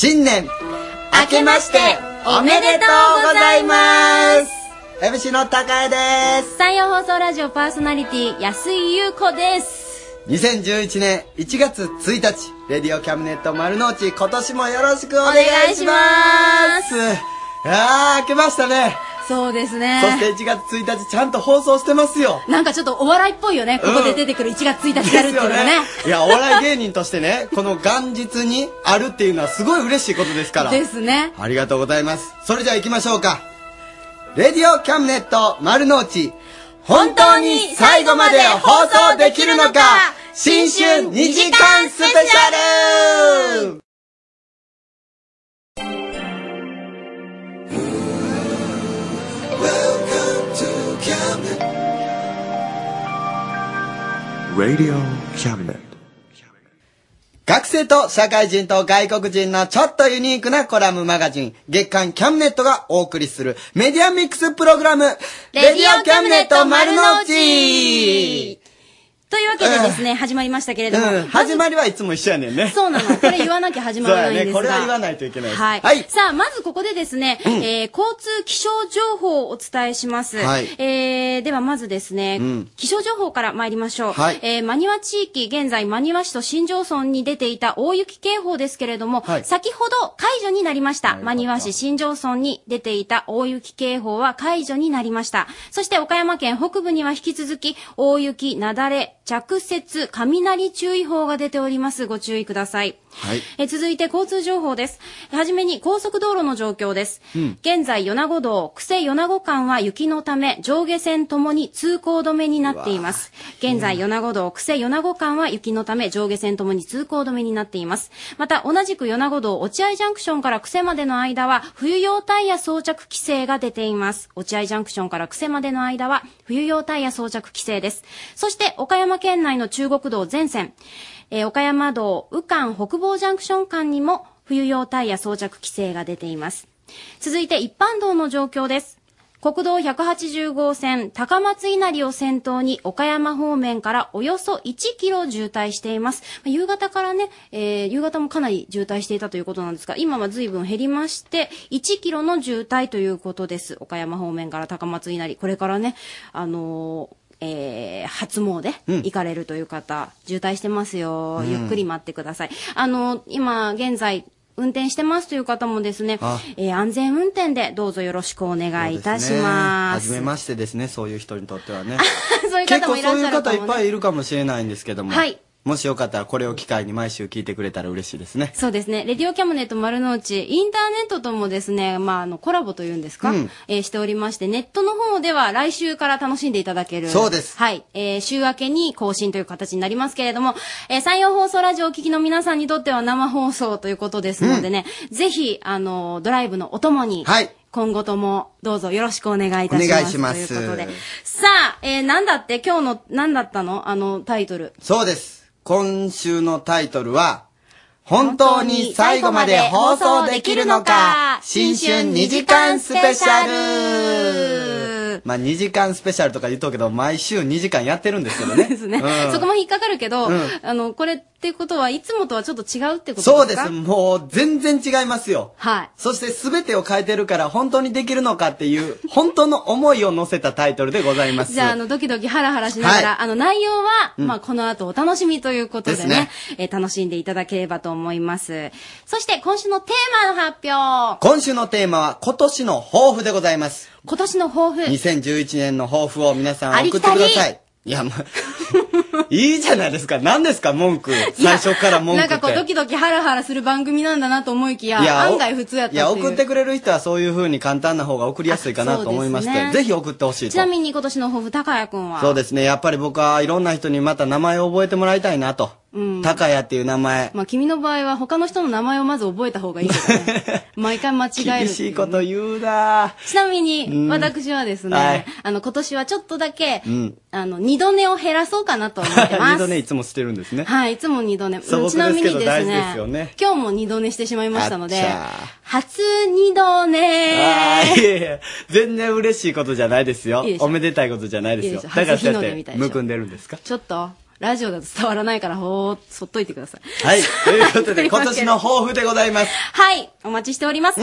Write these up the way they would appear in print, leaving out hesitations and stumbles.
新年明けましておめでとうございます。 MC の高江です。 山陽放送ラジオパーソナリティ安井優子です。 2011年1月1日レディオキャムネット丸の内、今年もよろしくお願いします。明けましたね。 そうですね。 そして1月1日ちゃんと放送してますよ。 なんかちょっとお笑いっぽいよね、ここで出てくる1月1日やるっていうのね。 いや、お笑い芸人としてね、この元日にあるっていうのはすごい嬉しいことですから。 ですね。 ありがとうございます。それじゃあ行きましょうか。レディオキャムネット丸の内、本当に最後まで放送できるのか、新春2時間スペシャル。 Radio Cabinet。 学生と社会人と外国人のちょっとユニークなコラムマガジン、月刊キャムネットがお送りするメディアミックスプログラム、レディオキャムネット丸の内というわけでですね、始まりましたけれども、 始まりはいつも一緒やねんね。 そうなの。これ言わなきゃ始まらないんですが。 そうやね。これは言わないといけないです。 はい。さあ、まずここでですね、交通気象情報をお伝えします。はい。ではまずですね、気象情報から参りましょう。はい。真庭地域、現在真庭市と新庄村に出ていた大雪警報ですけれども、はい、先ほど解除になりました。真庭市新庄村に出ていた大雪警報は解除になりました。そして岡山県北部には引き続き、大雪、雪崩、着雪、雷注意報が出ております。ご注意ください。はい。続いて交通情報です。はじめに高速道路の状況です。現在米子道、久世米子間は雪のため上下線ともに通行止めになっています。現在米子道、久世米子間は雪のため上下線ともに通行止めになっています。また同じく米子道、落合ジャンクションから久世までの間は冬用タイヤ装着規制が出ています。落合ジャンクションから久世までの間は冬用タイヤ装着規制です。そして岡山県内の中国道全線、岡山道宇関北房ジャンクション間にも冬用タイヤ装着規制が出ています。続いて一般道の状況です。国道180号線高松稲荷を先頭に岡山方面からおよそ1キロ渋滞しています。夕方からね、夕方もかなり渋滞していたということなんですが、今は随分減りまして1キロの渋滞ということです。岡山方面から高松稲荷、これからね、初詣行かれるという方、渋滞してますよ。ゆっくり待ってください。今現在運転してますという方もですね、安全運転でどうぞよろしくお願いいたします。 はじめましてですね、そういう人にとってはね。 そういう方もいらっしゃるかもね。結構そういう方いっぱいいるかもしれないんですけども。 はい。 もしよかったらこれを機会に毎週聞いてくれたら嬉しいですね。 そうですね。レディオキャムネット丸の内、インターネットともですね、コラボというんですか、しておりまして、ネットの方では来週から楽しんでいただける。 そうです。 はい。週明けに更新という形になりますけれども、山陽放送ラジオをお聞きの皆さんにとっては生放送ということですのでね、ぜひ、ドライブのお供に、はい。今後ともどうぞよろしくお願いいたします。お願いします。ということで。さあ、なんだって今日の、なんだったのタイトル。 そうです。今週のタイトルは、本当に最後まで放送できるのか、新春2時間スペシャル。2時間スペシャルとか言っとくけど、毎週2時間やってるんですけどね。 ですね。そこも引っかかるけど、これってことはいつもとはちょっと違うってことですか？ そうです。もう全然違いますよ。 はい。 そして全てを変えてるから本当にできるのかっていう、本当の思いを乗せたタイトルでございます。 じゃあ、ドキドキハラハラしながら、内容は、この後お楽しみということでね、楽しんでいただければと思います。そして今週のテーマの発表。 今週のテーマは今年の抱負でございます。 今年の抱負。 2011年の抱負を皆さん送ってください。いや、いいじゃないですか。何ですか、文句。最初から文句って。 なんかドキドキハラハラする番組なんだなと思いきや、案外普通やったっていう。 いや、送ってくれる人はそういう風に簡単な方が送りやすいかなと思いまして、ぜひ送ってほしいと。 ちなみに今年の抱負、高谷くんは？ そうですね。やっぱり僕はいろんな人にまた名前を覚えてもらいたいなと。高谷っていう名前。 君の場合は他の人の名前をまず覚えた方がいいけどね。毎回間違える。 厳しいこと言うな。 ちなみに、私はですね、今年はちょっとだけ、二度寝を減らそうかなと思ってます。 二度寝いつもしてるんですね。 はい、いつも二度寝。ちなみにですね、今日も二度寝してしまいましたので、初二度寝。 いやいや、全然嬉しいことじゃないですよ。おめでたいことじゃないですよ。だからそうやってむくんでるんですか？ ちょっと。 ラジオだと伝わらないから、そっといてください。 はい。ということで、今年の抱負でございます。 はい。お待ちしております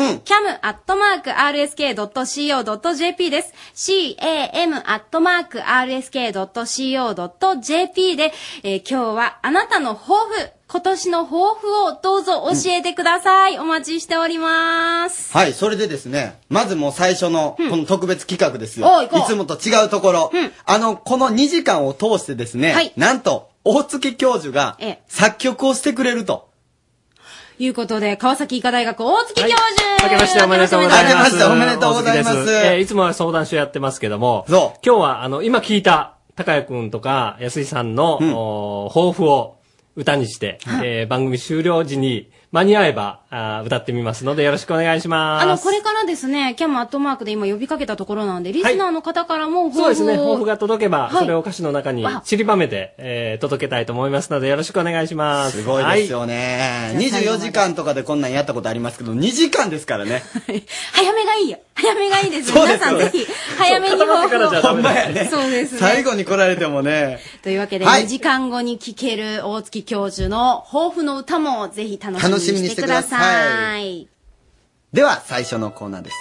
。cam@rsk.co.jp です。cam@rsk.co.jp で、今日はあなたの抱負、今年の抱負をどうぞ教えてください。お待ちしております。 はい、それでですね、まずもう最初のこの特別企画ですよ。いつもと違うところ。この2時間を通してですね、なんと、大月教授が作曲をしてくれると。 いうことで、川崎医科大学大月教授、 明けましておめでとうございます。 おめでとうございます。 いつもは相談所やってますけども、今日は今聞いた高谷くんとか安井さんの、抱負を歌にして、番組終了時に間に合えば歌ってみますのでよろしくお願いします。 これからですね、cam@ で今呼びかけたところなんで、リスナーの方からもそうですね、抱負が届けば、それを歌詞の中に散りばめて、届けたいと思いますのでよろしくお願いします。 すごいですよね。24時間とかでこんなんやったことありますけど、2時間ですからね。 早めがいいよ。早めがいいです。皆さんぜひ、早めに抱負を。 ほんまやね。 そうですね。 最後に来られてもね。 というわけで、2時間後に聴ける大月教授の抱負の歌もぜひ楽しみにしてください。 では、最初のコーナーです。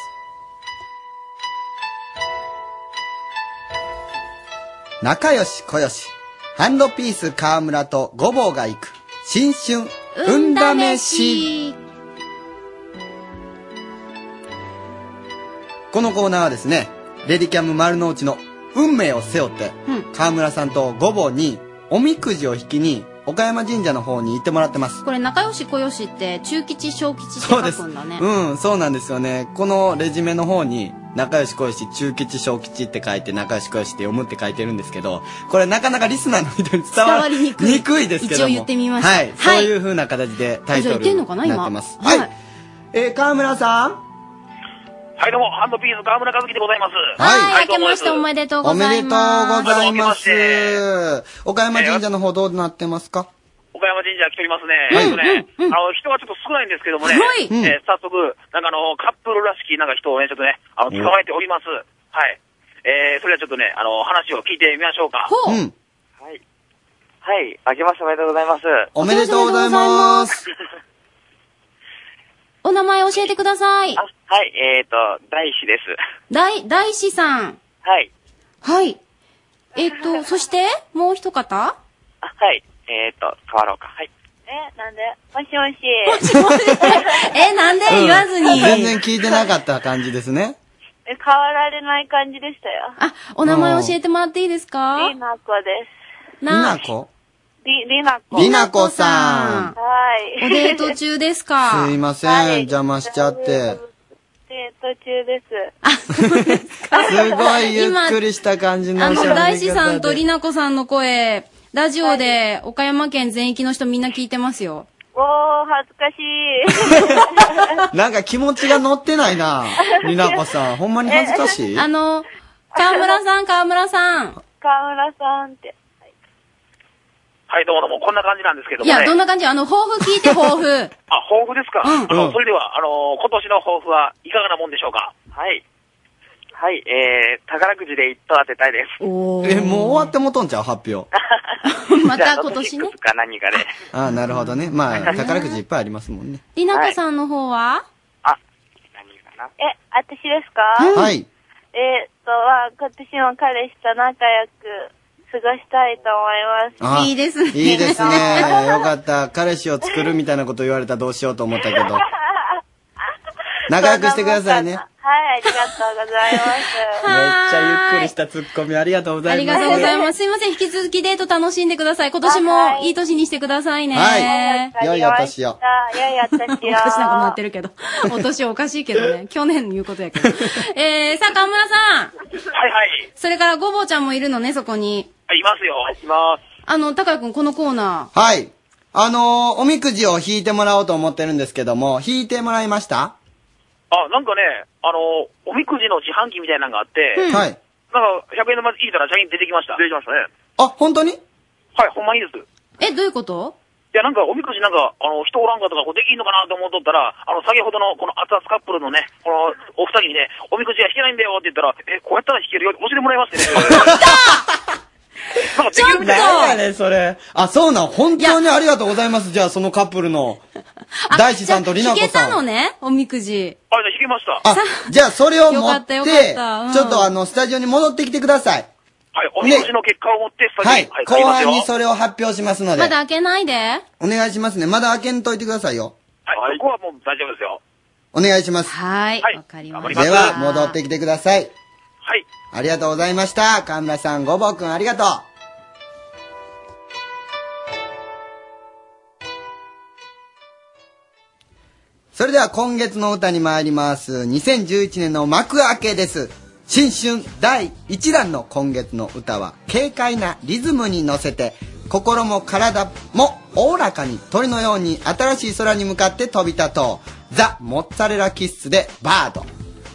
仲良し小良し、ハンドピース河村とごぼうが行く、新春、運試し。このコーナーはですね、レディキャム丸の内の運命を背負って、河村さんとごぼうにおみくじを引きに、岡山神社の方に行ってもらってます。 これ仲良し小良しって中吉小吉って書くんだね。 そうなんですよね。このレジュメの方に仲良し小良し中吉小吉って書いて仲良し小良しって読むって書いてるんですけど、これなかなかリスナーの人に伝わりにくいですけども、 一応言ってみました。 はい、そういう風な形でタイトルになってます。はい。河村さん。 はい、どうも、ハンドピース河村和樹でございます。 はい、明けましておめでとうございます。 おめでとうございます。岡山神社の方どうなってますか？ 岡山神社来ておりますね。人がちょっと少ないんですけどもね、早速、カップルらしき人をね、ちょっとね、捕まえております。はい。それではちょっとね、話を聞いてみましょうか。 はい。 はい、明けましておめでとうございます。 おめでとうございます。 お名前教えてください。 はい、大志です。 大志さん。 はい。 はい。そして、もう一方？ はい。変わろうか。はい。なんで？もしもし。 なんで言わずに。 全然聞いてなかった感じですね。 変わられない感じでしたよ。 お名前教えてもらっていいですか？ りなこです。 りなこ？ りなこ。 りなこさん。 はい。 おデート中ですか？ すいません、邪魔しちゃって。 デート中です。 そうですか。 すごいゆっくりした感じの喋り方で。 大志さんとりなこさんの声、ラジオで岡山県全域の人みんな聞いてますよ。 恥ずかしい。なんか気持ちが乗ってないな、りなこさん。ほんまに恥ずかしい？ 河村さん。 河村さんって。はい、どうも、こんな感じなんですけどもね。 いや、どんな感じ？抱負聞いて、抱負。 抱負ですか？それでは、今年の抱負はいかがなもんでしょうか？はい。はい、宝くじで1等当てたいです。 もう終わってもとんちゃう発表。 また今年ね。 か何かで。 なるほどね。まあ、宝くじいっぱいありますもんね。 りなこさんの方は？ 何かな？私ですか？ はい。 今年も彼氏と仲良く過ごしたいと思います。 いいですね。 いいですね。よかった。彼氏を作るみたいなこと言われたらどうしようと思ったけど。仲良くしてくださいね。 はい、ありがとうございます。 めっちゃゆっくりしたツッコミありがとうございます。 ありがとうございます。すいません、引き続きデート楽しんでください。今年もいい年にしてくださいね。 はい。良いお年を。 良いお年を。 おかしなことなってるけど。お年おかしいけどね。去年言うことやけど。さあ、河村さん。 はいはい。 それからごぼうちゃんもいるのね、そこに。 いますよ。います。 高谷くん、このコーナー。はい。おみくじを引いてもらおうと思ってるんですけども、引いてもらいました？ なんかね、おみくじの自販機みたいなのがあって、 はい。 なんか、100円玉引いたら、チャリン出てきました。出てきましたね。 本当に？ はい、ほんまにです。 どういうこと？ いや、なんか、おみくじなんか、人おらんかとか、できんのかなと思っとったら、先ほどの、この熱々カップルのね、この、お二人にね、おみくじが引けないんだよって言ったら、こうやったら引けるよって教えてもらいましてね。 ちょっと何やねん、それ。あ、そうなん、本当にありがとうございます。じゃあ、そのカップルの、大志さんとりなこさん。 引けたのね、おみくじ。 あ、じゃあ引けました。 あ、じゃあ、それを持って、 よかったちょっとスタジオに戻ってきてください。 はい、おみくじの結果を持ってスタジオに。 はい、後半にそれを発表しますので。 まだ開けないで。 お願いしますね。まだ開けんといてくださいよ。 はい、ここはもう大丈夫ですよ。 お願いします。 はい。わかりました。 では、戻ってきてください。 はい。 ありがとうございました。河村さん、ごぼうくんありがとう。それでは今月の歌に参ります。2011年の幕開けです。新春第1弾の今月の歌は、軽快なリズムに乗せて、心も体もおおらかに鳥のように新しい空に向かって飛び立とう。ザ・モッツァレラ・キッスでバード。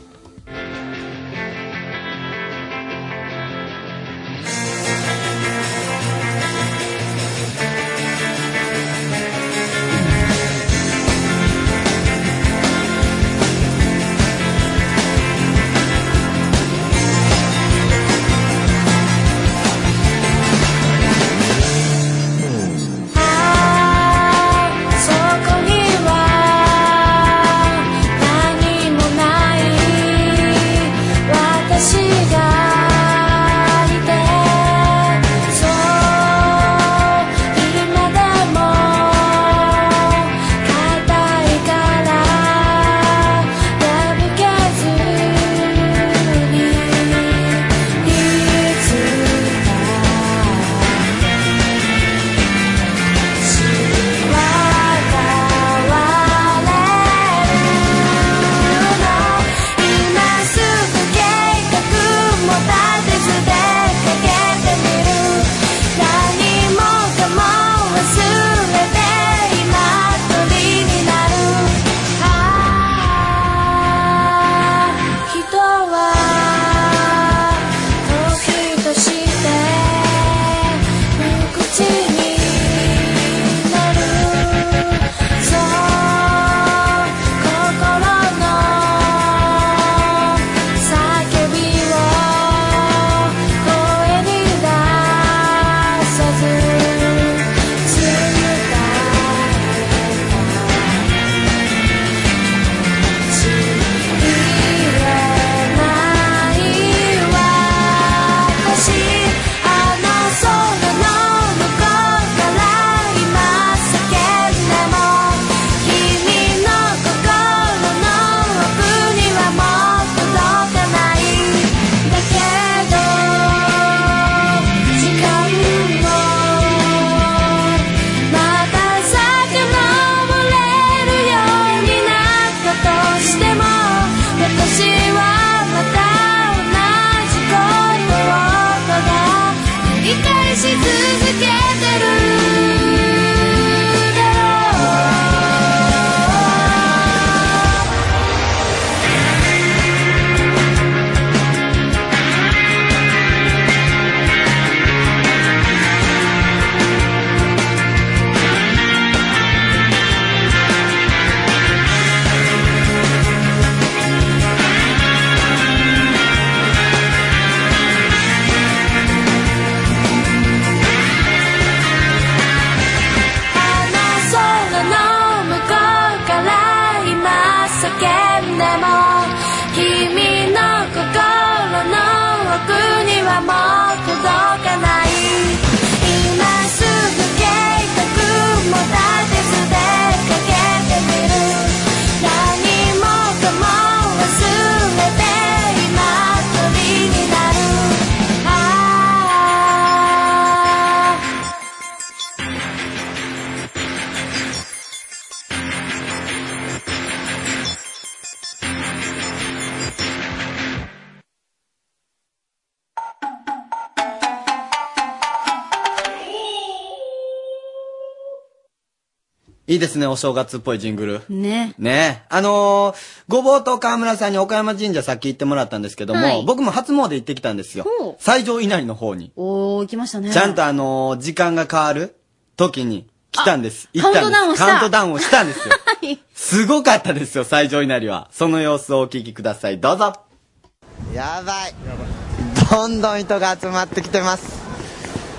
いいですね、お正月っぽいジングル。 ね。 ね。ごぼうと河村さんに岡山神社さっき行ってもらったんですけども、はい、僕も初詣行ってきたんですよ。最上稲荷の方に。 おー、行きましたね。 ちゃんと時間が変わる時に来たんです。 行ったんです。 カウントダウンをしたんですよ。すごかったですよ、最上稲荷は。その様子をお聞きください。どうぞ。やばい。どんどん人が集まってきてます。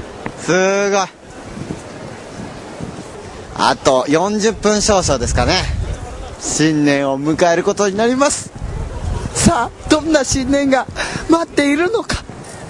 すごい。あと40分少々ですかね。新年を迎えることになります。さあ、どんな新年が待っているのか。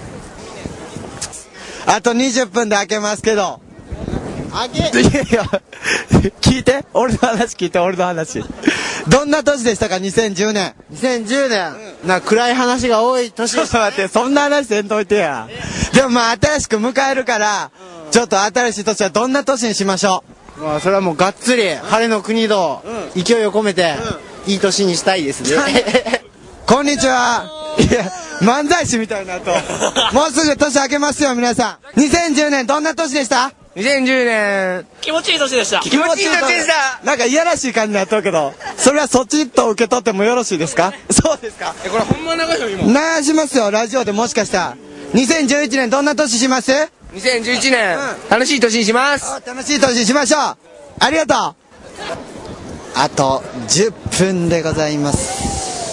あと20分で開けますけど。いやいや、聞いて。俺の話聞いて、俺の話。どんな年でしたか、2010年。 2010年。なんか暗い話が多い年でした、ね。 待って、そんな話せんといてや。でもまあ、新しく迎えるから、ちょっと新しい年はどんな年にしましょう。まあ、それはもうがっつり、晴れの国道、勢いを込めて、いい年にしたいですね。 こんにちは。いや、漫才師みたいなと。もうすぐ年明けますよ、皆さん。2010年どんな年でした ?2010 年。 気持ちいい年でした。 気持ちいい年でした。 なんかいやらしい感じになっとるけど、それはそっちと受け取ってもよろしいですか？そうですか。 これほんま流しよ、今。 流しますよ、ラジオでもしかしたら。2011年どんな年します？ 2011年、楽しい年にします。 楽しい年にしましょう。ありがとう。あと10分でございます。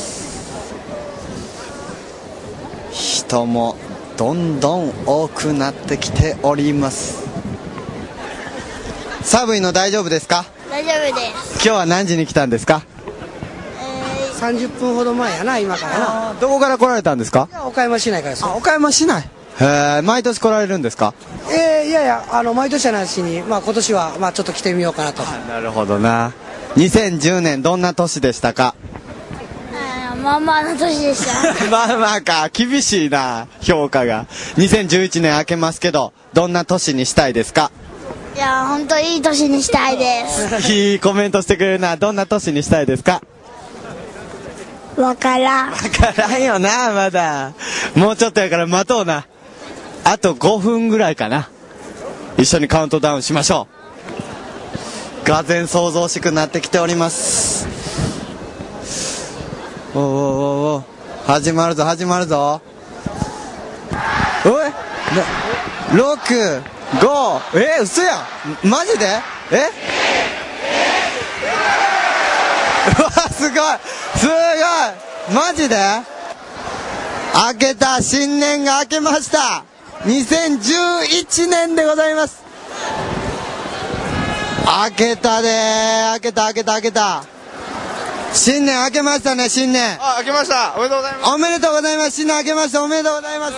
人もどんどん多くなってきております。寒いの大丈夫ですか？ 大丈夫です。 今日は何時に来たんですか ？30分ほど前やな、今からな。 どこから来られたんですか？ 岡山市内からです。 岡山市内。へえ、毎年来られるんですか？ いやいや、毎年はなしに、まあ今年は、まあちょっと来てみようかなと。 なるほどな。2010年どんな年でしたか？ まあまあの年でした。 まあまあか、厳しいな、評価が。2011年明けますけど、どんな年にしたいですか？ いや、ほんといい年にしたいです。 いいコメントしてくれるな。どんな年にしたいですか？ わからん。 わからんよな、まだ。もうちょっとやから待とうな。あと5分ぐらいかな。一緒にカウントダウンしましょう。がぜん想像しくなってきております。お始まるぞ始まるぞ。おい6、5、嘘やん。マジで？うわ、すごいすごい、マジで？明けた、新年が明けました。2011年でございます。明けたでー。明けた。新年明けましたね、新年。 明けました。おめでとうございます。 おめでとうございます。新年明けました。おめでとうございます。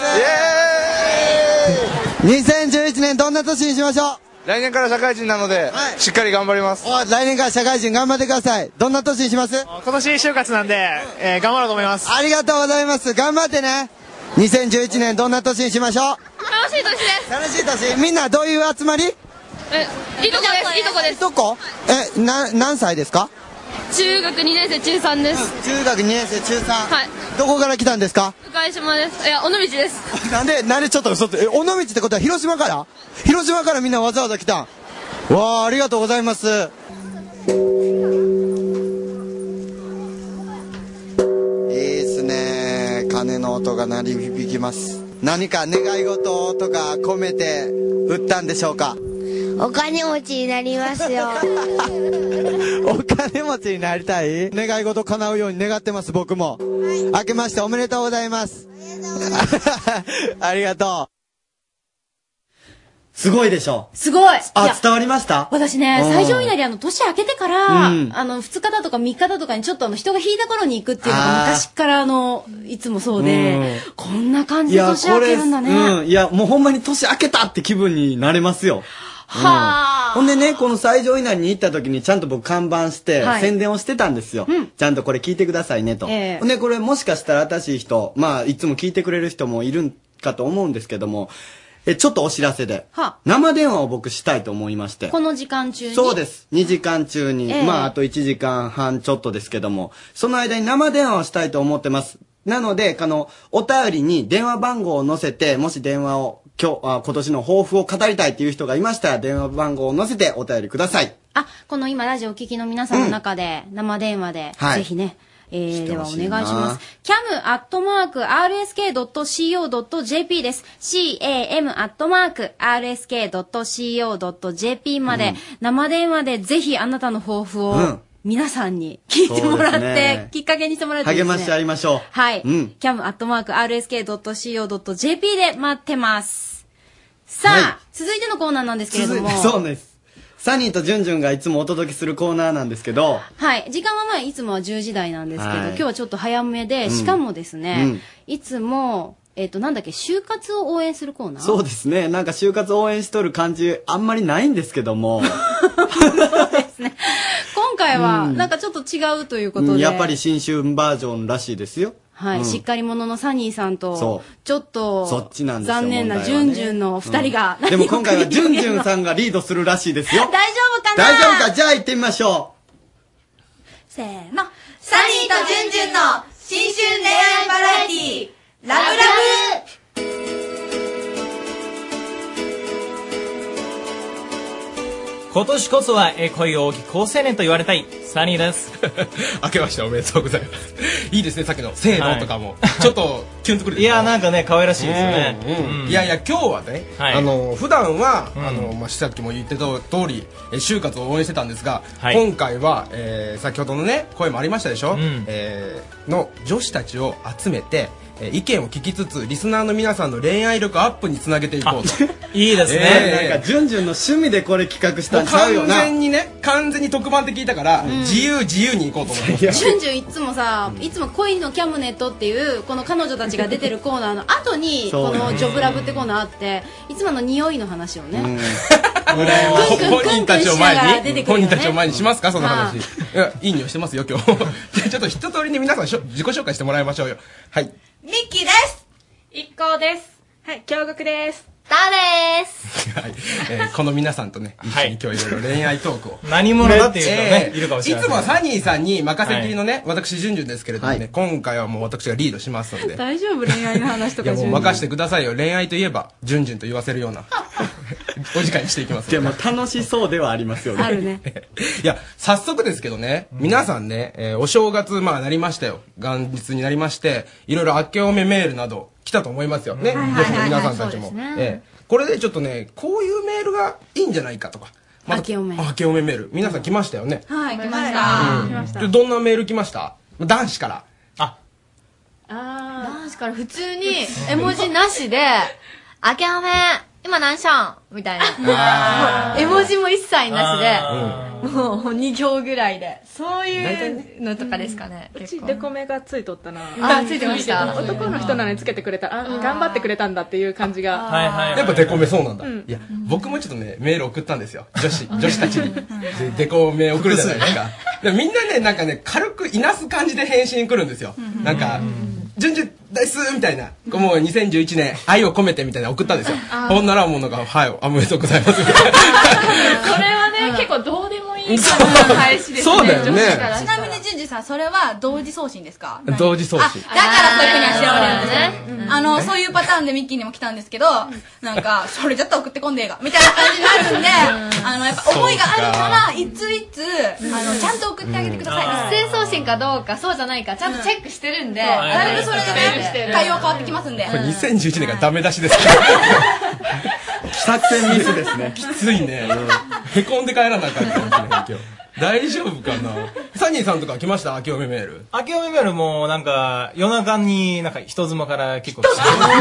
イエーイ。2011年どんな年にしましょう？ 来年から社会人なので、しっかり頑張ります。 来年から社会人頑張ってください。どんな年にします？ 今年就活なんで、頑張ろうと思います。 ありがとうございます。頑張ってね。2011年どんな年にしましょう？ 楽しい年です。 楽しい年。みんなどういう集まり？ いいとこです。 どこ？何歳ですか？ 中学2年生中3です。 中学2年生中3。 はい。 どこから来たんですか？ 向島です。いや、尾道です。 なんでちょっと嘘って、尾道ってことは広島からみんなわざわざ来たん？わあ、ありがとうございます。いいっすね。鐘の音が鳴り響きます。何か願い事とか込めて打ったんでしょうか？ お金持ちになりますよ。 お金持ちになりたい？願い事叶うように願ってます、僕も。明けましておめでとうございます。ありがとう。すごいでしょ？ すごい。 伝わりました？ 私ね、最上稲荷年明けてから、2日だとか3日だとかにちょっと人が引いた頃に行くっていうのが昔からいつもそうで、こんな感じで年明けるんだね。 いや、もうほんまに年明けたって気分になれますよ。ほんでね、この最上稲荷に行った時にちゃんと僕看板して、宣伝をしてたんですよ。ちゃんとこれ聞いてくださいねと。ほんで、これもしかしたら新しい人、まあ、いつも聞いてくれる人もいるんかと思うんですけども、ちょっとお知らせで、生電話を僕したいと思いまして。 この時間中に？ そうです。2時間中に、まあ、あと1時間半ちょっとですけども、その間に生電話をしたいと思ってます。なので、お便りに電話番号を載せて、もし電話を、今年の抱負を語りたいっていう人がいましたら、電話番号を載せてお便りください。 この今ラジオを聞きの皆さんの中で、生電話で、ぜひね、ではお願いします。cam@rsk.co.jp です。cam@rsk.co.jp まで、生電話でぜひあなたの抱負を、皆さんに聞いてもらって、きっかけにしてもらってですね。 励ましてやりましょう。 はい。cam@rsk.co.jp で待ってます。 さあ、続いてのコーナーなんですけれども。 そうです。サニーとジュンジュンがいつもお届けするコーナーなんですけど。 はい。時間はまあ、いつもは10時台なんですけど、今日はちょっと早めで、しかもですね、いつも、なんだっけ、就活を応援するコーナー？ そうですね。なんか就活応援しとる感じ、あんまりないんですけども。 そうですね。今回は、なんかちょっと違うということで。 やっぱり新春バージョンらしいですよ。 はい。しっかり者のサニーさんと、ちょっと、 そっちなんですよ。 残念なジュンジュンの二人が。 でも今回はジュンジュンさんがリードするらしいですよ。 大丈夫かな？ 大丈夫か？じゃあ行ってみましょう。せーの。サニーとジュンジュンの新春恋愛バラエティー、ラブラブ。 今年こそは恋多き好青年と言われたいサニーです。 明けましておめでとうございます。いいですね、さっきのせーのとかも、ちょっとキュンとくる。 いや、なんかね、可愛らしいですよね。 いやいや、今日はね、普段はさっきも言ってた通り就活を応援してたんですが、今回は先ほどのね声もありましたでしょ、の女子たちを集めて意見を聞きつつリスナーの皆さんの恋愛力アップにつなげていこうと。 いいですね。 なんかジュンジュンの趣味でこれ企画したんちゃうよな。 完全に特番って聞いたから、自由に行こうと思って。 ジュンジュンいつもさ、いつも恋のキャムネットっていうこの彼女たちが出てるコーナーの後にこのジョブラブってコーナーあって、いつもの匂いの話をね。 本人たちを前にしますか、その話。いい匂いしてますよ今日。ちょっと一通りに皆さん自己紹介してもらいましょうよ。はい。 ミッキーです。 一行です。はい、京極です。 タです。 はい。この皆さんとね、一緒に今日いろいろ恋愛トークを。 何者だっていう人ね、いるかもしれない。 いつもはサニーさんに任せきりのね、私、ジュンジュンですけれどもね、今回はもう私がリードしますので。 大丈夫？恋愛の話とか。 いや、もう任せてくださいよ。恋愛といえば、ジュンジュンと言わせるような、お時間にしていきます。 でも楽しそうではありますよね。 あるね。 いや、早速ですけどね、皆さんね、お正月、なりましたよ。元日になりまして、いろいろ明けおめメールなど来たと思いますよね。女子の皆さんたちも。これでちょっとね、こういうメールがいいんじゃないかとか。 明けおめ。 明けおめメール。皆さん来ましたよね。 はい、来ました。 どんなメール来ました？男子から。 男子から普通に絵文字なしで、明けおめ、今何しょんみたいな。絵文字も一切なしで、もう2行ぐらいで。そういうのとかですかね。 うちデコメがついとったな。 ついてました。 男の人なのにつけてくれたら、頑張ってくれたんだっていう感じが。 やっぱデコメそうなんだ。いや、僕もちょっとね、メール送ったんですよ。女子たちに。デコメ送るじゃないですか。みんなね、なんかね、軽くいなす感じで返信来るんですよ。なんか、ジュンジュンですみたいな。もう2011年、愛を込めてみたいな送ったんですよ。ほんならもうなんか、はい、おめでとうございます。 それはね、結構どうでもいい感じの返しですね。 そうだよね。 ちなみにジュンジュンさん、それは同時送信ですか？ 同時送信。 だからそういうふうにあしらわれるんですね。そういうパターンでミッキーにも来たんですけど、なんか、それちょっと送ってこんでええが、みたいな感じになるんで、やっぱ思いがあるなら、いついつ、ちゃんと送ってあげてください。一斉送信かどうか、そうじゃないか、ちゃんとチェックしてるんで、だいぶそれでね、対応変わってきますんで。 これ2011年がダメ出しですね。 作戦ミスですね。 きついね。へこんで帰らなかったかもしれない今日。大丈夫かな。サニーさんとか来ました？明けおめメール。 明けおめメールもなんか夜中になんか人妻から結構来て。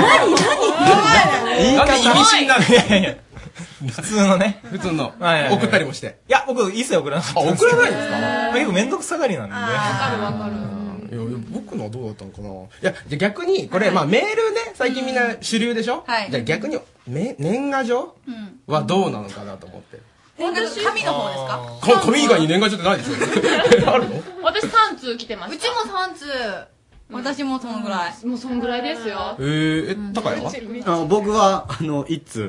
何？なんで意味深なの？ いや普通のね。 普通の。送ったりもして。 いや僕一切送らなかった。 送らないんですか？ 結構めんどくさがりなんで。 わかる。 僕のはどうだったのかな。いや、じゃ逆に、これ、メールね、最近みんな主流でしょ？じゃ逆に、年賀状はどうなのかなと思って。 年賀状紙の方ですか？ 紙以外に年賀状ってないでしょ？あるの？ 私3通来てました。 うちも3通。私もそのぐらい。 もうそのぐらいですよ。 高谷は？ 僕は、1通。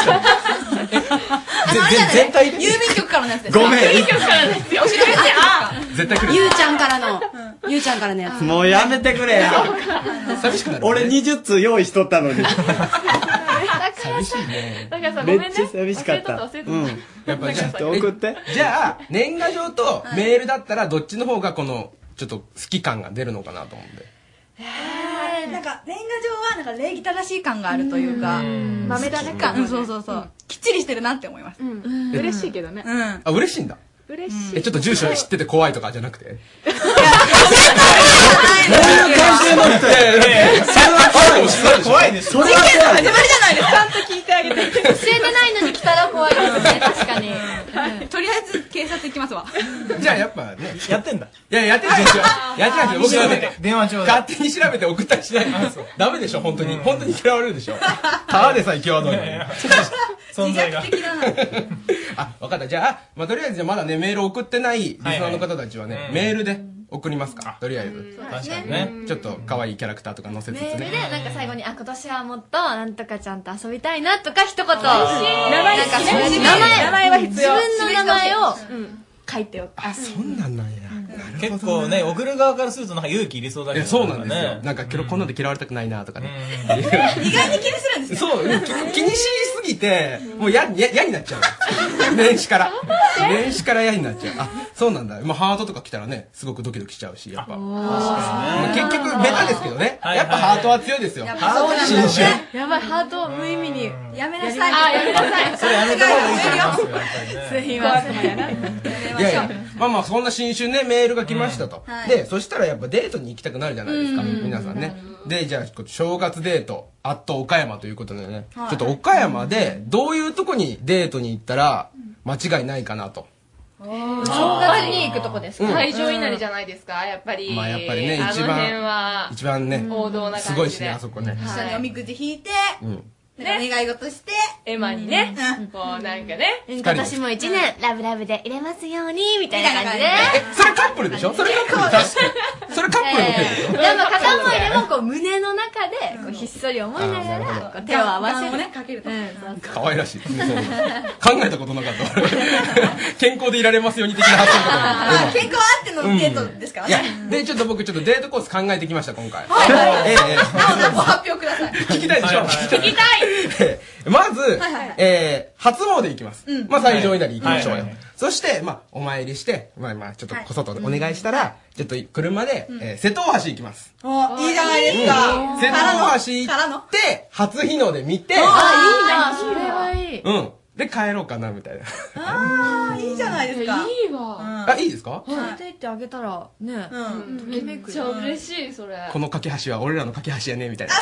全体で？ 郵便局からのやつです。 ごめん。 郵便局からのやつよ。 絶対来る。 ゆうちゃんからのやつ。 もうやめてくれや。 寂しくなる。 俺20通用意しとったのに。 寂しいね。 だからさ、ごめんね。 めっちゃ寂しかった。 やっぱちょっと送って。 じゃあ、年賀状とメールだったら、どっちの方がこの、ちょっと好き感が出るのかなと思うんで。 なんか年賀状はなんか礼儀正しい感があるというか、 豆だね感。そう。きっちりしてるなって思います。 嬉しいけどね。 あ、嬉しいんだ。 嬉しい。 ちょっと住所知ってて怖いとかじゃなくて。 そういう感じの人。 怖いです。 それは始まりじゃないですか。 ちゃんと聞いてあげて。 きますわ。 じゃあやっぱね。 やってんだ。 いや、やってないですよ。やってないですよ。僕はね、 電話帳で。 勝手に調べて送ったりしない。ダメでしょ、本当に。本当に嫌われるでしょ。ただでさえ際どいのに。 存在が。 あ、わかった。じゃあ、とりあえずじゃあまだね、メール送ってないリスナーの方たちはね、メールで送りますか。とりあえず。 確かにね。 ちょっと可愛いキャラクターとか載せつつね。 メールで、なんか最後に、今年はもっと、なんとかちゃんと遊びたいなとか一言。名前は必要。自分の名前を、書いておく。 あ、そんなんなんや。 結構ね、送る側からするとなんか勇気いりそうだけど。 そうなんですよ。なんか、こんなんで嫌われたくないなとかね。 意外に気にするんですよ。 そう、気にしすぎて、もう嫌になっちゃう。年始から。年始から嫌になっちゃう。あ、そうなんだ。まあ、ハートとか来たらね、すごくドキドキしちゃうし、やっぱ。結局、ベタですけどね。やっぱハートは強いですよ。新春。 やばい、ハートを無意味に。 やめなさい。 あ、やめなさい。 それやめた方がいいと思いますよ。 すいません。 いやいや、まあそんな新春ね、メールが来ましたと。で、そしたらやっぱデートに行きたくなるじゃないですか、皆さんね。で、じゃあ、正月デート、岡山ということでね、ちょっと岡山で、どういうとこにデートに行ったら、間違いないかなと。 正月に行くとこですか？会場稲荷じゃないですか、やっぱり。 まあやっぱりね、一番ね、 王道な感じで。 すごいしね、あそこね。 一緒におみくじ引いて、願い事して、 エマにね、こうなんかね、 今年も一年ラブラブで入れますようにみたいな感じで。 それカップルでしょ？それカップルでしょ？それカップルの手でしょ？ でも片思いでもこう胸の中でこうひっそり思いながら手を合わせるね、 かけると。 可愛らしい。考えたことなかった。健康でいられますように的な発想健康あってのデートですからね。 で、ちょっと僕デートコース考えてきました、今回。 ご発表ください。 聞きたいでしょ？ 聞きたい。 まず、初詣行きます。まあ、最上稲荷行きましょうよ。そして、まあ、お参りして、まあ、ちょっとこそっとお願いしたら、ちょっと車で、瀬戸大橋行きます。 いいじゃないですか。 瀬戸大橋行って、初日の出見て、 あ、いいな、それはいい。 うん。で、帰ろうかな、みたいな。 ああ、いいじゃないですか。 いいわ。 あ、いいですか？ 連れて行ってあげたら、ね。 めっちゃ嬉しい、それ。 この架け橋は俺らの架け橋やね、みたいな。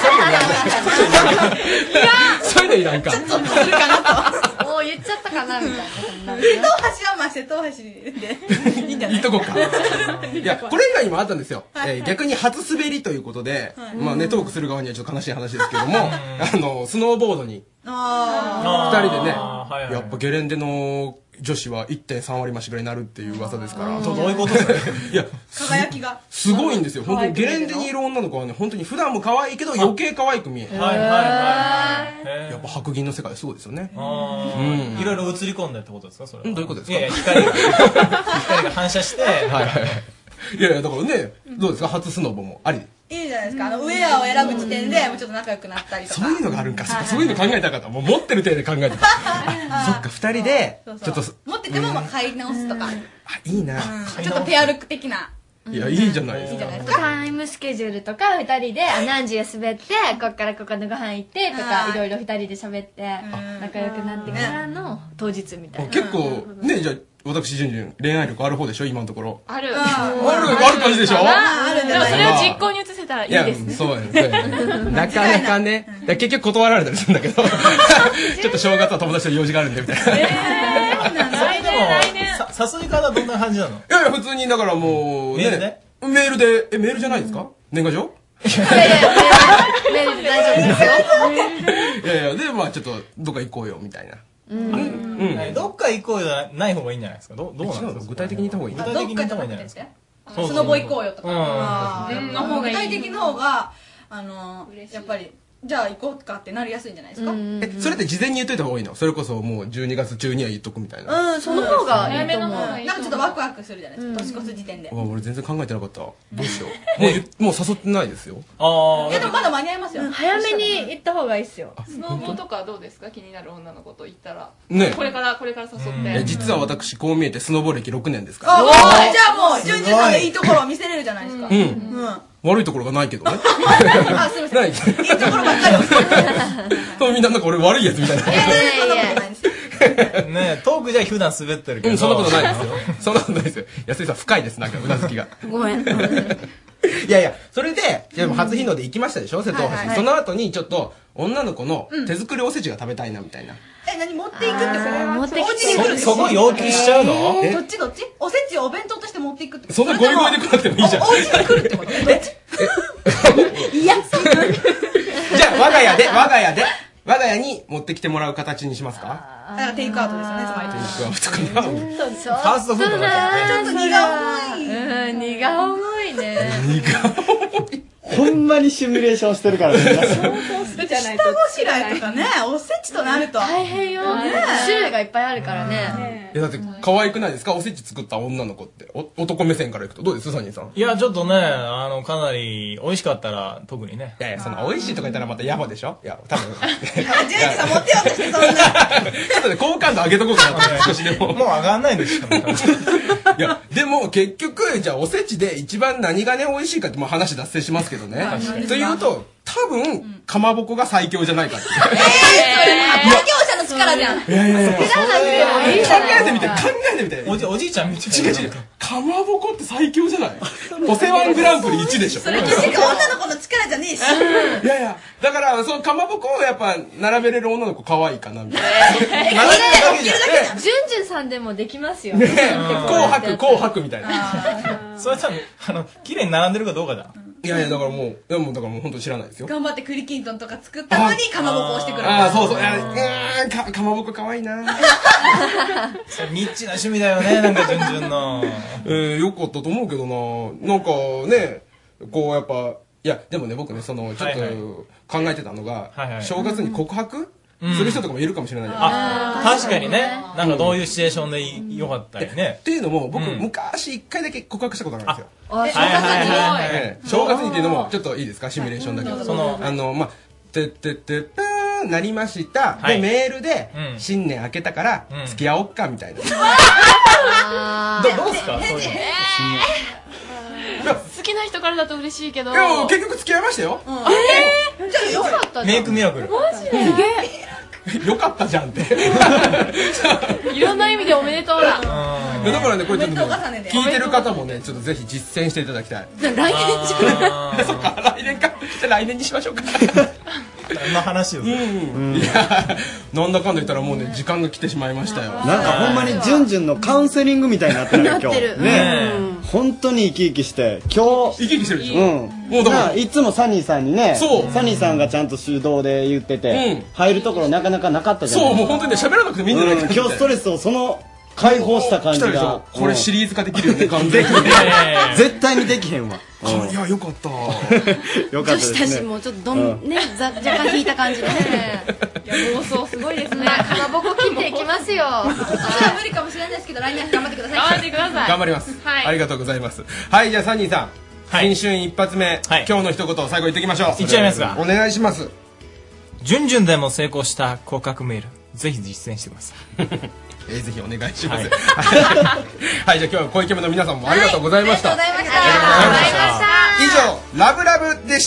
そういうのいらんか。 ちょっとするかなと。 もう言っちゃったかな、みたいな。 瀬戸橋はまあ瀬戸橋でいいんじゃない？ いいとこか。いや、これ以外にもあったんですよ。逆に初滑りということで、まあね、トークする側にはちょっと悲しい話ですけども、スノーボードに、二人でね、やっぱゲレンデの女子は 1.3 割増しぐらいになるっていう噂ですから。 どういうことですか？ いや、 輝きが。 すごいんですよ。本当にゲレンデにいる女の子はね、本当に普段も可愛いけど余計可愛く見える。やっぱ白銀の世界すごいですよね。 いろいろ映り込んだってことですか、それは。 どういうことですか？ いや、光が反射して、 いやいや、だからね、どうですか、初スノボもあり。 いいじゃないですか。ウェアを選ぶ時点で、もうちょっと仲良くなったりとか。 そういうのがあるんか。そういうの考えたかった。もう持ってる手で考えてた。そっか、二人で、ちょっと。 持ってても、まあ、買い直すとか。 あ、いいな。 ちょっとペアルック的な。 いや、いいじゃないですか。 タイムスケジュールとか、二人で、何時へ滑って、こっからここのご飯行って、とか、いろいろ二人で喋って、仲良くなってからの当日みたいな。 結構、ね、じゃあ、私、じゅんじゅん、恋愛力ある方でしょ、今のところ。 ある感じでしょ？ あるんでもそれを実行に移せたらいいですね。 そうやね。なかなかね、結局断られたりするんだけど、ちょっと正月は友達と用事があるんで、みたいな。 来年。 誘い方どんな感じなの？いやいや、普通に、だからもう、 メールで？ メールで、メールじゃないですか？年賀状？ いやいや、メールで大丈夫ですよ。 いやいや、で、まあちょっと、どっか行こうよ、みたいな。 どっか行こうじゃない方がいいんじゃないですか？どうなんですか？ 具体的に言った方がいい？ 具体的に言った方がいいんじゃないですか？ スノボ行こうよとか。 具体的の方が、やっぱり、じゃあ行こうかってなりやすいんじゃないですか？ それって事前に言っといた方がいいの？それこそもう12月中には言っとくみたいな。 その方がいいと思う。 なんかちょっとワクワクするじゃないですか、年越す時点で。 俺全然考えてなかった。どうしよう。もう誘ってないですよ。 でもまだ間に合いますよ。 早めに行った方がいいっすよ。 スノボとかどうですか？気になる女の子と行ったら。 ね。 これから誘って。 実は私、こう見えてスノボ歴6年ですから。 じゃあもう、じゅんじゅんさんのいいところを見せれるじゃないですか。 悪いところがないけどね。 あ、すみません。いいところばっかり。 みんななんか俺悪いやつみたいな。 ね、トークじゃ普段滑ってるけど。 そんなことないですよ。そんなことないですよ。安井さん深いです、なんかうなずきが。 ごめん。 いやいや、それで、初日の出行きましたでしょ、瀬戸大橋。その後にちょっと、女の子の手作りおせちが食べたいな、みたいな。 何持っていくって持ってきてお家に来るそこ要求しちゃうの？ どっちおせちをお弁当として持っていくってそんなゴイゴイで来なくてもいいじゃん。 お家に来るってこと？どっち？いや、 じゃあ、我が家に持ってきてもらう形にしますか？ テイクアウトですよね、つまり。 テイクアウトかな。 ファーストフードだからね。 ちょっと荷が重い。 荷が重いね。 ほんまにシミュレーションしてるからね。 下ごしらえとかね、おせちとなると。 大変よ。種類がいっぱいあるからね。 だって可愛くないですか？おせち作った女の子って。男目線からいくと。どうですサニーさん。 いや、ちょっとね、かなり美味しかったら特にね。 いやいや、その美味しいとか言ったらまたヤバでしょ？いや、多分。 ジェイさん持ってよってしてそんな。 ちょっとね、好感度上げとこうかなと少しでも。 もう上がんないですからね。 いや、でも結局、じゃあおせちで一番何がね、美味しいかって、まあ話脱線しますけどね。というと、多分、かまぼこが最強じゃないかって。 それも発表業者の力じゃん。 いやいやいや。考えてみて。 おじいちゃん見て違う。かまぼこって最強じゃない？お世話グランプリ1でしょ。 それ結局女の子の力じゃねえし。 いやいや、だから、そのかまぼこをやっぱ並べれる女の子可愛いかな、みたいな。 じゅんさんでもできますよ。 紅白みたいな。 それ多分、綺麗に並んでるかどうかだ。 いやいや、だからもう本当知らないですよ。 頑張って栗きんとんとか作ったのにかまぼこをしてくる。 そう。かまぼこ可愛いな。 それニッチな趣味だよね、なんかじゅんじゅんの。 よかったと思うけどな。なんかね、こうやっぱ、いや、でもね、僕ね、ちょっと考えてたのが、正月に告白する人とかもいるかもしれないじゃん。 確かにね。なんかどういうシチュエーションでよかったりね。 っていうのも、僕、昔1回だけ告白したことあるんですよ。 正月にっていうのも、ちょっといいですかシミュレーションだけど。てってってったーなりました。で、メールで、新年明けたから、付き合おっか、みたいな。 どうすかそういうの。好きな人からだと嬉しいけど。 結局付き合いましたよ。 じゃあよかったメイクミラクル。 マジでよかったじゃんって。 いろんな意味でおめでとうだ。 だからね、これちょっと聞いてる方もね、ちょっとぜひ実践していただきたい。 来年じゃん。 そっか、来年か。じゃあ来年にしましょうか。 そんな話を。 いや、なんだかんだ言ったらもうね、時間が来てしまいましたよ。 なんかほんまにじゅんじゅんのカウンセリングみたいになってるよ、今日。ね。本当に生き生きして、今日。 生き生きしてるでしょ。 もうだからいつもサニーさんにね、サニーさんがちゃんと手動で言ってて、入るところなかなかなかったじゃないですか。そう、もう本当にね、喋らなくてもいいんじゃないかな。 今日ストレスを解放した感じが。 これシリーズ化できるよね、完全に。 絶対にできへんわ。 いや、よかった。 よかったですね。 女子たちもちょっと若干引いた感じで。いや、妄想すごいですね。 かまぼこ切っていきますよ。 それは無理かもしれないですけど、来年頑張ってください。 頑張ってください。 頑張ります。ありがとうございます。はい、じゃあサニーさん。新春一発目、今日の一言を最後言っていきましょう。 言っちゃいますか。 お願いします。 じゅんじゅんでも成功した告白メール、ぜひ実践してください。 ぜひお願いします。はい、じゃあ今日は小池目の皆さんもありがとうございました。 ありがとうございました。 以上、ラブラブでした。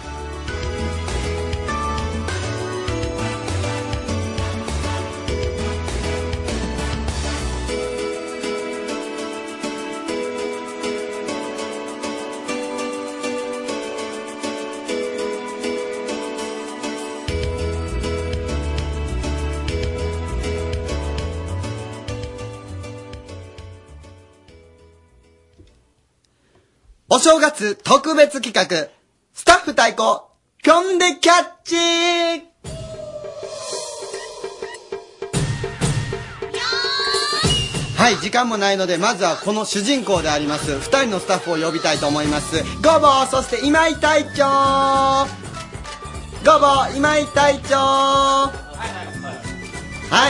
お正月特別企画、スタッフ対抗、ぴょんでキャッチ。はい、時間もないので、まずはこの主人公であります、2人のスタッフを呼びたいと思います。ゴボー、そして今井隊長。ゴボー、今井隊長。はい、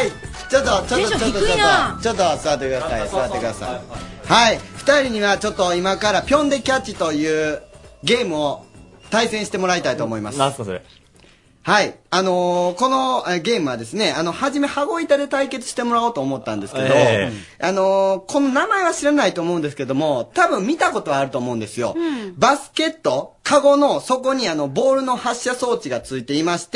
ちょっと座ってください、座ってください。はい、2人にはちょっと今からぴょんでキャッチというゲームを対戦してもらいたいと思います。 なんすかそれ。 はい。このゲームはですね、はじめ羽子板で対決してもらおうと思ったんですけど、この名前は知らないと思うんですけども、多分見たことはあると思うんですよ。バスケット、カゴの底にボールの発射装置がついていまして、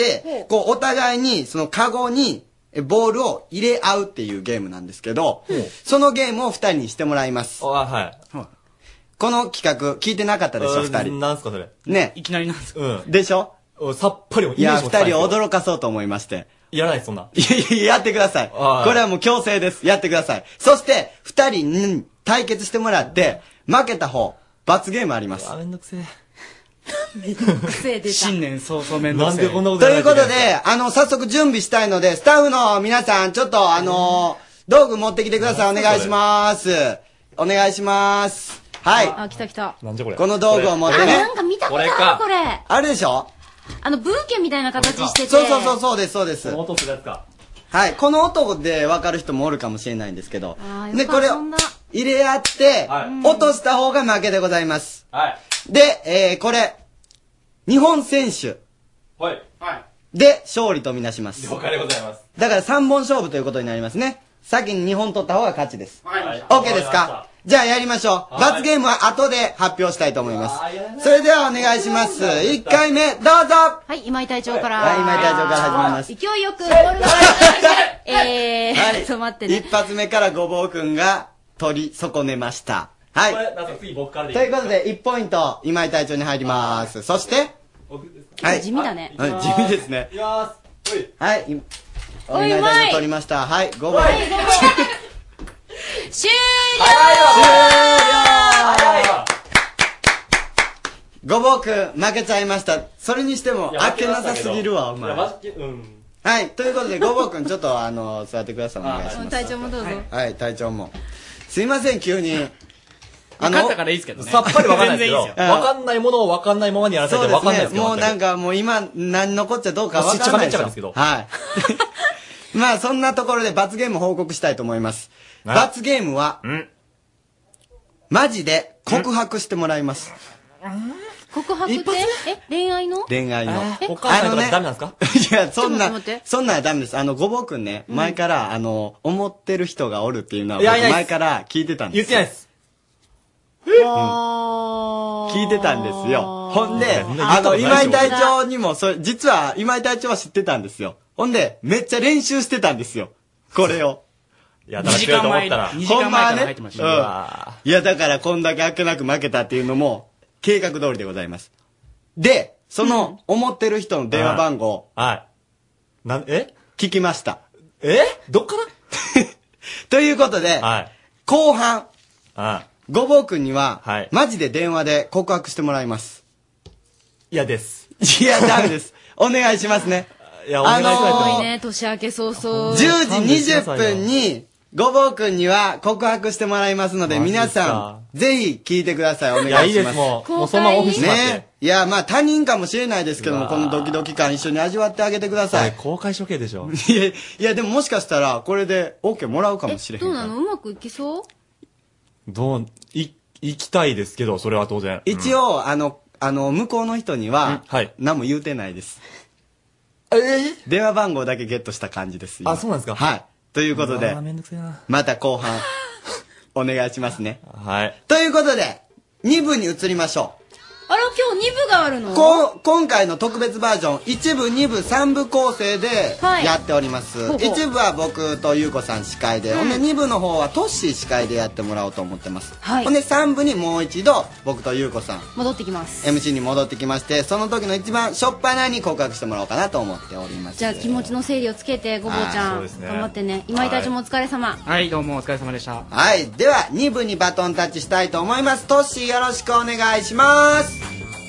こうお互いにそのカゴにボールを入れ合うっていうゲームなんですけど、そのゲームを2人にしてもらいます。 はい。 この企画聞いてなかったでしょ、2人。 なんすかそれ。 ね。 いきなりなんですか。 でしょさっぱりいや、2人を驚かそうと思いまして。 やらない、そんな。 いや、やってください。これはもう強制です。やってください。そして、二人に対決してもらって、負けた方、罰ゲームあります。 めんどくせえ。 めんどくせえ出た。 新年早々めんどくせえ。 なんでこんなことということで、早速準備したいので、スタッフの皆さん、ちょっと道具持ってきてください。お願いします。お願いします。はい。 あ、来た来た。 なんじゃこれ。 この道具を持ってね。 なんか見たことある、これ。 あるでしょ？ ブーケみたいな形してて。 そうです、そうです。 音するやつか。 はい。この音で分かる人もおるかもしれないんですけど。で、これを入れ合って、落とした方が負けでございます。 はい。 で、これ、日本選手。 はい。 で、勝利とみなします。 了解でございます。 だから3本勝負ということになりますね。先に2本取った方が勝ちです。 はい。 OK ですか？じゃあやりましょう。罰ゲームは後で発表したいと思います。それではお願いします。1回目、どうぞ。 はい、今井隊長から。 はい、今井隊長から始めます。 勢いよく、はい、ちょっと待ってね。 一発目からごぼうくんが取り損ねました。はい。 次僕からでいいということで、1ポイント、今井隊長に入ります。そして、 はい。地味だね。 はい、地味ですね。 いきます。 はい。今井隊長取りました。はい、ごぼう。 終了ごぼうくん、負けちゃいました。それにしても、あっけなさすぎるわ、お前。はい、ということで、ごぼうくん、ちょっと、座ってください。お願いします。 隊長もどうぞ。 はい、隊長も。すいません、急に。 勝ったからいいですけどね。 さっぱりわかんないですけど、わかんないものをわかんないままにやらせてわかんないですけど。 もうなんか、もう今、何のこっちゃどうかわかんないですけど。はい。まあ、そんなところで罰ゲーム報告したいと思います。罰ゲームは、マジで告白してもらいます。 告白って恋愛の恋愛の。 お母さんとかダメなんですか？ いや、そんなはダメです。ごぼうくんね、前から、思ってる人がおるっていうのは、前から聞いてたんです。 言ってないです。 聞いてたんですよ。ほんで、今井隊長にも、実は今井隊長は知ってたんですよ。ほんで、めっちゃ練習してたんですよ。これを。 いや、だからと思ったら。 2時間前から入ってました。 いや、だからこんだけあっけなく負けたっていうのも、計画通りでございます。で、その、思ってる人の電話番号。 はい。 聞きました。 どっからということで、後半、ごぼうくんには、マジで電話で告白してもらいます。 嫌です。 いや、ダメです。お願いしますね。 いや、お願いします。 すごいね、年明け早々。 10時20分に、ごぼうくんには告白してもらいますので、皆さん、ぜひ聞いてください。お願いします。 いいです、もうそんなオフィスね。いや、まあ他人かもしれないですけども、このドキドキ感一緒に味わってあげてください。 公開処刑でしょ。 いや、でももしかしたら、これで OK もらうかもしれへん。 どうなの？うまくいきそう？ 行きたいですけど、それは当然。 一応、向こうの人には、何も言うてないです。電話番号だけゲットした感じです。 あ、そうなんですか？ はい。ということで、また後半、お願いしますね。 はい。 ということで、2部に移りましょう。 あら、今日2部があるの？ 今回の特別バージョン、1部、2部、3部構成でやっております。1部は僕とゆうこさん司会で、ほんで2部の方はトッシー司会でやってもらおうと思ってます。ほんで3部にもう一度、僕とゆうこさん。 戻ってきます。 MC に戻ってきまして、その時の一番しょっぱなに告白してもらおうかなと思っております。 じゃあ気持ちの整理をつけて、ごぼうちゃん。頑張ってね。今井隊長もお疲れ様。 はい、どうもお疲れ様でした。 はい、では2部にバトンタッチしたいと思います。トッシーよろしくお願いします。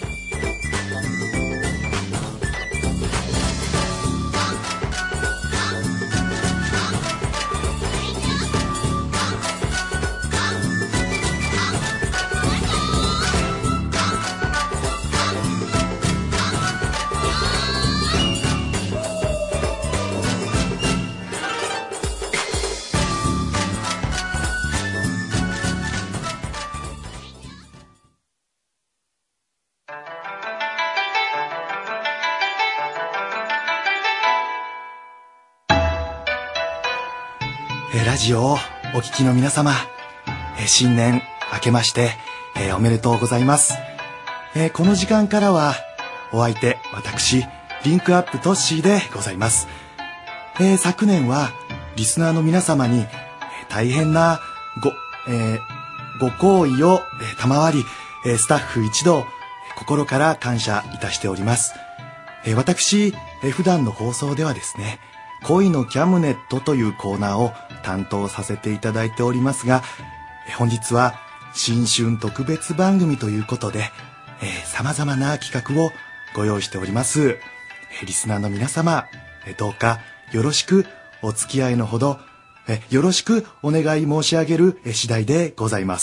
ラジオをお聞きの皆様、新年明けまして、おめでとうございます。この時間からはお相手私リンクアップトッシーでございます。昨年はリスナーの皆様に大変なご好意を賜り、スタッフ一同心から感謝いたしております。私普段の放送ではですね、 恋のキャムネットというコーナーを担当させていただいておりますが、本日は新春特別番組ということで、様々な企画をご用意しております。リスナーの皆様、どうかよろしくお付き合いのほど、よろしくお願い申し上げる次第でございます。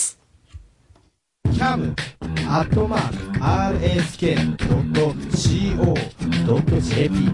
cam@rsk.co.jp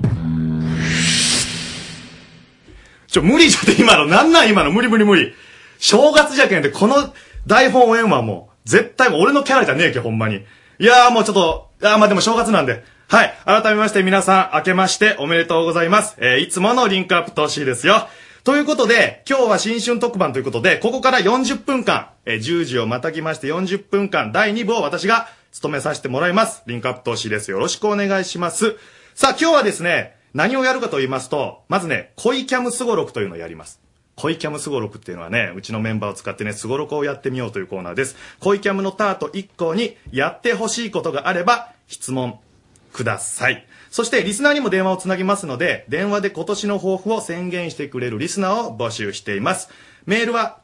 無理じゃって今の、なんなん今の、無理。正月じゃけんで、この台本をえんはもう、絶対俺のキャラじゃねえけ、ほんまに。いやーもうちょっと、まあでも正月なんで。はい。改めまして皆さん、明けましておめでとうございます。いつものリンクアップトッシーですよ。ということで、今日は新春特番ということで、ここから40分間、10時をまたぎまして40分間、第2部を私が務めさせてもらいます。リンクアップトッシーです。よろしくお願いします。さあ、今日はですね、何をやるかと言いますと、まずね、恋キャムすごろくというのをやります。恋キャムすごろくっていうのはね、うちのメンバーを使ってね、すごろくをやってみようというコーナーです。恋キャムのタート1項にやってほしいことがあれば、質問ください。そしてリスナーにも電話をつなぎますので、電話で今年の抱負を宣言してくれるリスナーを募集しています。メールは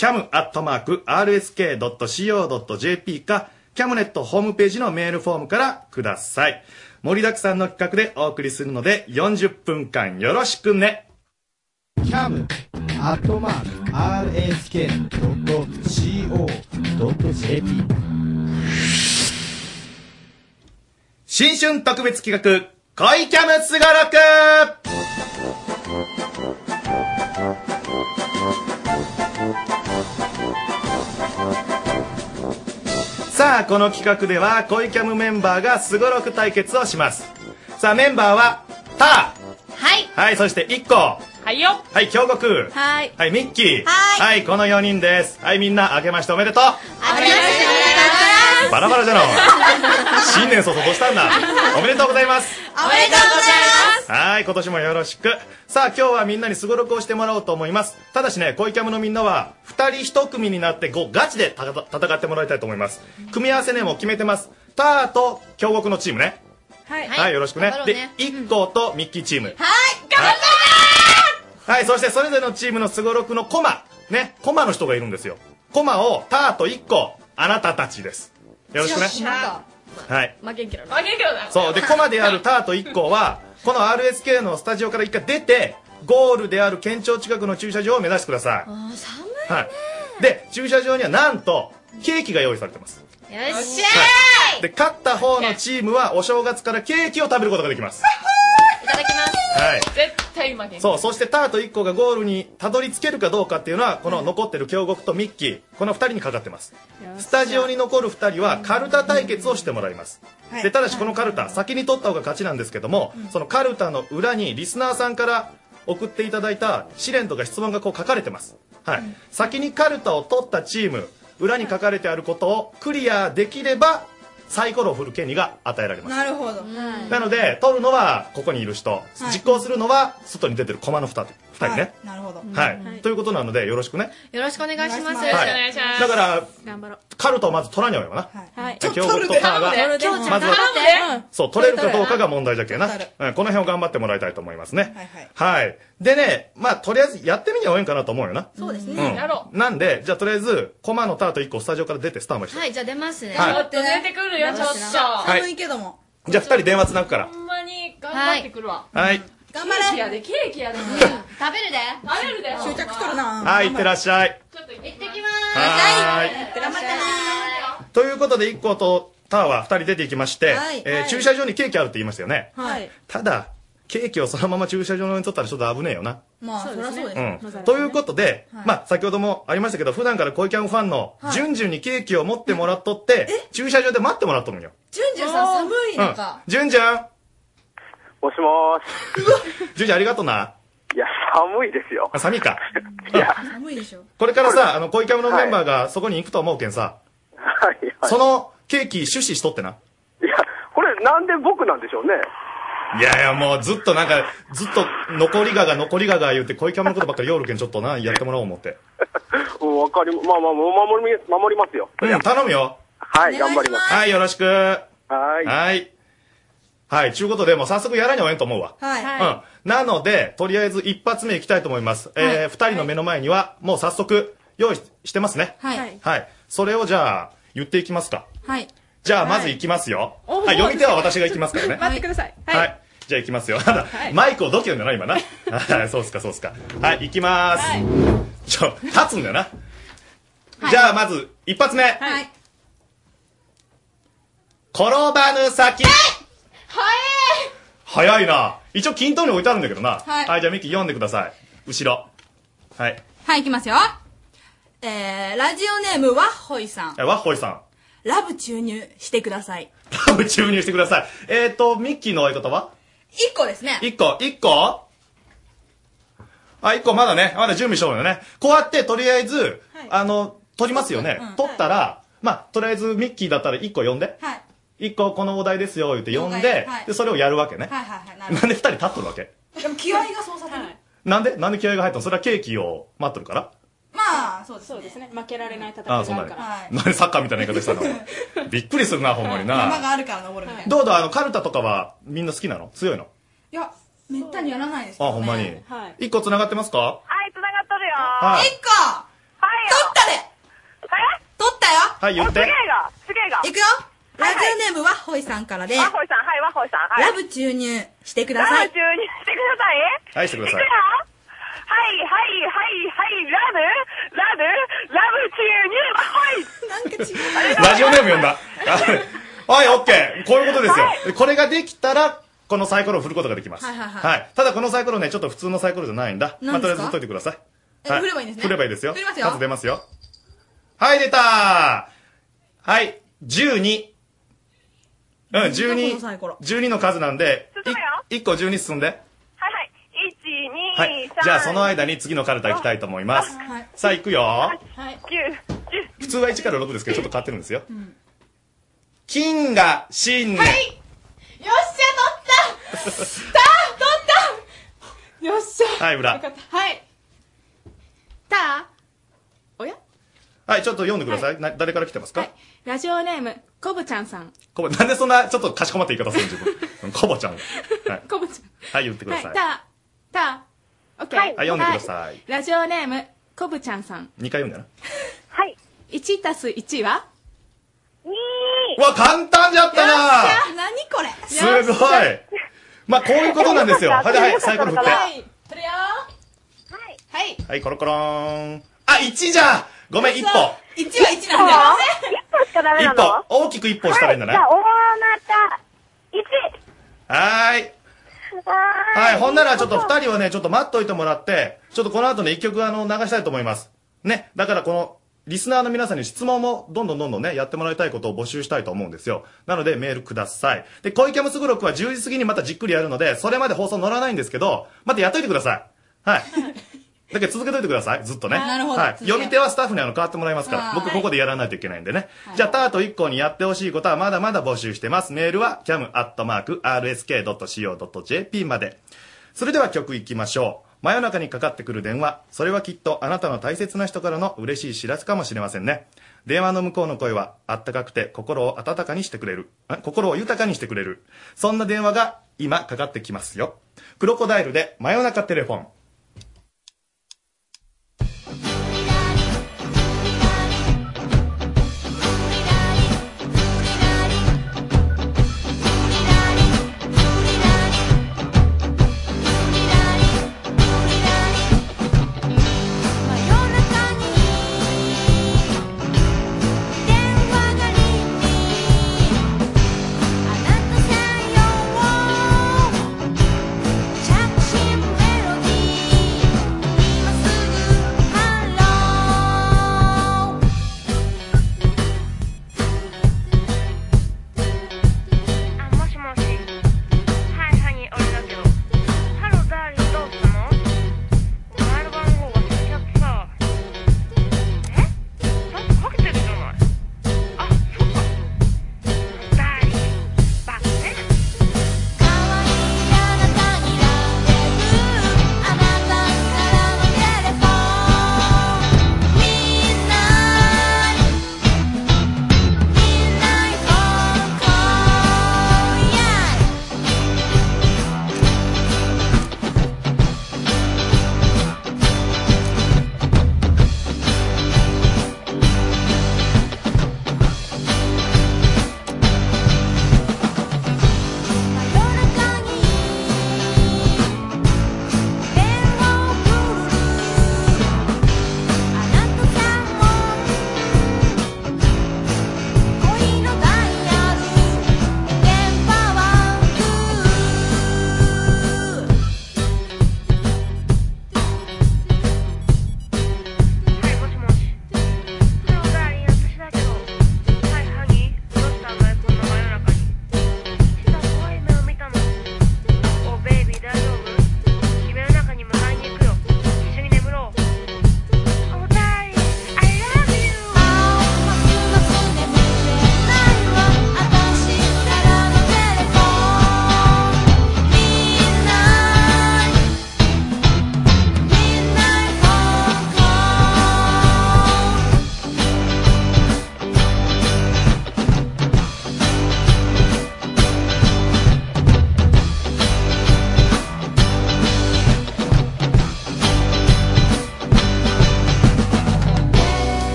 cam@rsk.co.jp か、キャムネットホームページのメールフォームからください。盛りだくさんの企画でお送りするので、40分間よろしくね。 cam@rsk.co.jp 新春特別企画、恋キャムすごろく。さあ、この企画では恋キャムメンバーがすごろく対決をします。さあ、メンバーはター。 はい。 はい、そして1個。 はいよ。 はい、京極。 はい。 はい、ミッキー。 はい。 はい、この4人です。はい、みんな明けましておめでとう。 明けましておめでとうございます。 バラバラじゃの。新年早々どうしたんだ。おめでとうございます。 おめでとうございます。 はい、今年もよろしく。さあ、今日はみんなにすごろくをしてもらおうと思います。ただしね、恋キャムのみんなは2人1組になってガチで戦ってもらいたいと思います。組み合わせねもう決めてます。ターと京極のチームね。 はい。 はい、よろしくね。で、1個とミッキーチーム。 はい、頑張ってはい、そしてそれぞれのチームのすごろくのコマ。ね、コマの人がいるんですよ。コマをターと1個、あなたたちです。よろしくね。はい。 負けんけどな。 そう。で、コマであるタート1個は、この RSK のスタジオから一回出て、ゴールである県庁近くの駐車場を目指してください。 寒いね。 はい。で、駐車場にはなんと、ケーキが用意されてます。 よっしゃーい。 で、勝った方のチームはお正月からケーキを食べることができます。 いただきます。 はい。 絶対負けん。 そう、そしてタート1個がゴールにたどり着けるかどうかっていうのは、この残ってる京極とミッキー、この2人にかかってます。スタジオに残る2人はカルタ対決をしてもらいます。で、ただしこのカルタ、先に取った方が勝ちなんですけども、そのカルタの裏にリスナーさんから送っていただいた試練とか質問がこう書かれてます。はい。先にカルタを取ったチーム、裏に書かれてあることをクリアできれば、サイコロを振る権利が与えられます。 なるほど。 なので、取るのはここにいる人、実行するのは外に出てる駒の2人ね。 なるほど。 はい。ということなので、よろしくね。 よろしくお願いします。 よろしくお願いします。だから、 頑張ろう。 カルタをまず取らにゃうよな。 はい。 京極とターが、まずは、そう、取れるかどうかが問題じゃけな。この辺を頑張ってもらいたいと思いますね。はい。でね、まあ、とりあえずやってみにゃおえんかなと思うよな。 そうですね。 やろう。なんで、じゃあとりあえず、駒のターと1個スタジオから出てスタンバイして。 はい、じゃあ出ますね。 ちょっと出てくるよ、ちょっと。 寒いけども。 じゃあ2人電話つなぐから。 ほんまに頑張ってくるわ。 はい。 頑張れ。 ケーキやで、ケーキやで。 食べるで。 食べるで。 執着しとるな。 はい、いってらっしゃい。 ちょっと行ってきます。 はい。 頑張ってね。 ということで、1個とターは2人出ていきましてはい、 駐車場にケーキあるって言いましたよね。 はい。 ただ、ケーキをそのまま駐車場に取ったらちょっと危ねえよな。 まあ、そりゃそうです。 うん。ということで、まあ、先ほどもありましたけど、普段から恋キャンファンの、ジュンジュンにケーキを持ってもらっとって、駐車場で待ってもらっとるんよ。 ジュンジュンさん寒いのか。 ジュンジュンもしもジュンジュンありがとな。 いや、寒いですよ。 寒いか。 いや、 寒いでしょ。 これからさ、恋キャンのメンバーがそこに行くと思うけんさ、そのケーキ趣旨しとってな。 いや、これなんで僕なんでしょうね。 いやいや、もうずっとなんか、ずっと残りが言うて、恋キャンのことばっかり夜けんちょっとな、やってもらおう思って。 わかり、まあまあ、守りますよ。 うん、頼むよ。 はい、頑張ります。 はい、よろしく。 はい。 はい。 はい、ちゅうことで、もう早速やらにゃおえんと思うわ。 はい。 うん。なので、とりあえず一発目いきたいと思います。二人の目の前には、もう早速、用意してますね。 はい。 はい。それをじゃあ、言っていきますか。 はい。 じゃあ、まずいきますよ。はい、読み手は私がいきますからね。 待ってください。 はい。じゃあ、いきますよ。マイクをどけるんだな、今な。はい、そうっすか、そうっすか。はい、いきまーす。立つんだよな。じゃあ、まず、一発目。はい。転ばぬ先。早いな。一応均等に置いてあるんだけどな。はい、じゃあミキ読んでください。後ろ。はい。 はい、いきますよ。ラジオネームワッホイさん。 ワッホイさん。 ラブ注入してください。 ラブ注入してください。ミッキーの相方は 1個ですね。 1個あ、1個まだね。まだ準備しようよね。こうやってとりあえず、取りますよね。取ったら、まあ、とりあえずミッキーだったら1個呼んで。はい。1個このお題ですよ、言って呼んで、で、それをやるわけね。はいはいはい。なんで2人立っとるわけ？ でも気合がそうさせる。 なんで気合が入ったの？それはケーキを待っとるから？ まあ、そうですね。負けられない戦いがあるから。 なんでサッカーみたいな言い方したの？びっくりするな、ほんまにな。 山があるから登るみたいな。 どうカルタとかはみんな好きなの？強いの？ いや、めったにやらないですけどね。 あ、ほんまに。1個繋がってますか？ はい、繋がっとるよ。 はい。 1個はい取ったで取ったよはい、言って。 すげえが。 いくよラジオネームワッホイさんからで。 ワッホイさん、はい、ワッホイさん。はい。 ラブ注入してください。 ラブ注入してください。 はい、してください。 いくよはい、ラブ注入、はい。 ラジオネーム読んだ。はい、オッケー。こういうことですよ。これができたら、このサイコロを振ることができます。はい。ただこのサイコロね、ちょっと普通のサイコロじゃないんだ。まあ、とりあえず振っといてください。 振ればいいんですね。 振ればいいですよ。 振りますよ。 数出ますよ。はい、出たー。はい、12。うん、12の数なんで、1個12進んで。はい。じゃあその間に次のカルタ行きたいと思います。さあ行くよ。普通は1から6ですけど、ちょっと変わってるんですよ。金が新年。 はい。よっしゃ、取ったよっしゃ。 はい、裏。 はい。おやはい、ちょっと読んでください。誰から来てますか？ ラジオネーム、こぶちゃんさん。 なんでそんな、ちょっとかしこまって言い方するの自分。こぼちゃん。はい。 こぶちゃん。 はい、言ってください。 オッケー。はい、 読んでください。 ラジオネーム、こぶちゃんさん。 2回読んだな。 はい。 1足す1は 2。 うわ、簡単じゃったな何これすごい。まあ、こういうことなんですよ。はい、サイコロ振って。 はい。振るよはい。 はい、コロコローン。あ、1じゃんごめん、1歩。 1は1なんだよ。 1歩しかダメなの？ 1歩。大きく1歩したらいいんだね。 じゃあ、大なた、1。 はーい。はい、ほんならちょっと2人はね、ちょっと待っといてもらって、ちょっとこの後ね、1曲流したいと思います。ね。だからこの、リスナーの皆さんに質問もどんどんね、やってもらいたいことを募集したいと思うんですよ。なのでメールください。で、小池ムスグロクは10時過ぎにまたじっくりやるので、それまで放送乗らないんですけど、またやっといてください。はい。だけど続けといてください。ずっとね。 なるほど。 はい。読み手はスタッフに変わってもらいますから。僕ここでやらないといけないんでね。じゃあ、タート1個にやってほしいことはまだまだ募集してます。メールは cam@rsk.co.jp まで。それでは曲いきましょう。真夜中にかかってくる電話。それはきっとあなたの大切な人からの嬉しい知らせかもしれませんね。電話の向こうの声はあったかくて心を温かにしてくれる。心を豊かにしてくれる。そんな電話が今かかってきますよ。クロコダイルで真夜中テレフォン。 着信メロディー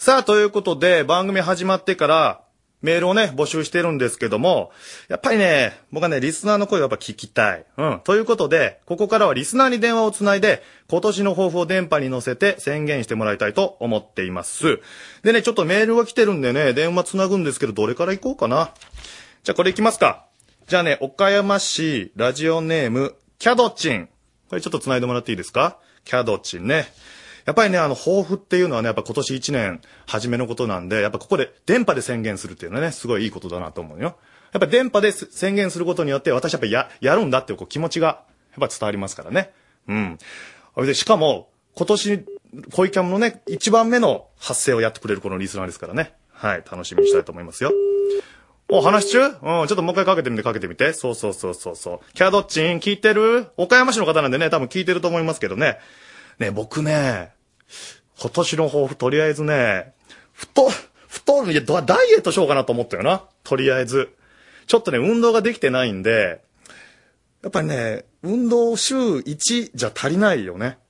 さあ、ということで、番組始まってから、メールをね、募集してるんですけども、やっぱりね、僕はね、リスナーの声をやっぱ聞きたい。ということで、ここからはリスナーに電話をつないで、今年の抱負を電波に乗せて宣言してもらいたいと思っています。でね、ちょっとメールが来てるんでね、電話つなぐんですけど、どれから行こうかな。じゃあこれ行きますか。じゃあね、岡山市ラジオネーム、キャドチン。これちょっとつないでもらっていいですか？キャドチンね。やっぱりね、抱負っていうのはね、やっぱ今年1年初めのことなんで、やっぱここで電波で宣言するっていうのはね、すごいいいことだなと思うよ。やっぱ電波で宣言することによって、私やっぱやるんだっていう気持ちが、やっぱ伝わりますからね。で、しかも、今年、恋キャムのね、1番目の発声をやってくれるこのリスナーですからね。はい、楽しみにしたいと思いますよ。話中？ちょっともう一回かけてみて。そう。キャドッチン、聞いてる？岡山市の方なんでね、多分聞いてると思いますけどね。ね、僕ね、今年の抱負とりあえずね、太る、いや、ダイエットしようかなと思ったよな。とりあえず。ちょっとね、運動ができてないんで、やっぱりね、運動週1じゃ足りないよね。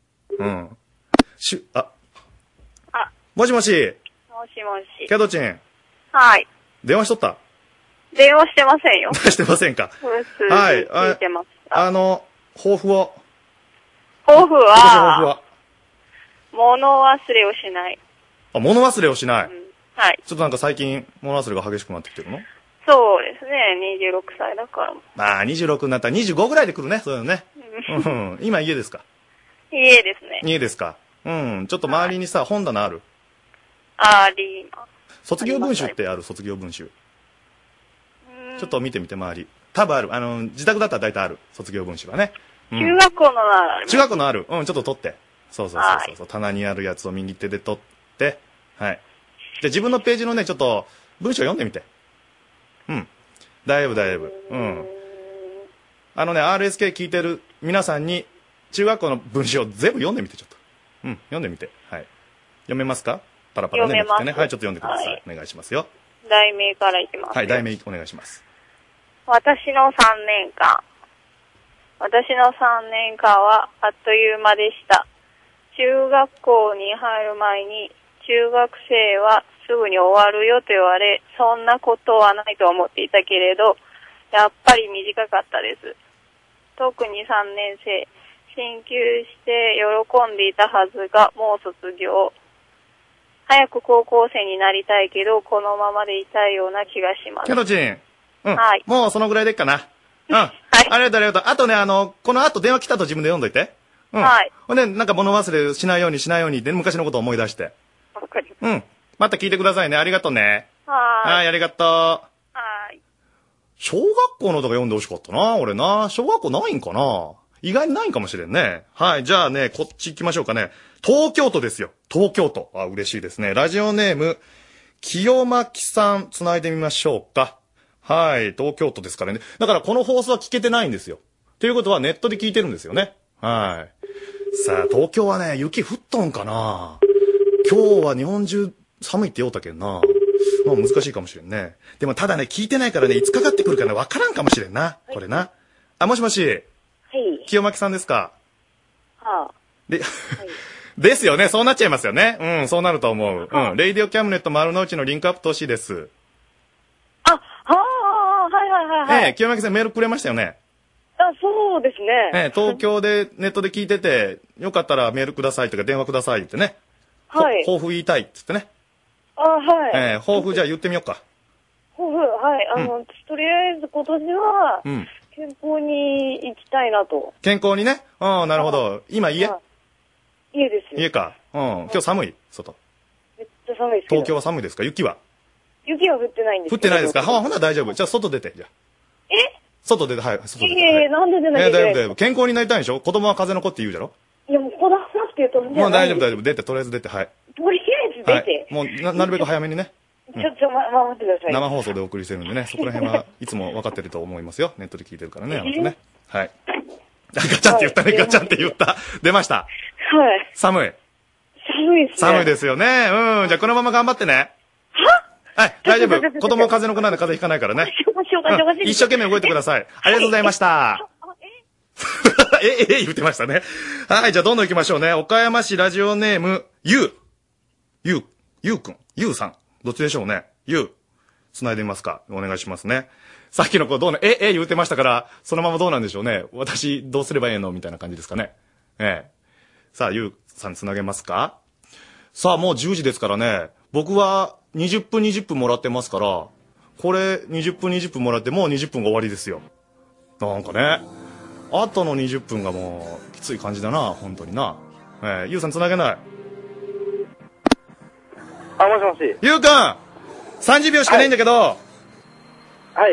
もしもし。 もしもし。 キャドチン。 はい。 電話しとった？ 電話してませんよ。 してませんか。 はい。聞いてます。 抱負を。 抱負は、物忘れをしない。 物忘れをしない。 はい。 ちょっとなんか最近、物忘れが激しくなってきてるの？ そうですね。26歳だから。 26になったら25ぐらいで来るね。そういうのね。今家ですか？ 家ですね。 家ですか。ちょっと周りにさ、本棚ある？ あります。 卒業文集ってある？卒業文集。ちょっと見てみて、周り。多分ある。自宅だったら大体ある。卒業文集はね。 中学校のある。 中学校のある。ちょっと取って。そう。棚にあるやつを右手で取って。はい。じゃあ自分のページのね、ちょっと、文章読んでみて。大丈夫。RSK 聞いてる皆さんに、中学校の文章を全部読んでみて、ちょっと。読んでみて。はい。読めますか？パラパラね。 読めます。 ね。はい、ちょっと読んでください。お願いしますよ。 題名からいきます。 はい、題名お願いします。 私の3年間はあっという間でした。中学校に入る前に中学生はすぐに終わるよと言われ、そんなことはないと思っていたけれど、やっぱり短かったです。特に3年生、進級して喜んでいたはずがもう卒業。早く高校生になりたいけど、このままでいたいような気がします。 キャドチン。 はい。 もうそのぐらいでっかな。はい。ありがとう。あとね、この後電話来たと自分で読んどいて。はい。ほんで、なんか物忘れしないようにって昔のことを思い出して。 わかります。 また聞いてくださいね。ありがとうね。はい、ありがとう。はい。小学校のとか読んでほしかったな、俺な。小学校ないんかな？意外にないんかもしれんね。はい、じゃあね、こっち行きましょうかね。東京都ですよ。東京都。嬉しいですね。ラジオネーム、清巻さん、繋いでみましょうか。はい、東京都ですからね。だからこの放送は聞けてないんですよ。ということはネットで聞いてるんですよね。はい。さあ、東京はね、雪降っとんかな？今日は日本中寒いって言おうたけんな。難しいかもしれんね。でもただね、聞いてないからね、いつかかってくるかね、わからんかもしれんな。これな。もしもし。はい。清巻さんですか？ですよね。そうなっちゃいますよね。そうなると思う。レイディオキャムネット丸の内のリンクアップ投資です。 はい。 清巻さんメールくれましたよね。 そうですね。 東京でネットで聞いてて、よかったらメールくださいとか電話くださいってね。 はい。 抱負言いたいっつってね。 はい。 抱負じゃあ言ってみようか。 抱負、はい。とりあえず今年は、健康に行きたいなと。 健康にね。なるほど。今家？ 家ですよ。 家か。今日寒い？外。 めっちゃ寒いですけど。 東京は寒いですか？雪は？ 雪は降ってないんですけど。 降ってないですか？ほんなら大丈夫。じゃあ外出て、じゃあ。外出て、はい、外出て。 なんで出なきゃいけない？ 大丈夫。健康になりたいんでしょ？子供は風の子って言うじゃろ？ いや、もうこだわらなくてともう大丈夫。出て、とりあえず出て、はい。 とりあえず出て。 もう、なるべく早めにね。 待ってください。 生放送でお送りしてるんでね、そこら辺はいつも分かってると思いますよ。ネットで聞いてるからね、ね。はい。ガチャンって言ったね、ガチャンって言った。出ました。 はい。 寒い。 寒いですね。 寒いですよね。じゃあこのまま頑張ってね。はい、大丈夫。子供風の子なんで風邪ひかないからね。一生懸命動いてください。ありがとうございました。言ってましたね。はい、じゃあどんどん行きましょうね。岡山市ラジオネーム、ゆうくん。 ゆうさん。どっちでしょうね。ゆう。繋いでみますか。お願いしますね。さっきの子どうな、言うてましたから、そのままどうなんでしょうね。私、どうすればいいのみたいな感じですかね。さあ、ゆうさん繋げますか。さあ、もう10時ですからね。僕は20分20分もらってますから、これ20分20分もらってもう20分が終わりですよ。なんかね。あとの20分がもう、きつい感じだな、本当にな。ゆうさん繋げない。 あ、もしもし。 ゆうくん !30 秒しかないんだけど、 はい。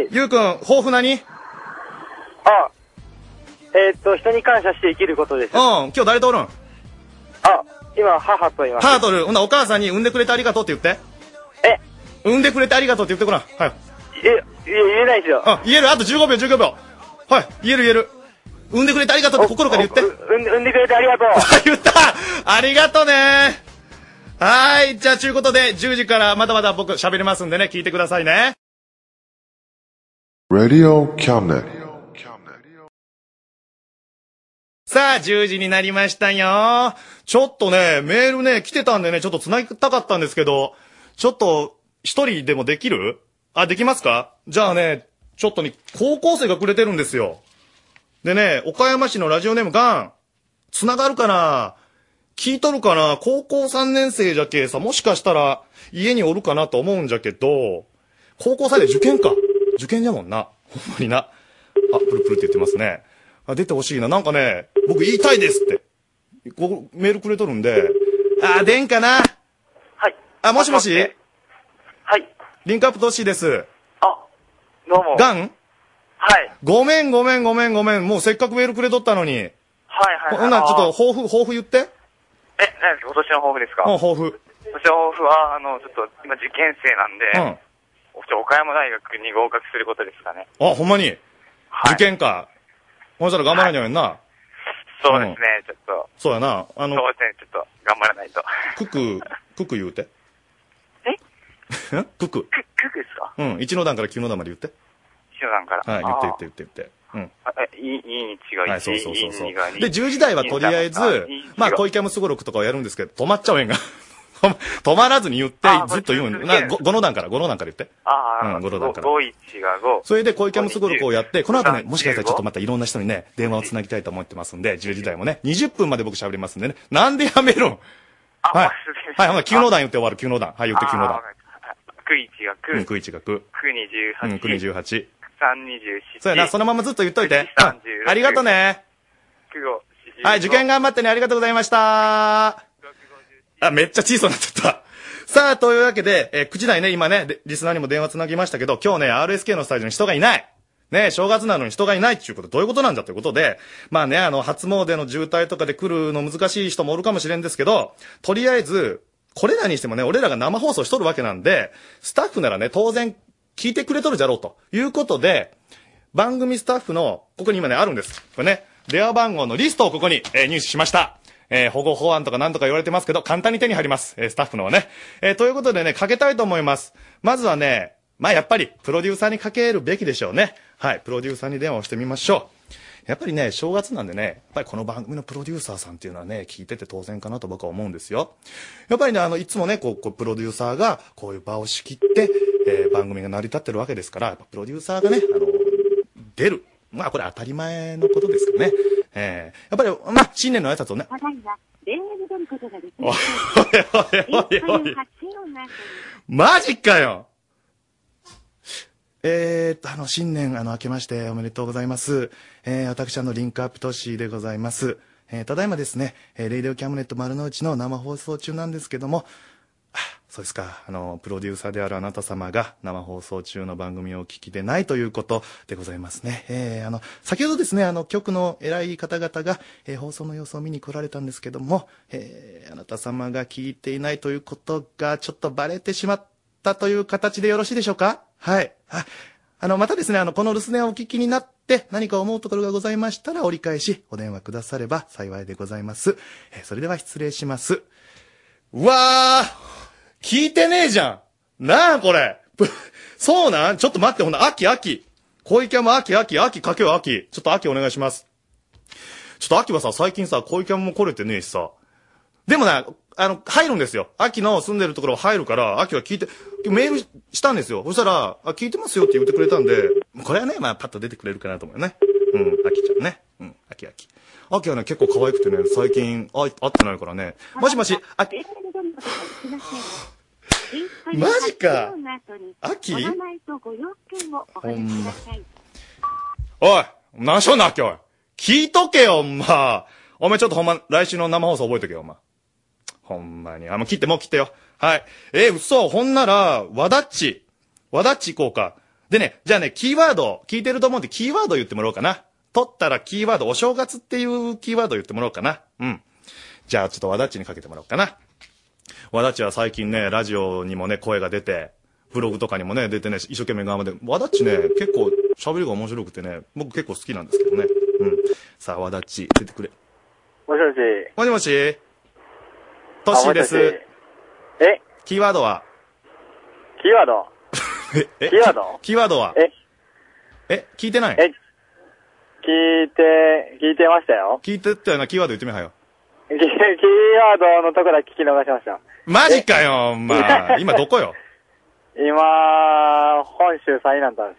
ゆうくん、抱負何？ 人に感謝して生きることです。 今日誰とおるん？ 今、母と言います。 母とおる。ほんなお母さんに産んでくれてありがとうって言って。産んでくれてありがとうって言ってごらん。はい。 言えないですよ。 言える。あと15秒、15秒。はい。言える。産んでくれてありがとうって心から言って。 産んでくれてありがとう。 言ったありがとうねはい。じゃあ、ちゅうことで、10時からまだまだ僕喋りますんでね、聞いてくださいね。 Radio Cabinet。 さあ、10時になりましたよ。ちょっとね、メールね、来てたんでね、ちょっと繋ぎたかったんですけど、ちょっと、一人でもできる？できますか？じゃあね、ちょっとね、高校生がくれてるんですよ。でね、岡山市のラジオネームガン、繋がるかな？聞いとるかな？高校3年生じゃけさ、もしかしたら家におるかなと思うんじゃけど、高校3で受験か。受験じゃもんな。ほんまにな。プルプルって言ってますね。出てほしいな。なんかね、僕言いたいですって。メールくれとるんで。出んかな。はい。もしもし？ はい。 リンクアップトッシーです。 どうも。 ガン？ はい。 ごめん。もうせっかくメールくれとったのに。 はい。 ほんならちょっと抱負言って。 何ですか？今年の抱負ですか？ 抱負。 今年の抱負は、ちょっと、今受験生なんで、岡山大学に合格することですかね。 ほんまに？受験か。ほんしたら頑張らにゃんな。 そうですね、ちょっと。 そうやな。 そうですね、ちょっと、頑張らないと。 クク言うて。ククですか？ 1の段から9の段まで言って。 1の段から。 はい、言って。 いいに違う。 はい、そう。で、10時台はとりあえず、恋キャムスゴロクとかをやるんですけど、止まっちゃうえんが。止まらずに言って、ずっと言うんで。5の段から言って。5の段から。 51が5。 それで恋キャムスゴロクをやって、この後ね、もしかしたらちょっとまたいろんな人にね、電話をつなぎたいと思ってますんで、10時台もね、20分まで僕喋りますんでね。なんでやめるん？はい。はい、ほな、9の段言って終わる、9の段。はい、言って9の段。 9、1が9。 9、 28。 9、28。3、 27。 そうやな、そのままずっと言っといて。ありがとね。はい、受験頑張ってね、ありがとうございました。めっちゃ小さくなっちゃった。さあ、というわけで、9時台ね、今ね、リスナーにも電話つなぎましたけど、今日ね、RSK のスタジオに人がいない。ね、正月なのに人がいないっていうこと、どういうことなんだということで、まあね、初詣の渋滞とかで来るの難しい人もおるかもしれんですけど、とりあえず、これらにしてもね、俺らが生放送しとるわけなんで、スタッフならね、当然、聞いてくれとるじゃろうということで、番組スタッフの、ここに今ね、あるんです。これね、電話番号のリストをここに、入手しました。保護法案とかなんとか言われてますけど、簡単に手に入ります。スタッフのはね。ということでね、かけたいと思います。まずはね、やっぱり、プロデューサーにかけるべきでしょうね。はい、プロデューサーに電話をしてみましょう。やっぱりね、正月なんでね、やっぱりこの番組のプロデューサーさんっていうのはね、聞いてて当然かなと僕は思うんですよ。やっぱりね、いつもね、プロデューサーが、こういう場を仕切って、番組が成り立ってるわけですから、やっぱプロデューサーがね、出る。これ当たり前のことですかね。やっぱり、新年の挨拶をね。おい。マジかよ。新年、明けましておめでとうございます。私、リンクアップトッシーでございます。ただいまですね、レイディオキャムネット丸の内の生放送中なんですけども、そうですか、プロデューサーであるあなた様が生放送中の番組をお聞きでないということでございますね。先ほどですね、局の偉い方々が、放送の様子を見に来られたんですけども、あなた様が聞いていないということがちょっとバレてしまったという形でよろしいでしょうか？はい。またですね、この留守電をお聞きになって何か思うところがございましたら折り返しお電話くだされば幸いでございます。それでは失礼します。うわー！聞いてねえじゃん。なあこれ。そうなん？ちょっと待って、ほんな、秋。恋キャム秋、かけよ秋。ちょっと秋お願いします。ちょっと秋はさ、最近さ、恋キャムも来れてねえしさ。でもな、 入るんですよ。秋の住んでるところ入るから、秋は聞いて、メールしたんですよ。そしたら、聞いてますよって言ってくれたんで、これはね、まあ、パッと出てくれるかなと思うよね。秋ちゃんね。秋。秋はね、結構可愛くてね、最近、会ってないからね。もしもし、秋。マジか。秋おい、何しょんな、秋、おい。聞いとけよ、お前ちょっとほんま、来週の生放送覚えとけよ、ほんまに。もう切ってよ。はい。嘘。ほんなら、わだっち行こうか。でね、じゃあね、キーワード、聞いてると思うんで、キーワード言ってもらおうかな。取ったらキーワード、お正月っていうキーワード言ってもらおうかな。じゃあ、ちょっとわだっちにかけてもらおうかな。わだっちは最近ね、ラジオにもね、声が出て、ブログとかにもね、出てね、一生懸命頑張って、わだっちね、結構喋りが面白くてね、僕結構好きなんですけどね。さあ、わだっち、出てくれ。 もしもし。 もしもし。トッシーです。キーワードはキーワードキーワードキーワードは聞いてない聞いてましたよ。 聞いてったよな、キーワード言ってみはよ。 キーワードのとこだけ聞き逃しました。 マジかよ、今どこよ今、本州最南端です。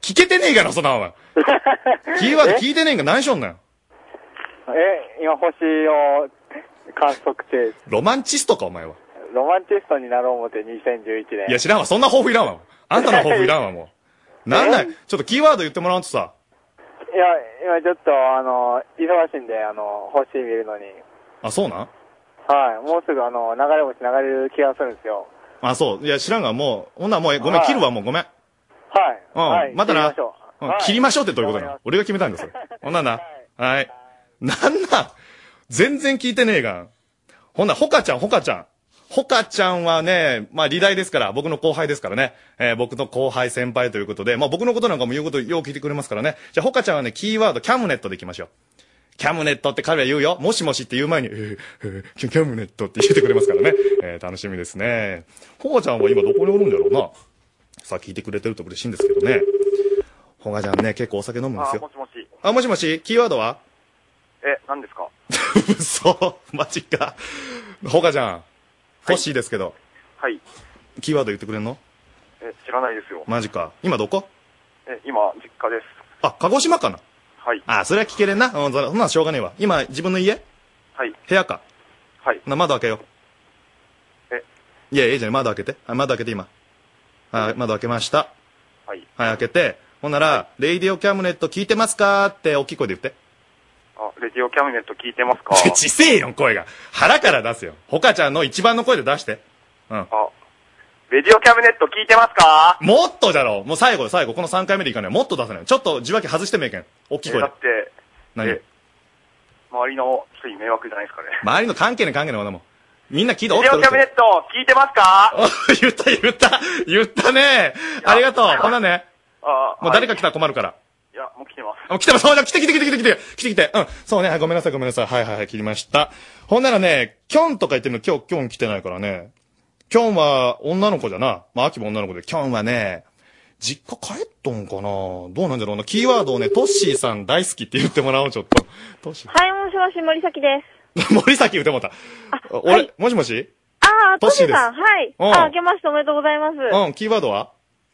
聞けてねえかな、そんなお前。キーワード聞いてねえんか、何しょんのよ。 今星を観測中。 ロマンチストか、お前は。 ロマンチストになろう思って2011年。 いや、知らんわ。そんな抱負いらんわ。あんたの抱負いらんわ、もう。なんない。ちょっとキーワード言ってもらうとさ。 いや、今ちょっと、忙しいんで、星見るのに。 あ、そうなん？ はい。もうすぐ、流れ星流れる気がするんですよ。 あ、そう。いや、知らんが、もう、ほんならもう、ごめん、切るわ、もう、ごめん。 はい。 またな。切りましょうってどういうことなの？俺が決めたんですよ。ほんならな。はい。なんなん全然聞いてねえが。ほんなら、ほかちゃん。ほかちゃんはね、理大ですから、僕の後輩ですからね。僕の後輩先輩ということで、僕のことなんかも言うことよう聞いてくれますからね。じゃあ、ほかちゃんはね、キーワード、キャムネットでいきましょう。キャムネットって彼は言うよ。もしもしって言う前に、キャムネットって言ってくれますからね。楽しみですね。ほかちゃんは今どこにおるんだろうな。さあ、聞いてくれてると嬉しいんですけどね。ほかちゃんね、結構お酒飲むんですよ。 もしもし。 もしもし、キーワードは何ですか？ 嘘、マジか。ほかちゃん、欲しいですけど。 はい。 キーワード言ってくれんの？ 知らないですよ。 マジか。今どこ？ 今、実家です。 あ、鹿児島かな？ はい。 あ、それは聞けれんな。そんなんしょうがねえわ。今、自分の家？ はい。 部屋か？ はい。 窓開けよう。いや、じゃね、窓開けて。窓開けて今。窓開けました。 はい。 はい、開けて。ほんなら、レイディオキャムネット聞いてますかって大きい声で言って。 レディオキャムネット聞いてますか？ ちせえよ、声が。腹から出すよ。ほかちゃんの一番の声で出して。 レディオキャムネット聞いてますか？ もっとじゃろ。もう最後、この3回目でいかない。もっと出せない。ちょっと受話器外してもいいけん。大きい声で。 だって、 何？ 周りの人に迷惑じゃないですかね。 周りの関係ねまだもん。みんな聞いて、 レディオキャムネット聞いてますか？ 言ったね。ありがとう。ほなね。もう誰か来たら困るから。 いや、もう来てます。 来てます。来て。そうね。ごめんなさい。はい、切りました。ほんならね、キョンとか言ってるのキョン来てないからね。キョンは女の子じゃな。秋も女の子で、キョンはね、実家帰っとんかな？どうなんだろうな。キーワードをね、トッシーさん大好きって言ってもらおう、ちょっと。 はい、もしもし、森崎です。 森崎言ってもらった。俺、もしもし？ トッシーさん、はい。明けましておめでとうございます。 キーワードは？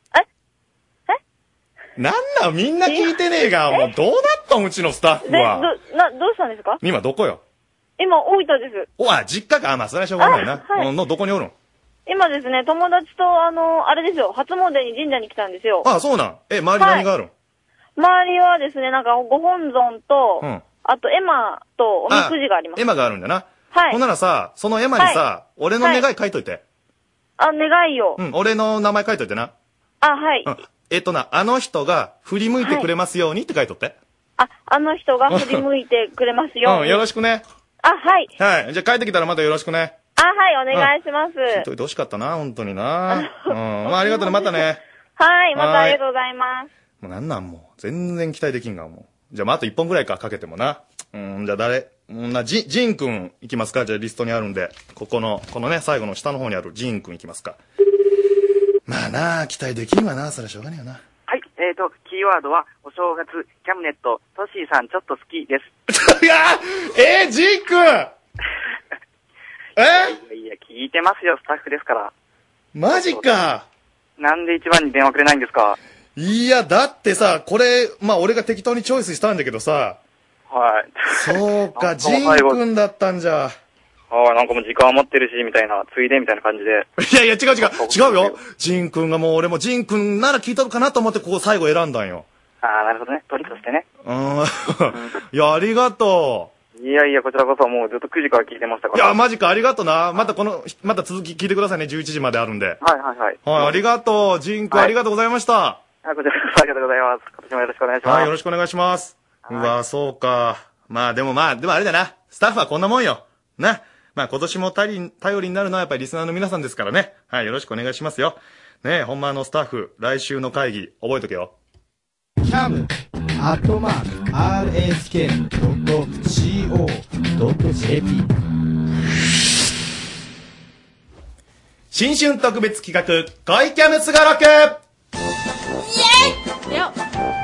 なんみんな聞いてねえが、もうどうなったんうちのスタッフは。 どうしたんですか？ 今どこよ？ 今、大分です。 実家か。それはしょうがないな。どこにおるん？ 今ですね、友達と、あれですよ、初詣に神社に来たんですよ。 そうなん。周り何があるん？ 周りはですね、なんか、ご本尊と、あと、絵馬とおみくじがあります。 絵馬があるんだな。 はい。 ほんならさ、その絵馬にさ、俺の願い書いといて。 願いよ。 俺の名前書いといてな。 はい。 あの人が振り向いてくれますようにって書いとって。 あの人が振り向いてくれますように。 よろしくね。 はい。 はい。じゃあ帰ってきたらまたよろしくね。 はい、お願いします。 聞いといてほしかったな、本当にな。ありがとうね、またね。 はい、またありがとうございます。 もうなんなんもう。全然期待できんが、もう。じゃああと1本ぐらいかけてもな。じゃあジンくんいきますか。じゃあリストにあるんで。このね、最後の下の方にあるジンくんいきますか。期待できんわな、それはしょうがねえよな。 はい、キーワードは、お正月、キャムネット、トシーさんちょっと好きです。 いやジンくん聞いてますよ、スタッフですから。 マジか。 なんで一番に電話くれないんですか？ いや、だってさ、これ、まあ俺が適当にチョイスしたんだけどさ。 はい。 そうか、ジンくんだったんじゃ。 なんかもう時間余ってるし、みたいな、ついでみたいな感じで。 いやいや、違うよ。ジンくんがもう俺もジンくんなら聞いとるかなと思ってここ最後選んだんよ。 なるほどね。鳥としてね。 いや、ありがとう。いやいや、こちらこそもうずっと9時から聞いてましたから。 いや、マジか、ありがとな。また続き聞いてくださいね、11時まであるんで。 はい。 はい、ありがとう。ジンくん、ありがとうございました。 こちらこそありがとうございます。今年もよろしくお願いします。 はい、よろしくお願いします。うわ、そうか。でもあれだな。スタッフはこんなもんよ。な。今年も頼りになるのはやっぱりリスナーの皆さんですからね。はい、よろしくお願いしますよ。ね、ほんまスタッフ、来週の会議、覚えとけよ。cam@rsk.co.jp 新春特別企画、恋キャムスゴロク。イエイよっ。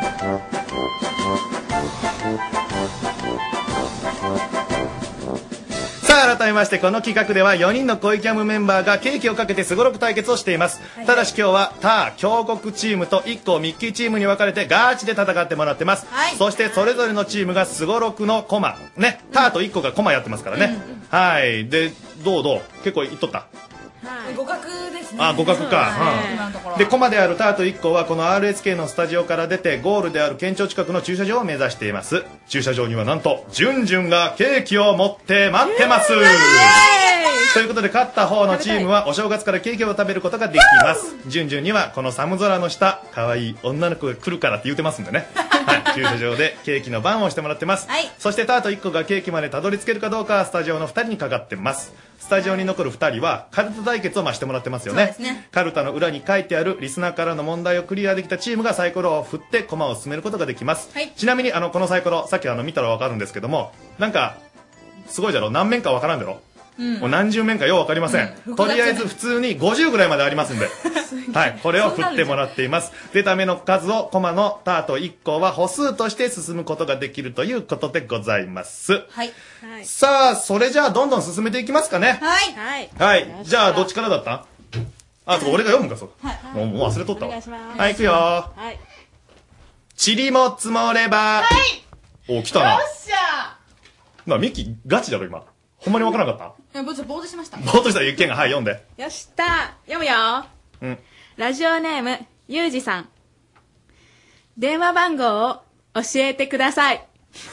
さあ、改めましてこの企画では4人の恋キャムメンバーがケーキをかけてスゴロク対決をしています。ただし今日はター京極チームと1個ミッキーチームに分かれてガチで戦ってもらってます。そしてそれぞれのチームがスゴロクのコマね、ターと1個がコマやってますからね。はい。で、どう結構いっとった？ 互角ですね。 互角か。で、コマであるタート1個はこの RSK のスタジオから出てゴールである県庁近くの駐車場を目指しています。駐車場にはなんとジュンジュンがケーキを持って待ってます。ということで勝った方のチームはお正月からケーキを食べることができます。ジュンジュンにはこの寒空の下可愛い女の子が来るからって言ってますんでね。はい、駐車場でケーキの番をしてもらってます。そしてタート1個がケーキまでたどり着けるかどうかはスタジオの2人にかかってます。スタジオに残る2人はカルタ対決をしてもらってますよね。カルタの裏に書いてあるリスナーからの問題をクリアできたチームがサイコロを振ってコマを進めることができます。ちなみにこのサイコロさっき見たらわかるんですけども、なんかすごいじゃろ、何面かわからんだろ。もう何十面かようわかりません。とりあえず普通に50ぐらいまでありますんで、はい、これを振ってもらっています。出た目の数をコマのタート1個は歩数として進むことができるということでございます。はい。さあ、それじゃあどんどん進めていきますかね。はい。じゃあどっちからだった？そう、俺が読むか、そう。もう忘れとったわ。はい、行くよ。はい。塵も積もれば。お、来たな。よっしゃー。ミッキーガチだろ今。ほんまにわからなかった？ぼーっとしました。ぼーっとしたゆっけんが、はい、読んで。 よした。読むよ。ラジオネーム、ゆうじさん。電話番号を教えてください。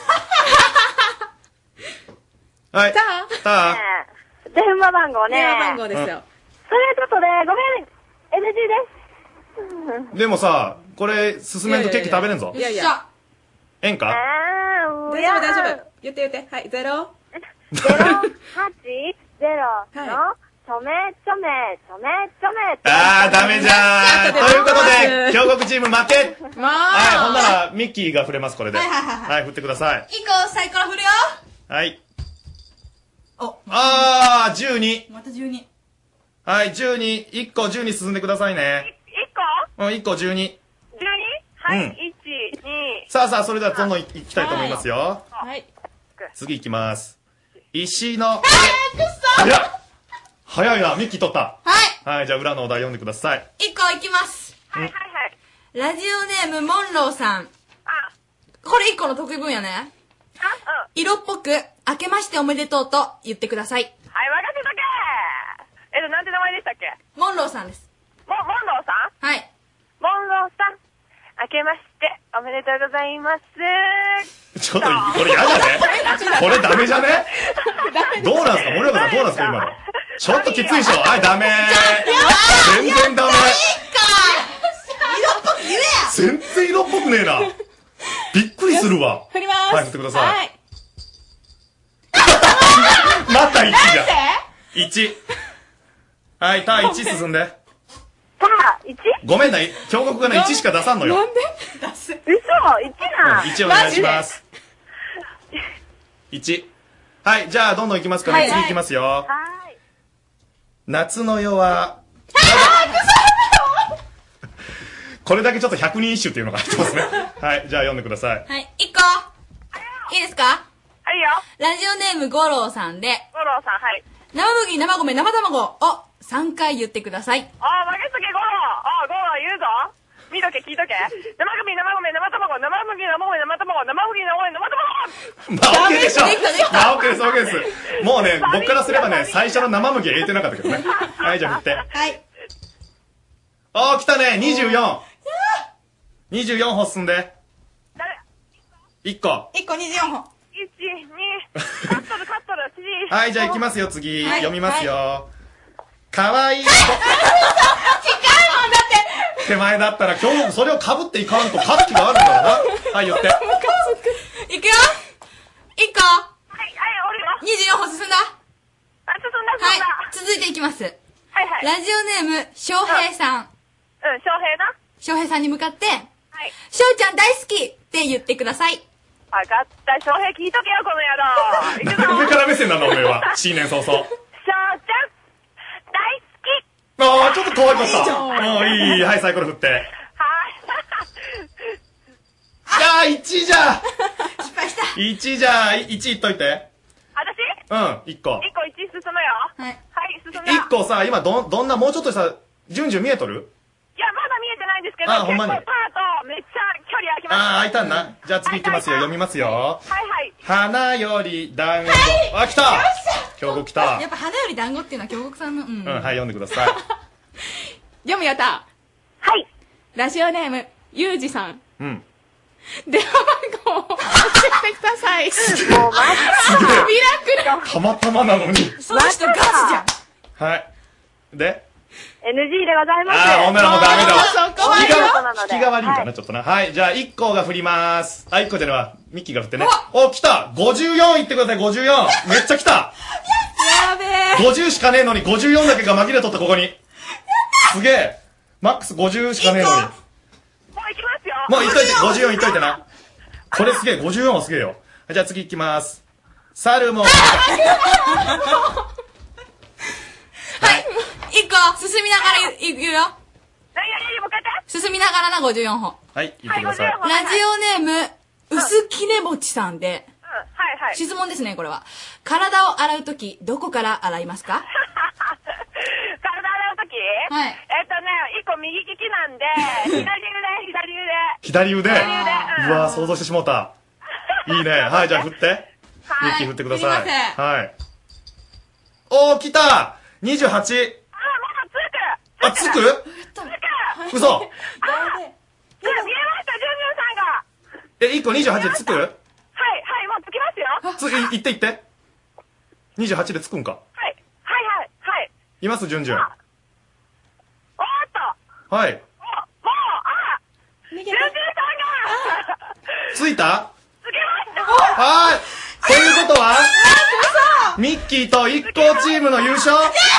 はい。たー。 電話番号ね。 電話番号ですよ。 それちょっとね、ごめん、NG です。 でもさ、これ、進めんとケーキ食べれんぞ。 いやいや。 えんか？ 大丈夫。言って。はい、0。 080の、ちょめ。 ダメじゃーん。ということで、京極チーム負け。はい、ほんなら、ミッキーが振れます、これで。はい、振ってください。 1個サイコロ振るよ。 はい。12。 また12。 はい、12。1個12進んでくださいね。1個?1個12。 12? はい、1、2。 さあ、それではどんどんいきたいと思いますよ。 はい。 次いきます。石の。いや早いな、ミッキー取った。はい、じゃあ裏のお題読んでください。 1個いきます。ラジオネーム、モンローさん。これ1個の得意分野ね。色っぽく、明けましておめでとうと言ってください。 はい、任せとけー。なんて名前でしたっけ？ モンローさんです。 モンローさん？ はい。 モンローさん、明けましておめでとうございます。 ちょっと、これ嫌だね。これダメじゃね？どうなんすか森岡さん、どうなんすか今の。ちょっときついでしょ。はい、ダメー。全然ダメ。 色っぽく言えや。 全然色っぽくねえな。びっくりするわ。 振ります。 はい、振ってください。 はい。 また1じゃん。1。はい、ター1進んで。 ター 1？ ごめんな、京極がね、1しか出さんのよ。 なんで出す。嘘 ?1 な。 1お願いします。1。はい、じゃあ、どんどんいきますかね。次いきますよ。はい。夏の夜は、これだけちょっと百人一首っていうのが入ってますね。はい、じゃあ読んでください。 はい、1個いいですか？ はいよ。 ラジオネーム、ゴローさんで。 ゴローさん、はい。 生麦、生米、生卵を3回言ってください。 負けとけ、ゴロ言うぞ。見とけ、聞いとけ。生麦、生米、生卵、生麦、生米、生卵、生麦、生米、生卵。 オッケーでしょ。オッケーです、オッケーです。もうね、僕からすればね、最初の生麦は言えてなかったけどね。はい、じゃあ振って。 はい。 来たね、24。24歩進んで。1個。 1個24歩。 1、2、カットル、1。 はい、じゃあ行きますよ、次。読みますよ。かわいい子。 近いもんだって。 手前だったら今日それを被っていかんと勝つ気があるんだろうな。はい、言って。 いくよ !1 個はい、俺よ。 24歩進んだ進んだ。 はい、続いていきます。 はいはい。 ラジオネーム、翔平さん。 翔平な。 翔平さんに向かって、 はい。 翔ちゃん大好きって言ってください。 わかった。翔平聞いとけよ、この野郎。 上から目線なんだ、おめえは。新年早々。 翔ちゃん、大好き。 ちょっと可愛かった。いい。はい、サイコロ振って。はい。1じゃ失敗した。 1じゃ1いっといて。 私 1個。 1個1進むよ。はい。進むよ。 1個さ、今どんな、もうちょっとさ、順々見えとる？ いや、まだ見えてないんですけど、 ほんまに。 結構パート、めっちゃ距離空きました。 空いたんな。じゃあ次行きますよ。読みますよ。 はいはい。 花より団子。来た！京極来た。 やっぱ花より団子っていうのは京極さんの、 はい、読んでください。 読むよた。 はい。 ラジオネーム、ゆうじさん。電話番号を教えてください。 もうマジミラクル。 たまたまなのに。 その人ガチじゃん。 はい。で NG でございます。 ほんならもうダメだわ。 引きが悪いんかな、ちょっとな。はい、じゃあ1個が振りまーす。1個じゃないわ。ミッキーが振ってね。来た !54 いってください、54! めっちゃ来たやべえ。 50しかねえのに54だけが紛れとった、ここに。すげえ。マックス50しかねえのに。 もう行きますよ。 もういっといて、54いっといてな。これすげえ、54はすげえよ。じゃあ次行きます。猿も。 1個進みながら言うよ。進みながらな、54歩。 はい、言ってください。 ラジオネーム、薄切れ餅さんで。 はいはい。 質問ですね、これは。体を洗うとき、どこから洗いますか？ 体洗うとき？ はい。 1個右利きなんで、 左腕うわ想像してしもうた。いいね。はい、じゃあ振って。ミッキー振ってください。はい。来た !28! まだつく嘘！ 見えました、ジュンジュンさんが。 1個28でつく？ はい、もうつきますよ。 いっていって。28でつくんか。 はい。 います、ジュンジュン。 おーっと。 はい。 ジュンジュンさんがついた？ つけました。 はい。ということはミッキーと一行チームの優勝？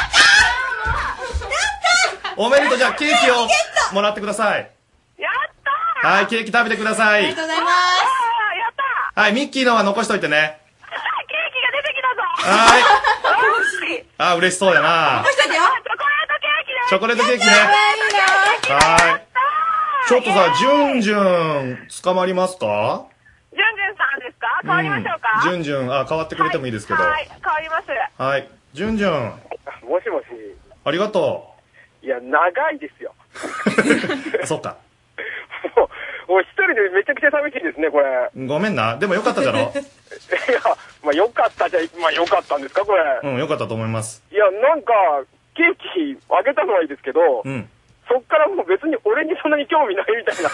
おめでとう。じゃあケーキをもらってください。 やったはい、ケーキ食べてください。 ありがとうございます。 やったはい、ミッキーのは残しといてね。 ケーキが出てきたぞ。 はい。嬉しそうやな。 残しといてよ。 チョコレートケーキね。はい。ちょっとさ、ジュンジュン、捕まりますか？ ジュンジュンさんですか？変わりましょうか？ ジュンジュン、変わってくれてもいいですけど。 はい、変わります。 はい。ジュンジュン。 もしもし。 ありがとう。いや、長いですよ。 そっか。 もう一人でめちゃくちゃ寂しいですね、これ。 ごめんな。でもよかったじゃろ？ いや、まあよかったじゃ、まあよかったんですか、これ。 よかったと思います。 いや、なんか、ケーキあげたのはいいですけど、そっからもう別に俺にそんなに興味ないみたいな。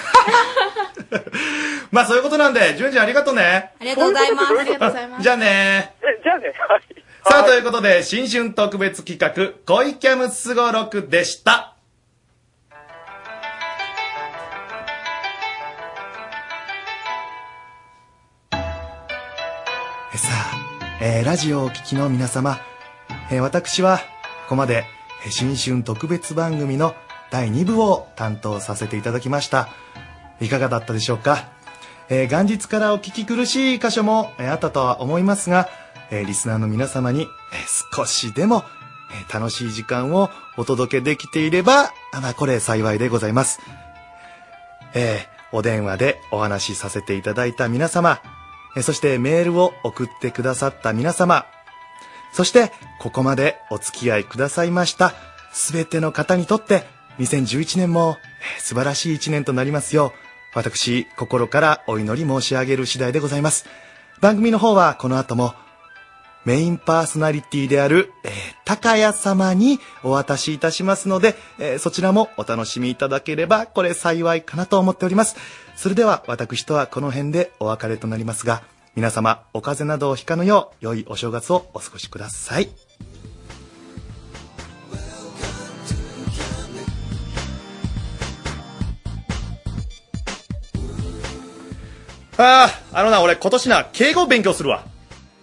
まあそういうことなんで、ジュンジュンありがとうね。 ありがとうございます。ありがとうございます。 じゃあね。 じゃあね。はい。 さあ、ということで、新春特別企画、恋キャムスゴロクでした。 さあ、ラジオをお聞きの皆様、私は、ここまで、新春特別番組の第2部を担当させていただきました。いかがだったでしょうか？元日からお聞き苦しい箇所もあったとは思いますが、リスナーの皆様に少しでも楽しい時間をお届けできていれば、これ幸いでございます。お電話でお話しさせていただいた皆様、そしてメールを送ってくださった皆様、 そして、ここまでお付き合いくださいました、すべての方にとって、2011年も、素晴らしい1年となりますよう、私、心からお祈り申し上げる次第でございます。番組の方は、この後も、メインパーソナリティである、高谷様にお渡しいたしますので、そちらもお楽しみいただければ、これ幸いかなと思っております。それでは、私とはこの辺でお別れとなりますが、皆様、お風邪などをひかぬよう、良いお正月をお過ごしください。俺今年な、敬語勉強するわ。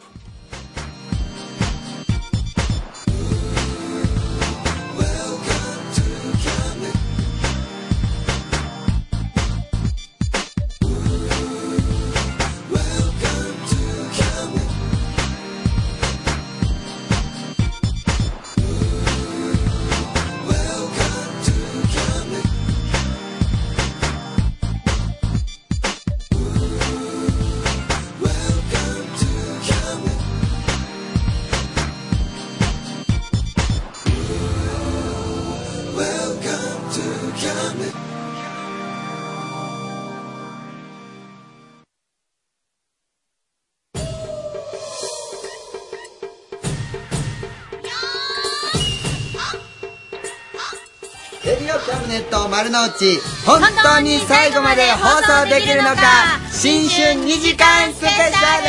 レディオキャブネット丸の内、本当に最後まで放送できるのか、新春2時間スペシャ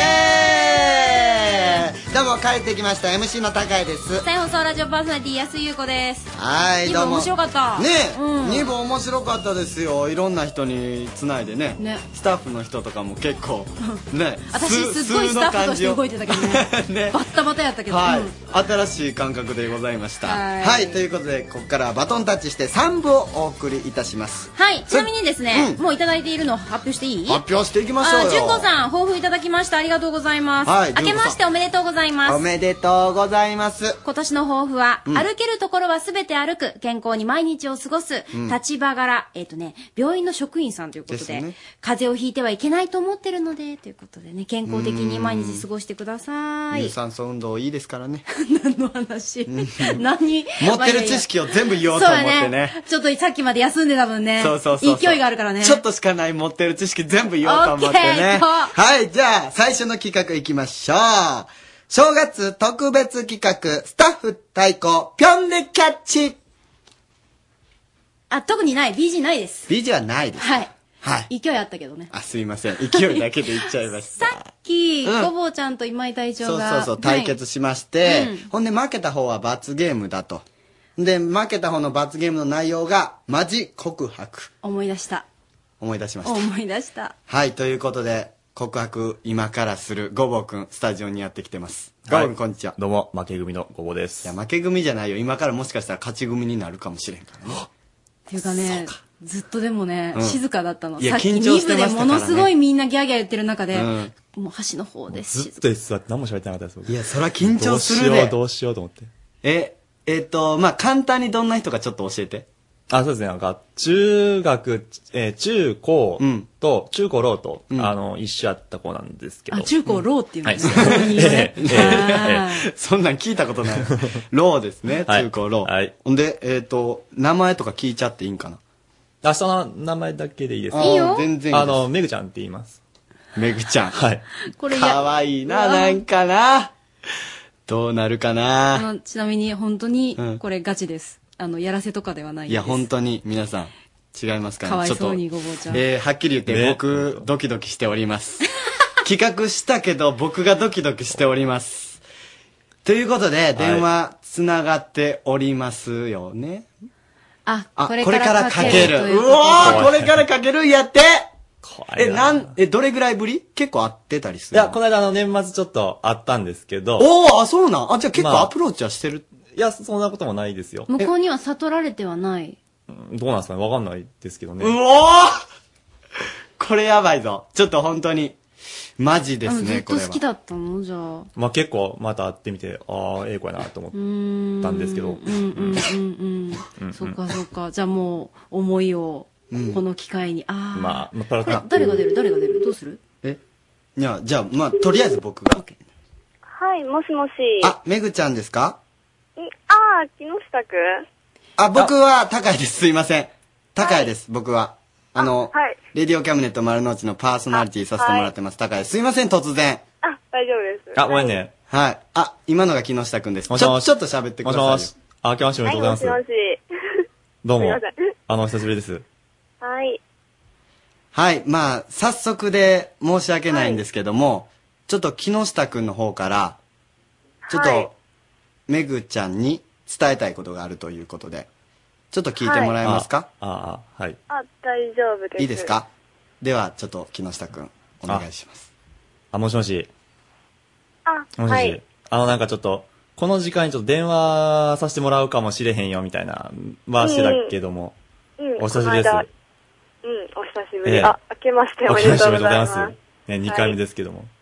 ル。どうも帰ってきました MC の高井です。 再放送ラジオパーソナリティ安井優子です。 はい、どうも。 面白かったねえ、2部面白かったですよ。いろんな人につないでね、スタッフの人とかも結構ね、 私すっごいスタッフとして動いてたけどねバッタバタやったけど、 新しい感覚でございました。はい、ということでここからはバトンタッチして3部をお送りいたします。 はい、ちなみにですね、もういただいているのを発表していい？ 発表していきましょうよ。 純子さん、抱負いただきました。ありがとうございます。明けましておめでとうございます。 おめでとうございます。 今年の抱負は、歩けるところはすべて歩く、健康に毎日を過ごす、立場柄、病院の職員さんということで、風邪をひいてはいけないと思ってるので、ということでね、健康的に毎日過ごしてください。 有酸素運動いいですからね。 何の話何持ってる知識を全部言おうと思ってね。 ちょっとさっきまで休んでた分ね。勢いがあるからね。 ちょっとしかない持ってる知識全部言おうと思ってね。はい、じゃあ最初の企画いきましょう。正月特別企画、スタッフ対抗、ぴょんでキャッチ。 特にない。BG ないです。 BG はないです。 はい。はい。勢いあったけどね。 すいません。勢いだけで言っちゃいました。 さっき、ごぼうちゃんと今井隊長が。 そう、対決しまして、ほんで負けた方は罰ゲームだと。で、負けた方の罰ゲームの内容が、マジ告白。 思い出した。 思い出しました。 思い出した。 はい、ということで、告白今からするごぼうくん、スタジオにやってきてます。ごぼうくん、こんにちは。 どうも、負け組のごぼうです。 いや、負け組じゃないよ。今からもしかしたら勝ち組になるかもしれんからね。 っていうかね、ずっとでもね、静かだったの。 いや、 さっき2部でものすごいみんなギャーギャー言ってる中で、もう端の方です。 ずっと座って何も喋ってなかったです。 いや、そら緊張するね。 どうしようと思って。 まあ、簡単にどんな人かちょっと教えて。 そうですね。なんか、中学、中高と、中高ローと、一緒やった子なんですけど。 中高ローっていうんですね。 そんなん聞いたことない。ローですね。中高ロー。はい。ほんで、名前とか聞いちゃっていいんかな？ その名前だけでいいですか？ いいよ。 全然いいです。 めぐちゃんって言います。 めぐちゃん。 はい。 これかわいいな、なんかな。どうなるかな。 ちなみに本当に、これガチです。やらせとかではないです。 いや、本当に、皆さん、違いますかね。 かわいそうにごぼうちゃん。 はっきり言って、僕、ドキドキしております。企画したけど、僕がドキドキしております。ということで、電話、つながっておりますよね。 これからかける。 うわー、これからかけるやって。どれぐらいぶり？結構会ってたりする？ いや、この間年末ちょっと会ったんですけど。 そうなん？じゃあ結構アプローチはしてる？ いや、そんなこともないですよ。 向こうには悟られてはない。 どうなんですかね？わかんないですけどね。 これやばいぞ。ちょっと本当に。マジですね、これは。 ずっと好きだったの？じゃあ。 結構また会ってみて、ええ子やなと思ったんですけど。 そっかそっか。じゃあもう、思いを、この機会に。誰が出る？どうする？ いや、じゃあ、とりあえず僕が。 はい、もしもし。 あ、めぐちゃんですか？ 木下くん？ あ、僕は高井です。すいません。高井です、僕は。 はい。 レディオキャムネット丸の内のパーソナリティさせてもらってます。高井です。すいません、突然。 大丈夫です。 あ、ごめんね。 はい。あ、今のが木下くんです。ちょっと喋ってくださいよ。 もしもし。明けましておめでとうございます。 はい、もしもし。 どうもすいません。 久しぶりです。 はい。 はい。まあ、早速で申し訳ないんですけども、ちょっと木下くんの方から、ちょっと、めぐちゃんに伝えたいことがあるということで、ちょっと聞いてもらえますか？ はい。 大丈夫です。 いいですか？では、ちょっと木下くん、お願いします。 もしもし。もしもし。 はい。 なんかちょっと、この時間にちょっと電話させてもらうかもしれへんよ、みたいな、はしてたけども。お久しぶりです。 お久しぶり。明けましておめでとうございます。 ね、2回目ですけども。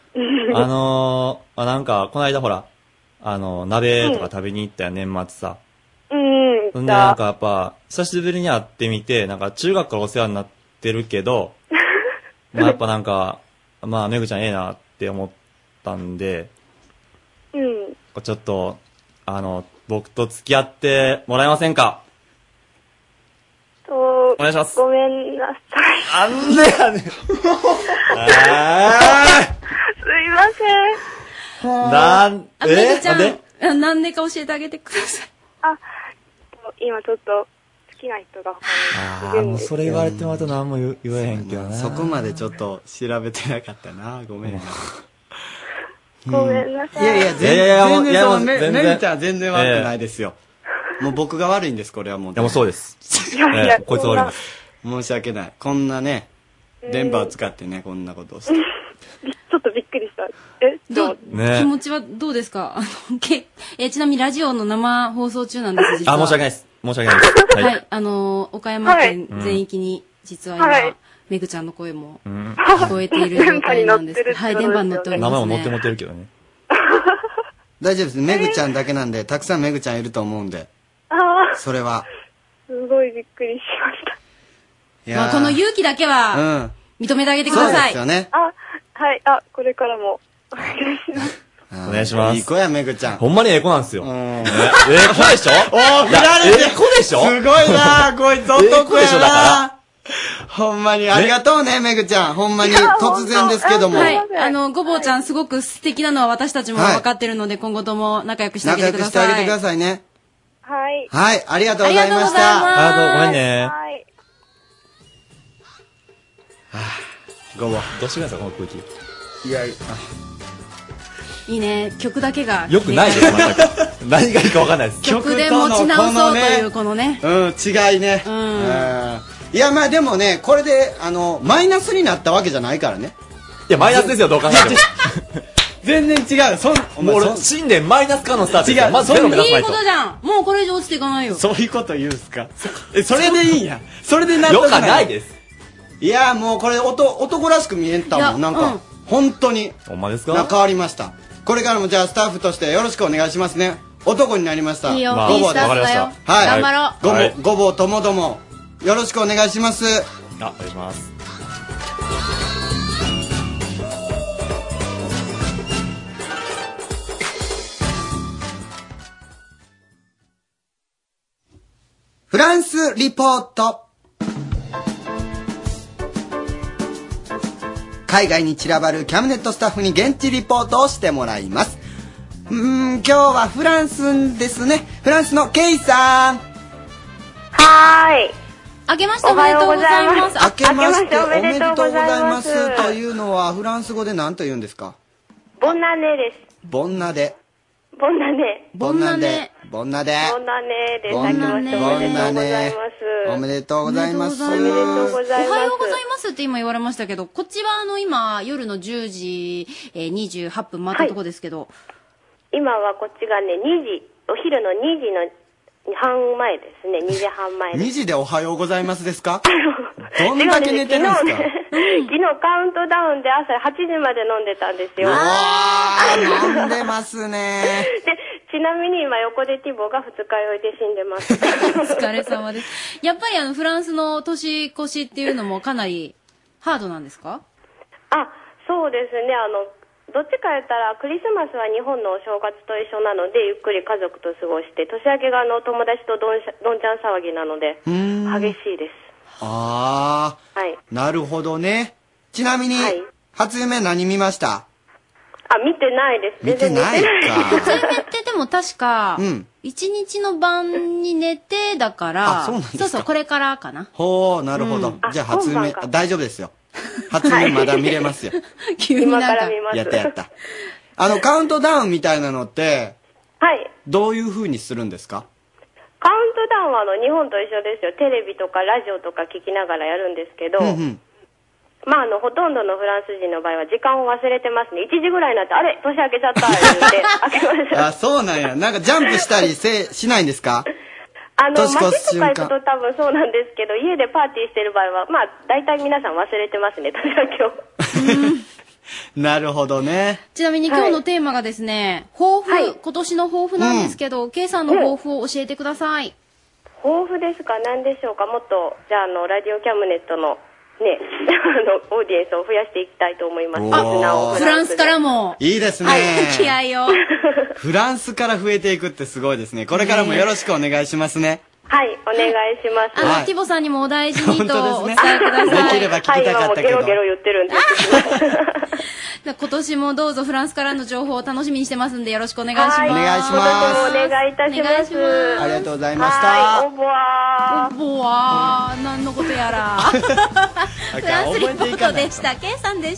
なんか、この間ほら、鍋とか食べに行ったよ、年末さ。んで、なんかやっぱ、久しぶりに会ってみて、なんか中学からお世話になってるけど、まあやっぱなんか、まあめぐちゃんええなって思ったんで、ちょっと、僕と付き合ってもらえませんか？お願いします。 ごめんなさい。 なんでやねん。すいません。 めぐちゃん、なんでか教えてあげてください。 今ちょっと好きな人が他にいるんです。 もうそれ言われてもらうと何も言えへんけどな。 そこまでちょっと調べてなかったな。ごめんな。 ごめんなさい。 いやいや、全然、めぐちゃんは全然悪くないですよ。もう僕が悪いんです、これはもう。 いや、もうそうです。こいつが悪いです。 申し訳ない。こんなね、電波を使ってね、こんなことをして。 ちょっとびっくりした。 気持ちはどうですか？ちなみにラジオの生放送中なんです、実は。 申し訳ないです。 はい。岡山県全域に、実は今、めぐちゃんの声も聞こえている状態なんですけど。はい、電波に乗っておりますね。 名前も乗ってもってるけどね。 大丈夫です。めぐちゃんだけなんで、たくさんめぐちゃんいると思うんで。それは。 すごいびっくりしました。 まあ、この勇気だけは、認めてあげてください。 そうですよね。 はい、これからも、お願いします。 お願いします。 いい子や、めぐちゃん。 ほんまにええ子なんですよ。ええ子でしょ？ 振られて。 ええ子でしょ？ すごいなこいつ男やな。 ええ子でしょ、だから。 ほんまに、ありがとうね、めぐちゃん。ほんまに、突然ですけども。 はい。ごぼうちゃんすごく素敵なのは私たちも分かってるので、今後とも仲良くしてあげてください。 仲良くしてあげてくださいね。 はい。 はい、ありがとうございました。 ありがとう、ごめんね。 はい。 ごぼう。 どうしてください、この空気。 いや、 いいね、曲だけが。 よくないです、全く。何がいいか分かんないです。 曲で持ち直そうというこのね。 違いね。いや、まあでもね、これで、マイナスになったわけじゃないからね。 いや、マイナスですよ、どう考えても。 全然違う。 もう俺、新年マイナスからのスタートですよ。まずゼロ目指さないと。 いいことじゃん。もうこれ以上落ちていかないよ。 そういうこと言うんすか？それでいいんや。それでなったよかないです。 いや、もうこれ男らしく見えたもん。なんか、本当に。 ほんまですか？ 変わりました。これからもじゃあスタッフとしてよろしくお願いしますね。男になりました。 いいよ、 ごぼうです。 わかりました。 はい。 頑張ろう。ごぼうともども、よろしくお願いします。 お願いします。 フランスリポート。海外に散らばるキャムネットスタッフに現地リポートをしてもらいます。今日はフランスですね。フランスのケイさん。 はーい。 明けましておめでとうございます。 明けましておめでとうございます。というのはフランス語で何と言うんですか？ ボンナネです。 ボンナデ。 ボンナネ。 ボンナデ。ボンナデ。 ボンナネです。明けましておめでとうございます。 おめでとうございます。 おめでとうございます。 おはようございますって今言われましたけど、こっちは今夜の10時28分回ったとこですけど、 今はこっちがね、お昼の2時の半前ですね。2時半前です。 2時でおはようございますですか？どんだけ寝てるんですか？ 昨日カウントダウンで朝8時まで飲んでたんですよ。 飲んでますね。 で、ちなみに今横でティボが二日酔いで死んでます。 お疲れ様です。やっぱりフランスの年越しっていうのもかなりハードなんですか？ そうですね。 どっちか言ったらクリスマスは日本のお正月と一緒なのでゆっくり家族と過ごして、年明けが友達とどんちゃん騒ぎなので激しいです。 ああ、はい、なるほどね。ちなみに、はい、初夢何見ました？ 見てないです。 見てないか。 初夢ってでも確か、一日の晩に寝てだから、 そうなんですか。 そうそう、これからかな。 ほう、なるほど。じゃあ初夢、大丈夫ですよ。初夢まだ見れますよ。 急になんか。 やったやった。カウントダウンみたいなのって、 はい。 どういう風にするんですか？ カウントダウンは日本と一緒ですよ。テレビとかラジオとか聞きながらやるんですけど、まあほとんどのフランス人の場合は時間を忘れてますね。1時ぐらいになって、あれ年明けちゃった言って明けました。 あ、そうなんや。なんかジャンプしたりしないんですか？ 街とか行くと多分そうなんですけど、家でパーティーしてる場合は、まあ大体皆さん忘れてますね、年明けを。 なるほどね。 ちなみに今日のテーマがですね、抱負、今年の抱負なんですけど、K さんの抱負を教えてください。 抱負ですか？何でしょうか？もっと、じゃあラジオキャムネットのね、オーディエンスを増やしていきたいと思います。 フランスからも。 いいですね。 気合を。 フランスから増えていくってすごいですね。これからもよろしくお願いしますね。 はい、お願いします。 ティボさんにもお大事にとお伝えください。 できれば聞きたかったけど。 ゲロゲロ言ってるんで。 今年もどうぞフランスからの情報を楽しみにしてますんでよろしくお願いします。 お願いします。 今年もお願いいたします。 ありがとうございました。 オボワー。オボワー。何のことやら。フランスリポートでした。K さんでした。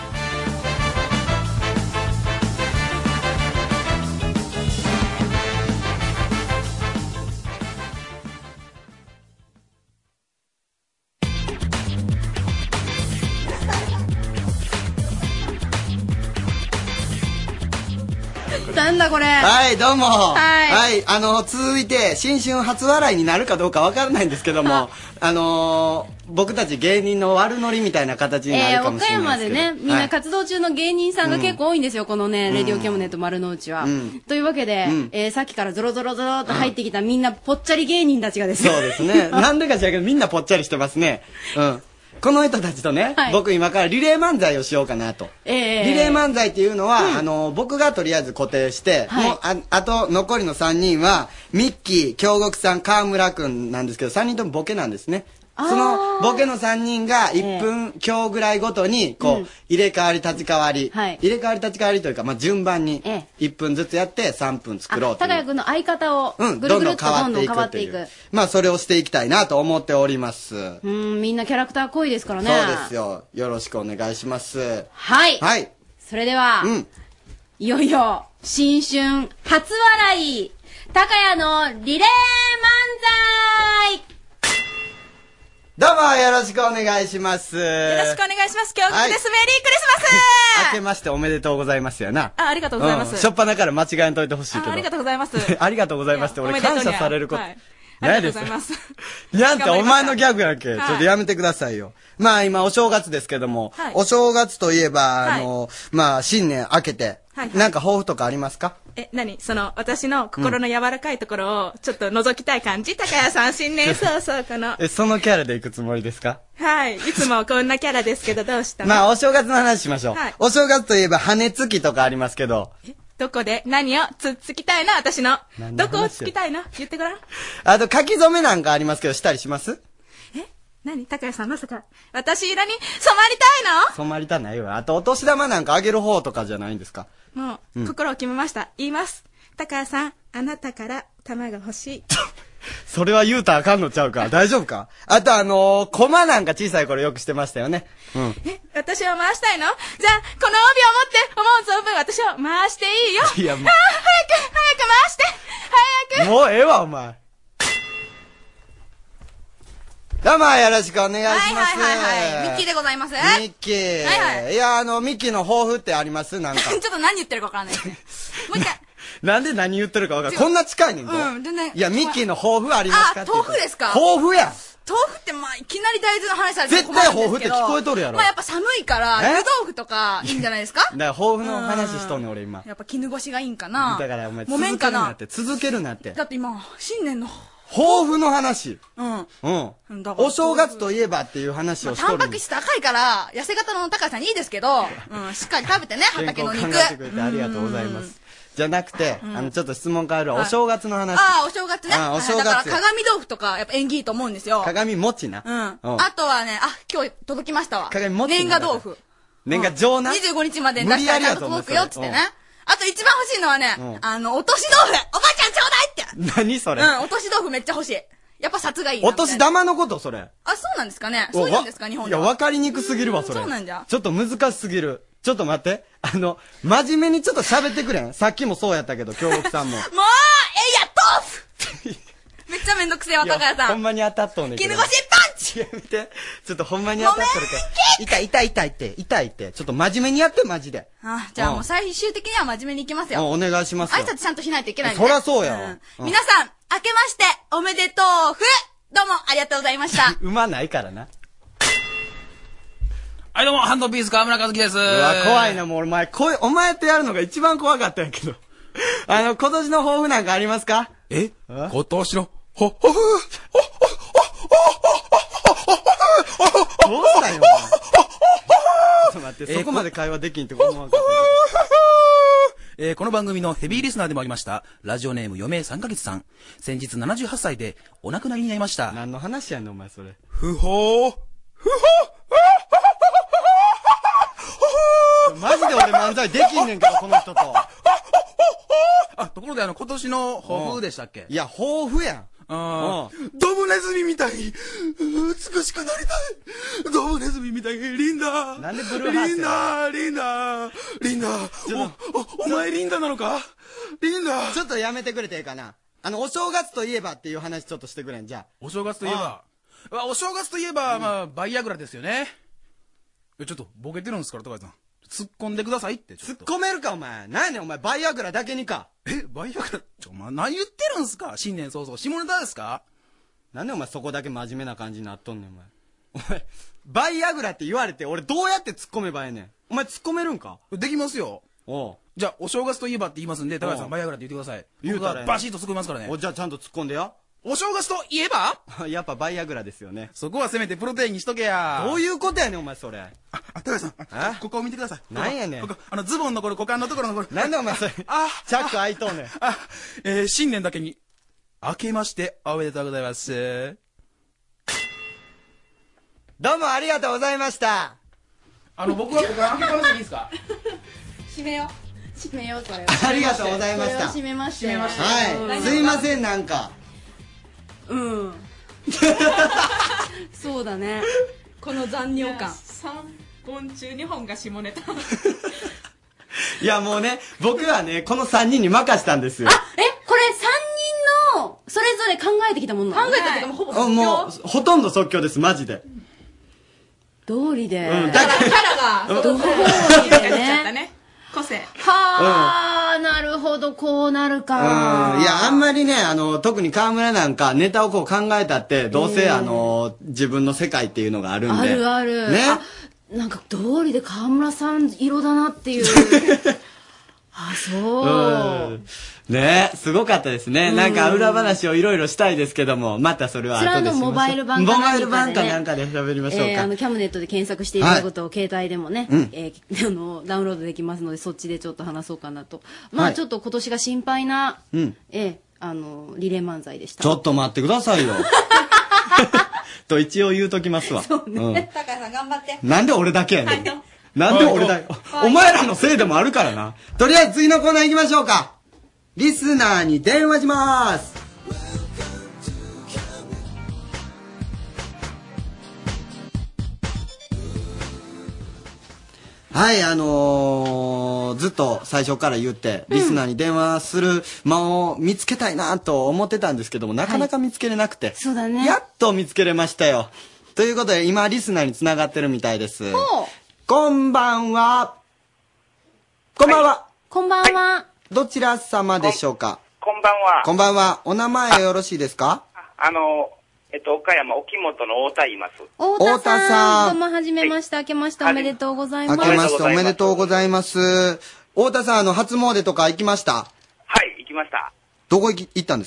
なんだこれ。 はい、どうも。はい。続いて、新春初笑いになるかどうかわからないんですけども、僕たち芸人の悪ノリみたいな形になるかもしれないですけど。 岡山でね、みんな活動中の芸人さんが結構多いんですよ、このね、レディオキャムネット丸の内は。というわけで、さっきからゾロゾロゾロと入ってきたみんなぽっちゃり芸人たちがですね。 そうですね。なんでか知らんけど、みんなぽっちゃりしてますね。うん。この人たちとね、僕今からリレー漫才をしようかなと。リレー漫才っていうのは、僕がとりあえず固定して、もうあと残りの3人は、ミッキー、京極さん、河村くんなんですけど、3人ともボケなんですね。そのボケの3人が1分強ぐらいごとに、こう、入れ替わり立ち替わり、入れ替わり立ち替わりというか、まあ順番に1分ずつやって3分作ろうという。 高谷君の相方をぐるぐるっとどんどん変わっていく。 まあそれをしていきたいなと思っております。 みんなキャラクター濃いですからね。 そうですよ。よろしくお願いします。 はい。 はい。 それでは、いよいよ、新春初笑い、高谷のリレー漫才どうもよろしくお願いします。よろしくお願いします。京極です。メリークリスマス明けましておめでとうございますやな。 ありがとうございます。 しょっぱなから間違えんといてほしいけど。 ありがとうございます。 ありがとうございますって俺感謝されること。 ありがとうございます。 なんてお前のギャグやんけ。ちょっとやめてくださいよ。まあ今お正月ですけども、お正月といえば、まあ新年明けて、なんか抱負とかありますか？ 何私の心の柔らかいところをちょっと覗きたい感じ？高谷さん新年そうそうこの。 そのキャラでいくつもりですか？ はい。いつもこんなキャラですけどどうしたの？ まあお正月の話しましょう。お正月といえば羽つきとかありますけど。 どこで何をつきたいの私の。どこをつきたいの言ってごらん。 あと書き初めなんかありますけどしたりします？ 何高谷さんまさか私色に染まりたいの？ 染まりたないわ。あとお年玉なんかあげる方とかじゃないんですか？ もう、心を決めました。言います。高谷さん、あなたから玉が欲しい。 それは言うたらあかんのちゃうか。大丈夫か？あとコマなんか小さい頃よくしてましたよね。 私を回したいの？じゃあ、この帯を持って思う存分私を回していいよ。 いや、 早く回して早くもうええわ、お前。どうもよろしくお願いします。 ミッキーでございます。ミッキー。いや、ミッキーの抱負ってありますなんか。 ちょっと何言ってるかわからないですね。もう一回。 なんで何言ってるかわからない。こんな近いねんぞ。いや、ミッキーの抱負ありますか？ 豆腐ですか？ 抱負や。 豆腐ってまあ、いきなり大豆の話されて絶対抱負って聞こえとるやろ。 まあやっぱ寒いから、湯豆腐とかいいんじゃないですか？ だから抱負の話しとんねん俺今。 やっぱ絹ごしがいいんかな？ だからお前続けるなって。 だって今、新年の抱負の話。 うん。 お正月といえばっていう話をしとる。 タンパク質高いから、痩せ型の高さんにいいですけど、しっかり食べてね、畑の肉。 健康考えてくれてありがとうございます。じゃなくて、ちょっと質問変えるわ。お正月の話。 ああ、お正月ね。 お正月。 だから鏡豆腐とか、やっぱ縁起いいと思うんですよ。 鏡餅な。 あとはね、今日届きましたわ。 鏡餅。 年賀豆腐。 年賀状な。 25日までに出したら届くよ、つってね。あと一番欲しいのはね、お年豆腐おばあちゃんちょうだいって何それお年豆腐めっちゃ欲しい。やっぱ札がいいな。 お年玉のことそれ。 あ、そうなんですかね。そういうんですか、日本では。 いや、わかりにくすぎるわ、それ。 そうなんじゃ。 ちょっと難しすぎる。ちょっと待って。真面目にちょっと喋ってくれん。さっきもそうやったけど、京極さんも。 もう豆腐めっちゃめんどくせえわ、高谷さん。 ほんまに当たっとんねんけど。 絹ごしパンチいや、見て。ちょっとほんまに当たっとるから。痛いって。ちょっと真面目にやって、マジで。 じゃあもう最終的には真面目に行きますよ。 お願いしますよ。 挨拶ちゃんとしないといけないんでね。 そらそうやわ。 皆さん、明けまして、おめでとうふどうもありがとうございました。 うまないからな。 はい、どうも、ハンドピース川村和樹です。 うわ、怖いな、もうお前とやるのが一番怖かったんやけど。今年の抱負なんかありますか？ 今年の、 どうしたよ、お前。ちょっと待って、そこまで会話できんって思わんかった。 この番組のヘビーリスナーでもありました、ラジオネーム余命3ヶ月さん。先日78歳でお亡くなりになりました。 何の話やねん、お前それ。マジで俺漫才できんねんけど、この人と。 ところで今年の抱負でしたっけ？ いや、抱負やん。 ドブネズミみたいに美しくなりたい。ドブネズミみたいにリンダ。 なんでブルーハーツやリンダ。お前リンダなのか？リンダ。 ちょっとやめてくれていいかな。お正月といえばっていう話ちょっとしてくれん、じゃあ。 お正月といえば。お正月といえば、まあ、バイアグラですよね。ちょっと、ボケてるんですから、高橋さん。突っ込んでくださいって、 突っ込めるか、お前。なんやねん、お前、バイアグラだけにか。 バイアグラ、お前、何言ってるんすか？新年早々。下ネタですか？ なんでお前そこだけ真面目な感じになっとんねん、お前。バイアグラって言われて、俺どうやって突っ込めばええねん。お前突っ込めるんか？ できますよ。じゃあ、お正月といえばって言いますんで、高橋さん、バイアグラって言ってください。 言うたらバシッと突っ込みますからね。 じゃあちゃんと突っ込んでよ。 お正月といえばやっぱバイアグラですよね。 そこはせめてプロテインにしとけや。 どういうことやねん、お前それ。 高橋さん、ここを見てください。 なんやねん。 ズボンのこの股間のところのこれ。 なんでお前それ、チャック開いとんねん。新年だけに、明けましておめでとうございます。 どうもありがとうございました。 僕はここ開けっぱなしでいいですか？ 閉めよう、これ。 ありがとうございました。 閉めました。 はい。すいません、なんか。 そうだね。 この残尿感。 3本中2本が下ネタ。 いや、もうね、僕はね、この3人に任したんですよ。 これ3人の、それぞれ考えてきたもんなの？ 考えたってかもうほぼ即興。 もう、ほとんど即興です、マジで。 道理で。 キャラが、 道理でね。 個性。 はあ、なるほど、こうなるか。 いや、あんまりね、特に河村なんかネタをこう考えたって、どうせ自分の世界っていうのがあるんで。 ある。 ね。 なんか道理で河村さん色だなっていう。そう。 ね、すごかったですね。なんか裏話をいろいろしたいですけども、またそれは後でしましょう。 それはモバイル版かなんかで喋りましょうか。 キャムネットで検索していただくと、携帯でもね、ダウンロードできますので、そっちでちょっと話そうかなと。まあちょっと今年が心配な、リレー漫才でした。 ちょっと待ってくださいよ。と一応言うときますわ。 そうね。高橋さん頑張って。 なんで俺だけやねん。なんで俺だよ。お前らのせいでもあるからな。とりあえず次のコーナー行きましょうか。リスナーに電話しまーす。はい、ずっと最初から言って、リスナーに電話する間を見つけたいなと思ってたんですけども、なかなか見つけれなくて。 そうだね。 やっと見つけれましたよ。ということで、今、リスナーに繋がってるみたいです。こんばんは。こんばんは。 こんばんは。 どちら様でしょうか？ こんばんは。 こんばんは。お名前よろしいですか？ 岡山、沖本の太田言います。 太田さん。どうもはじめまして。明けましておめでとうございます。 明けましておめでとうございます。太田さん、初詣とか行きました？ はい、行きました。 どこ行ったんですか？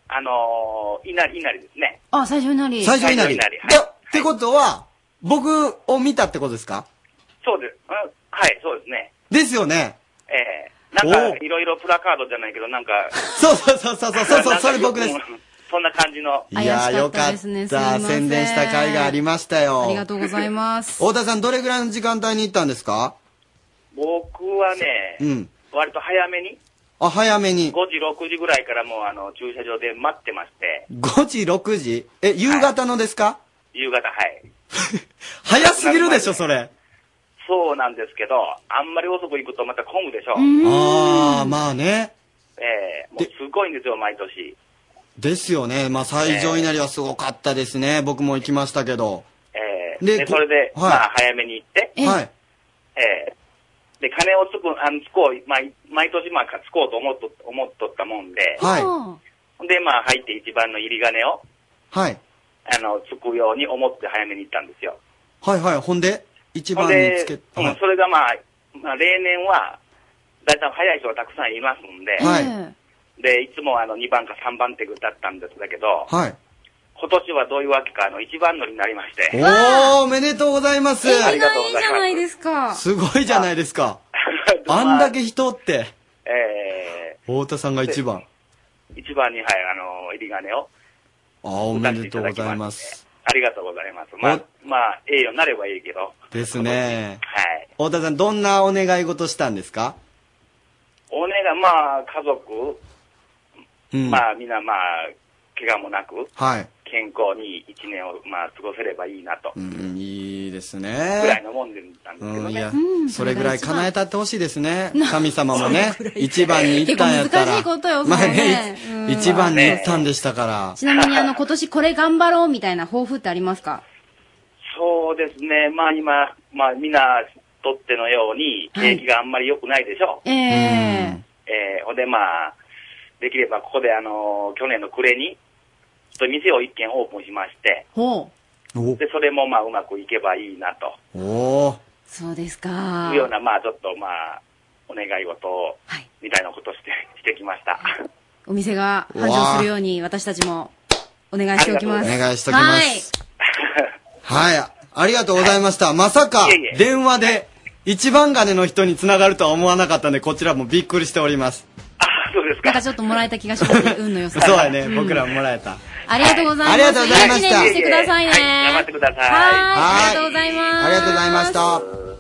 稲荷ですね。 あ、最初稲荷。 最初稲荷。 はい。 ってことは、僕を見たってことですか？ そうです。はい、そうですね。 ですよね。 なんか、いろいろプラカードじゃないけど、なんか。 そう、それ僕です。 そんな感じの。 いやー、よかった。宣伝した回がありましたよ。 ありがとうございます。 太田さん、どれぐらいの時間帯に行ったんですか？ 僕はね、割と早めに。 あ、早めに。 5時、6時ぐらいからもう駐車場で待ってまして。 5時、6時？夕方のですか？ 夕方、はい。 早すぎるでしょ、それ。 そうなんですけど、あんまり遅く行くとまた混むでしょ。 ああ、まあね。 もうすごいんですよ、毎年。 ですよね。まあ、最上稲荷はすごかったですね。僕も行きましたけど。 で、それで、まあ、早めに行って。 はい。 で、金をつこう、毎年まあ、つこうと思っとったもんで。 はい。 で、まあ、入って一番の入り金を。 はい。 つくように思って早めに行ったんですよ。 はいはい。ほんで一番につけて。 それがまあ、例年は、だいたい早い人がたくさんいますんで。 はい。 で、いつも2番か3番手だったんですけど。 はい。 今年はどういうわけか、1番乗りになりまして。 おめでとうございます。 ありがとうございます。 いいじゃないですか。 すごいじゃないですか。あんだけ人って。太田さんが一番。 一番に、はい、入り金を。 おめでとうございます。 ありがとうございます。まあ、ええようになればいいけど。 ですね。 はい。 太田さん、どんなお願い事したんですか？ お願い、まあ、家族、まあ、みんな、まあ、怪我もなく、 はい。 健康に一年を、まあ、過ごせればいいなと。 いいですね。 ぐらいのもんでたんですけどね。 いや、それぐらい叶えたってほしいですね。神様もね、一番に行ったんやったら。 難しいことよ、 まあね、一番に行ったんでしたから。 ちなみに今年これ頑張ろうみたいな抱負ってありますか？ そうですね。まあ今、まあみんなとってのように、景気があんまり良くないでしょう。ほんでまあ、できればここで去年の暮れに、店を一軒オープンしまして、で、それもまあうまくいけばいいなと。 そうですか。 いうような、まあちょっとまあ、お願い事を、みたいなことしてきました。 お店が繁盛するように私たちもお願いしておきます。 お願いしておきます。はい。ありがとうございました。まさか、電話で一番金の人に繋がるとは思わなかったんで、こちらもびっくりしております。 そうですか。 なんかちょっともらえた気がしますね、運の良さ。 そうやね、僕らももらえた。 ありがとうございます。 ありがとうございました。 いい一年にしてくださいね。 頑張ってください。 ありがとうございます。 ありがとうございました。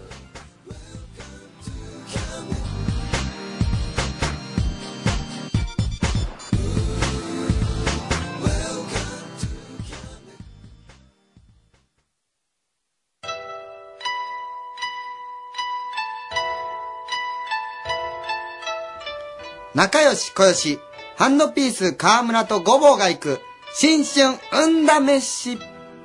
仲良し小良し、ハンドピース河村とごぼうが行く、新春運だ飯。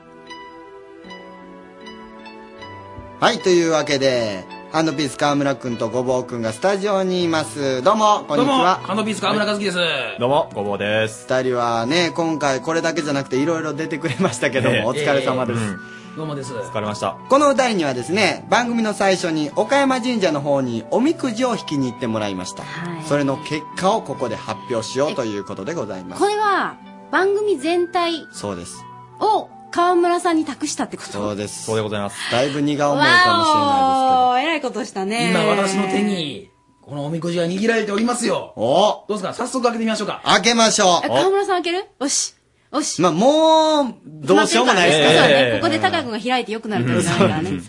はい、というわけで、ハンドピース河村くんとごぼうくんがスタジオにいます。どうも、こんにちは。 どうも、ハンドピース河村和樹です。 どうも、ごぼうです。 二人はね、今回これだけじゃなくていろいろ出てくれましたけども、お疲れ様です。 どうもです。 疲れました。 この二人にはですね、番組の最初に岡山神社の方におみくじを引きに行ってもらいました。それの結果をここで発表しようということでございます。 これは、番組全体そうです。 を川村さんに託したってこと？ そうです。 そうでございます。 だいぶ荷が重いかもしれないですけど。 えらいことしたね。 今私の手に、このおみくじが握られておりますよ。どうですか？早速開けてみましょうか。 開けましょう。 川村さん開ける？よし。よし。 まあ、もう、どうしようもないですからね。ここで高谷君が開いてよくなるといけないからね。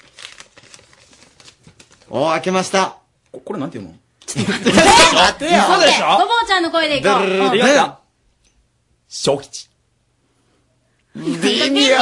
開けました。 これなんていうの？ ちょっと待って。待てよ。 そうでしょ？ごぼうちゃんの声でいこう。 いきました。小吉。 微妙。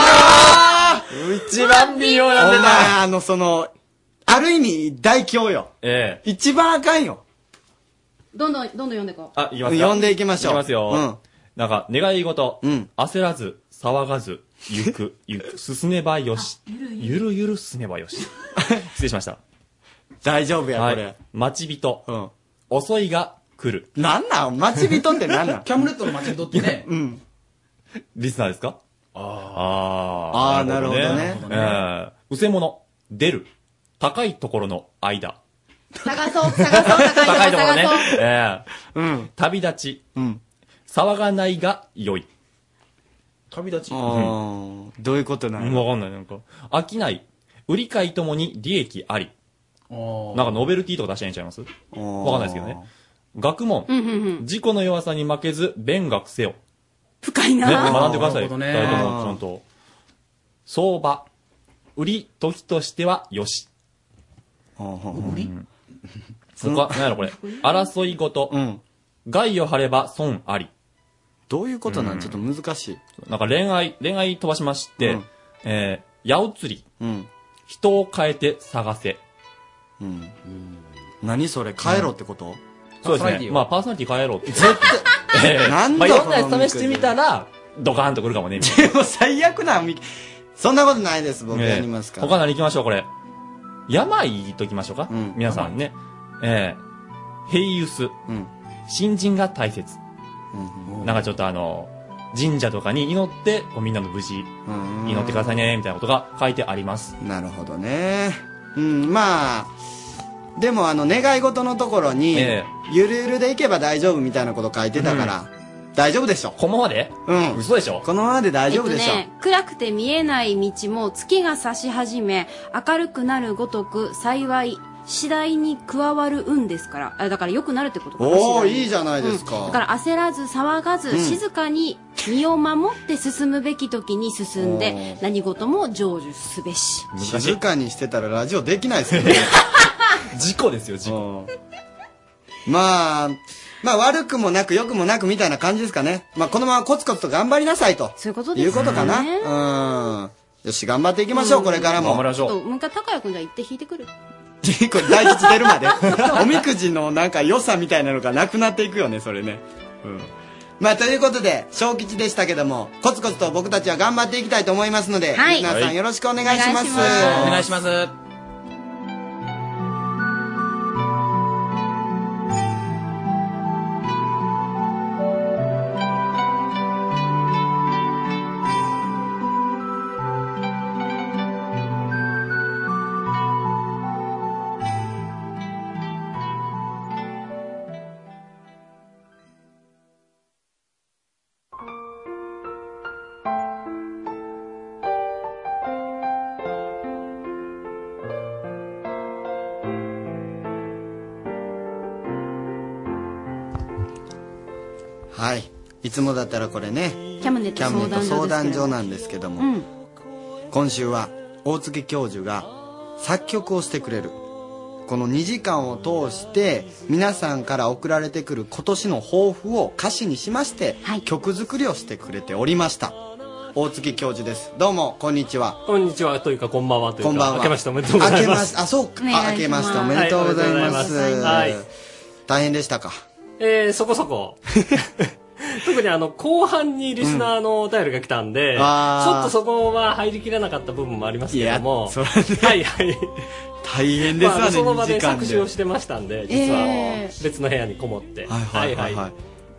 一番微妙なんでな。 お前、ある意味、大凶よ。一番あかんよ。 どんどん読んでいこう。 いきますか。 読んでいきましょう。 いきますよ。なんか、願い事。焦らず、騒がず、ゆく、進めばよし。ゆるゆる進めばよし。失礼しました。 大丈夫や、これ。 待ち人。遅いが来る。 なんなん待ち人ってなんなんキャムレットの待ち人ってね。 リスナーですか？ なるほどね。 うせ者、出る。高いところの間。 探そう、高いところね。旅立ち。 騒がないが良い。 旅立ち。 どういうことなの？ わかんない。なんか、飽きない。売り買いともに利益あり。なんかノベルティとか出したらいいんちゃいます？わかんないですけどね。学問。自己の弱さに負けず、勉学せよ。 深いなね、学んでください。 なるほどね二人ともちゃんと。相場。売り時としてはよし。 売り？ 他、何やろこれ。争いごと。害を張れば損あり。 どういうことなん？ちょっと難しい。 なんか恋愛飛ばしまして、矢移り。人を変えて探せ。 何それ？変えろってこと？ そうですね。まあ、パーソナリティ変えろって。 絶対、なんだまあ、いろんなやつ試してみたら、ドカーンとくるかもね。 でも最悪な、そんなことないです、僕やりますから。 他何行きましょう、これ。山言っときましょうか。皆さんね。平ユス。新人が大切。なんかちょっと神社とかに祈って、みんなの無事、祈ってくださいね、みたいなことが書いてあります。 なるほどね。まあ、でも願い事のところに、ゆるゆるでいけば大丈夫みたいなこと書いてたから、大丈夫でしょ。 このままで？嘘でしょ。 このままで大丈夫でしょ。 暗くて見えない道も月が差し始め、明るくなるごとく幸い、次第に加わる運ですから。だから良くなるってことかな。 おー、いいじゃないですか。 だから焦らず騒がず、静かに身を守って進むべき時に進んで、何事も成就すべし。 静かにしてたらラジオできないですよね。 事故ですよ、事故。 まあ悪くもなく良くもなくみたいな感じですかね。まあこのままコツコツと頑張りなさいと。 そういうことですね。 いうことかな。よし、頑張っていきましょう、これからも。 頑張りましょう。 もう一回高谷くんじゃあ行って引いてくる。 これ大吉出るまで。おみくじのなんか良さみたいなのがなくなっていくよね、それね。まあということで、小吉でしたけども、コツコツと僕たちは頑張っていきたいと思いますので、皆さんよろしくお願いします。 お願いします。 はい。いつもだったらこれね、 キャムネット相談所なんですけども、今週は大月教授が作曲をしてくれる。この2時間を通して皆さんから送られてくる今年の抱負を歌詞にしまして、曲作りをしてくれておりました。大月教授です。どうも、こんにちは。 こんにちはというか、こんばんはというか。 こんばんは。 明けましておめでとうございます。 あ、そうか。明けましておめでとうございます。はい。大変でしたか？ そこそこ。特に後半にリスナーのお便りが来たんで、ちょっとそこは入りきらなかった部分もありますけども、はいはい。 大変ですわね、 その場で作詞をしてましたんで、実は別の部屋にこもって。 はいはい。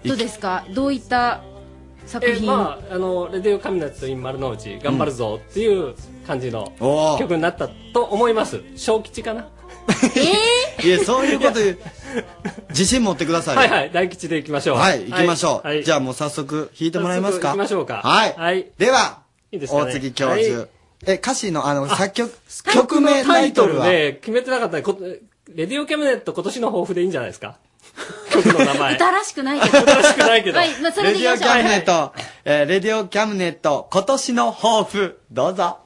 どうですか？どういった作品？ まあ、レディオカミナットイン丸の内頑張るぞっていう感じの曲になったと思います。小吉かな？ いや、そういうこと言う。自信持ってください。 はいはい、大吉でいきましょう。 はい、行きましょう。じゃあもう早速弾いてもらえますか？ 行きましょうか。 はい。では、大月教授。歌詞の作曲、曲名タイトルはね、決めてなかったら、レディオキャムネット今年の抱負でいいんじゃないですか？曲の名前。 歌らしくないけど。 歌らしくないけど。 はい、まあそれでいきましょう。 レディオキャムネット、レディオキャムネット今年の抱負、どうぞ。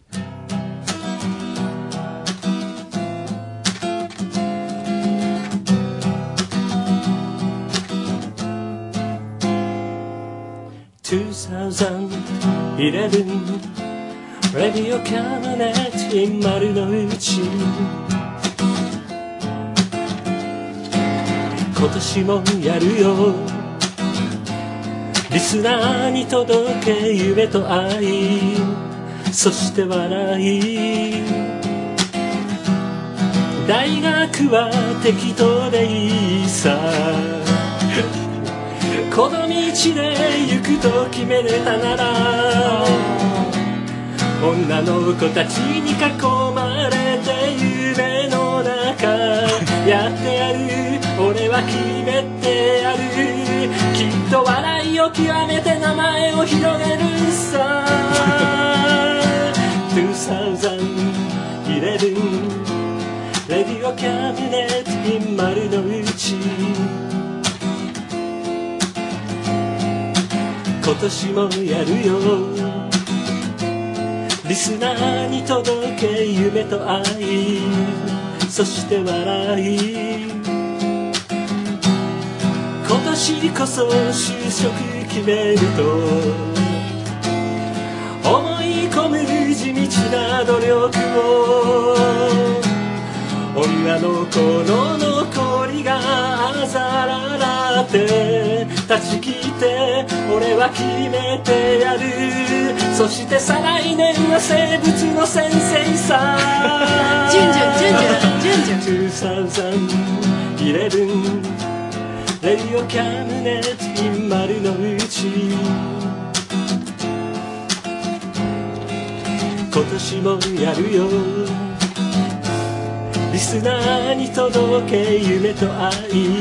2011 Radio Cabinet in 丸の内今年もやるよリスナーに届け夢と愛そして笑い大学は適当でいいさこの道で行くと決めれたなら女の子たちに囲まれて夢の中やってやる俺は決めてやるきっと笑を極めて名前を広げるさ2011レディオキャビネットin丸の内今年もやるよリスナーに届け夢と愛そして笑い今年こそ就職決めると思い込む地道な努力を女の子の残りがあざららって断ち切って俺は決めてやるそして再来年は生物の先生さ2011レディオキャムネットin丸の内今年もやるよリスナーに届け夢と愛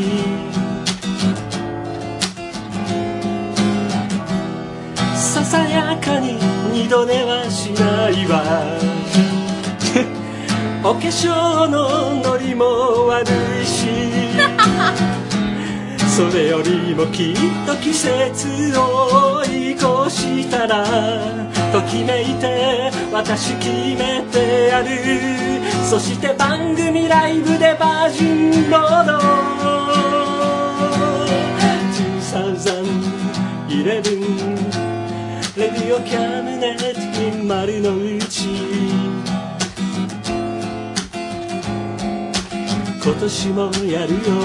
ささやかに二度寝はしないわお化粧のノリも悪いしそれよりもきっと季節を追い越したらときめいて私決めてやるそして番組ライブでバージンロード2011レディオキャムネットin丸の内今年もやるよ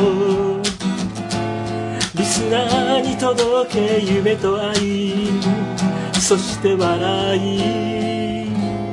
リスナーに届け夢と愛そして笑い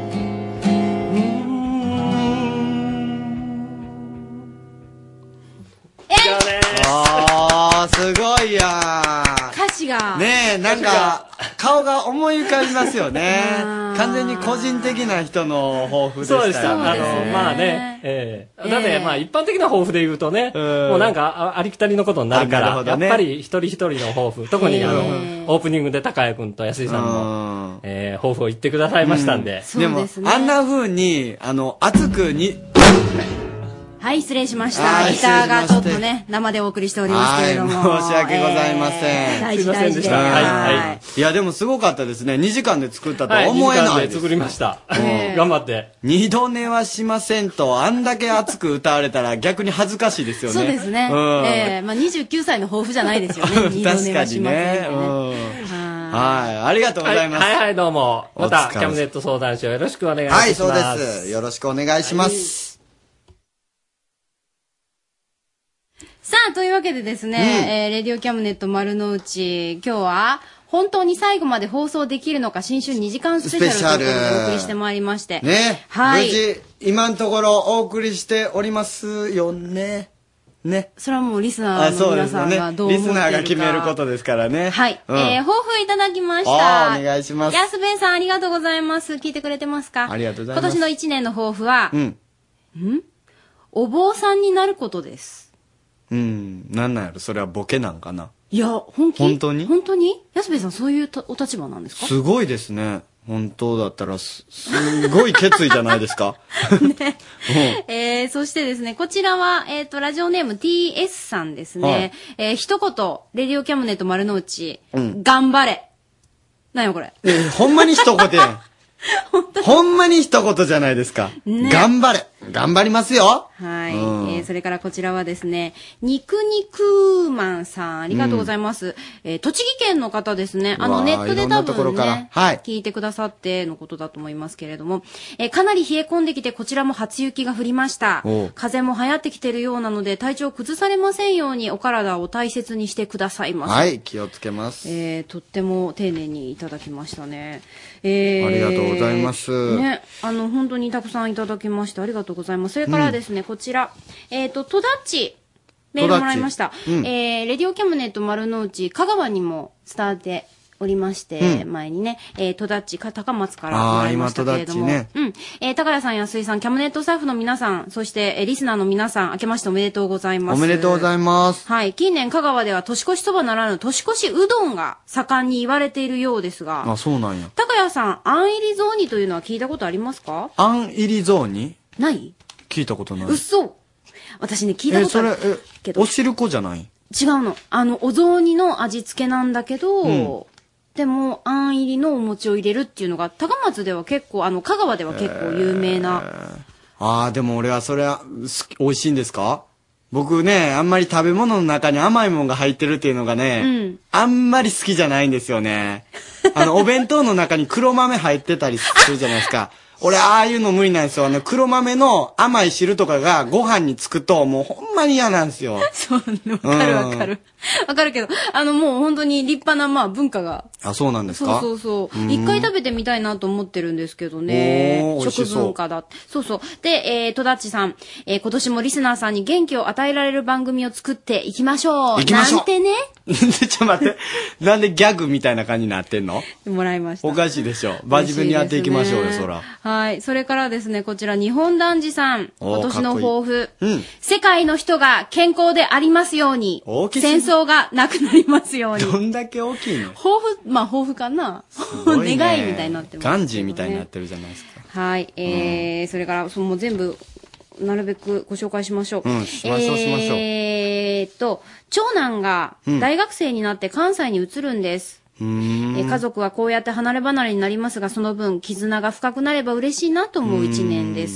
あーすごいや歌詞がねえなんか顔が思い浮かびますよね完全に個人的な人の抱負でしたよね。 そうでしたまあねだってまあ一般的な抱負で言うとねもうなんかありきたりのことになるからやっぱり一人一人の抱負特にオープニングで高谷君と安井さんの抱負を言ってくださいましたんででもあんな風に熱くにはい、失礼しました。ギターがちょっとね、生でお送りしておりますけれども。 申し訳ございません。 大事大事で。 いや、でもすごかったですね。2時間で作ったとは思えない。2時間で作りました。頑張って。 二度寝はしませんと、あんだけ熱く歌われたら逆に恥ずかしいですよね。 そうですね。まあ29歳の抱負じゃないですよね。二度寝はしません。 はい、ありがとうございます。 はいはい、どうも。また、キャムネット相談所よろしくお願いします。はい、 そうです。よろしくお願いします。 さあ、というわけでですね、レディオキャムネット丸の内、今日は、本当に最後まで放送できるのか、新春2時間スペシャルということでお送りしてまいりまして。 ね。はい。無事、今のところお送りしておりますよね。ね。 それはもうリスナーの皆さんがどう思っているか。 リスナーが決めることですからね。 はい。抱負いただきました。 お願いします。 安部さんありがとうございます。聞いてくれてますか？ ありがとうございます。 今年の1年の抱負は、お坊さんになることです。 なんなんやろそれはボケなんかな。 いや、本当に本当に安部さんそういうお立場なんですか？ すごいですね。本当だったらすごい決意じゃないですか。 ね。そしてですね、こちらは、ラジオネーム TS さんですね。一言、レディオキャムネット丸の内、頑張れ。なんよこれ。 ほんまに一言やん。ほんまに一言じゃないですか。頑張れ。頑張りますよ。 はい。それからこちらはですね、肉肉マンさん、ありがとうございます。栃木県の方ですね。ネットで多分ね、聞いてくださってのことだと思いますけれども、かなり冷え込んできて、こちらも初雪が降りました。風邪も流行ってきてるようなので、体調崩されませんように、お体を大切にしてくださいませ。 はい、気をつけます。 とっても丁寧にいただきましたね。 ありがとうございます。 ね、本当にたくさんいただきまして、ありがとうございます。それからですね、こちら、戸田っち、メールもらいました。レディオキャムネット丸の内、香川にも伝わっておりまして、前にね、戸田か高松からもらいましたけれども。 今戸田ね。高谷さん、安井さん、キャムネットスタッフの皆さん、そして、リスナーの皆さん、明けましておめでとうございます。 おめでとうございます。 はい。近年、香川では年越しそばならぬ年越しうどんが盛んに言われているようですが。 あ、そうなんや。 高谷さん、あん入り雑煮というのは聞いたことありますか？ あん入り雑煮？ ない聞いたことない。 嘘。私ね、聞いたことあるけど。 お汁粉じゃない？ 違うの。お雑煮の味付けなんだけど、でも、あん入りのお餅を入れるっていうのが、高松では結構、香川では結構有名な。 でも俺はそれは、美味しいんですか？僕ね、あんまり食べ物の中に甘いものが入ってるっていうのがね、あんまり好きじゃないんですよね。お弁当の中に黒豆入ってたりするじゃないですか。俺、ああいうの無理なんですよ。黒豆の甘い汁とかがご飯につくと、もうほんまに嫌なんですよ。 そう、わかる。わかるけど、もう本当に立派な、まあ、文化が。 あ、そうなんですか？ そう。一回食べてみたいなと思ってるんですけどね。食文化だ。そう。で、戸田さん、今年もリスナーさんに元気を与えられる番組を作っていきましょう。なんてね。 ちょっと待って。なんでギャグみたいな感じになってんの？ もらいました。 おかしいでしょ。真面目にやっていきましょうよ、そら。 はい。それからですね、こちら、日本男児さん。今年の抱負。世界の人が健康でありますように。戦争がなくなりますように。 どんだけ大きいの？ 抱負かな。願いみたいになってます。 ガンジーみたいになってるじゃないですか。 はい。それから、もう全部、なるべくご紹介しましょう。 しましょう。 長男が大学生になって関西に移るんです。家族はこうやって離れ離れになりますが、その分絆が深くなれば嬉しいなと思う一年です。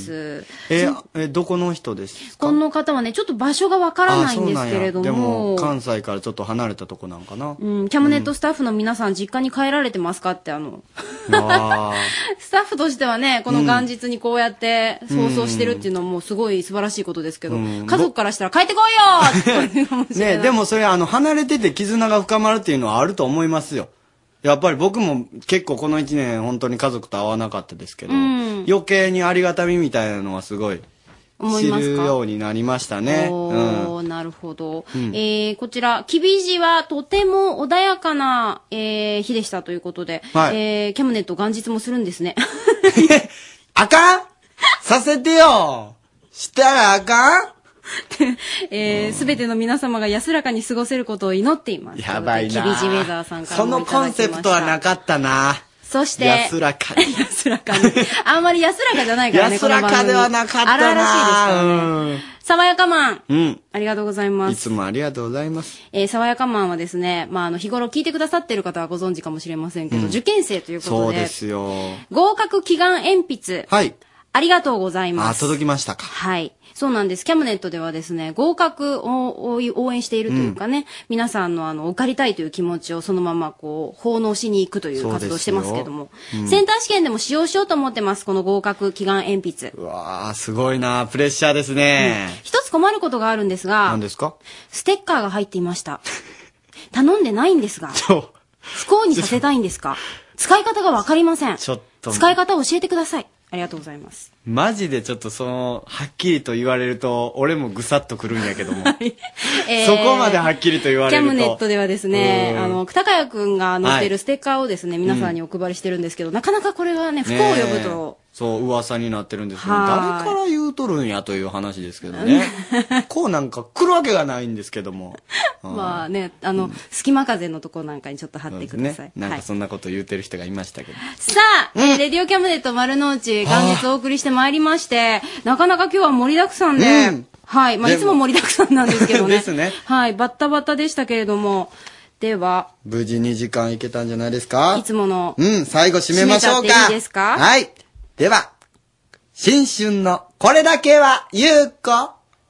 どこの人ですか？ この方はね、ちょっと場所がわからないんですけれども。 でも、関西からちょっと離れたとこなんかな。 キャムネットスタッフの皆さん、実家に帰られてますかってスタッフとしてはね、この元日にこうやって放送してるっていうのはもうすごい素晴らしいことですけど、家族からしたら帰ってこいよってかもしれない。 ね、でもそれ離れてて絆が深まるっていうのはあると思いますよ。やっぱり僕も結構この1年本当に家族と会わなかったですけど、余計にありがたみみたいなのはすごい知るようになりましたね。 なるほど。こちら、キビジはとても穏やかな、日でしたということで、キャムネット元日もするんですね。 あかんさせてよしたらあかんすべての皆様が安らかに過ごせることを祈っています。 やばいな。 キビジウェザーさんからそのコンセプトはなかったな。 そして、 安らかに。 安らかに。あんまり安らかじゃないからね、 安らかではなかったな。 荒々しいですからね。爽やかマン。ありがとうございます。 いつもありがとうございます。 爽やかマンはですね、日頃聞いてくださってる方はご存知かもしれませんけど、受験生ということで。 そうですよ。 合格祈願鉛筆。 はい。 ありがとうございます。 届きましたか。 はい。そうなんです。キャムネットではですね、合格を応援しているというかね、皆さんの受かりたいという気持ちをそのまま奉納しに行くという活動をしてますけども、センター試験でも使用しようと思ってます、この合格祈願鉛筆。 うわー、すごいな、プレッシャーですね。 一つ困ることがあるんですが、 何ですか？ ステッカーが入っていました。頼んでないんですが、不幸にさせたいんですか？使い方がわかりません。 ちょっと。 使い方を教えてください。ありがとうございます。 マジでちょっとはっきりと言われると、俺もぐさっとくるんやけども。そこまではっきりと言われると。 キャムネットではですね、高谷くんが載っているステッカーをですね、皆さんにお配りしてるんですけど、なかなかこれはね、不幸を呼ぶと。 そう、噂になってるんですけど、誰から言うとるんやという話ですけどね。こうなんか来るわけがないんですけども。 まあね、隙間風のとこなんかにちょっと貼ってください。 なんかそんなこと言ってる人がいましたけど。 さあ、レディオキャムネット丸の内、元日お送りしてまいりまして、なかなか今日は盛りだくさんで、はい、いつも盛りだくさんなんですけどね。 ですね。 はい、バッタバタでしたけれども、では。 無事2時間いけたんじゃないですか？ いつもの。 最後締めましょうか。 締めちゃっていいですか？ はい。では、新春のこれだけはゆうこ。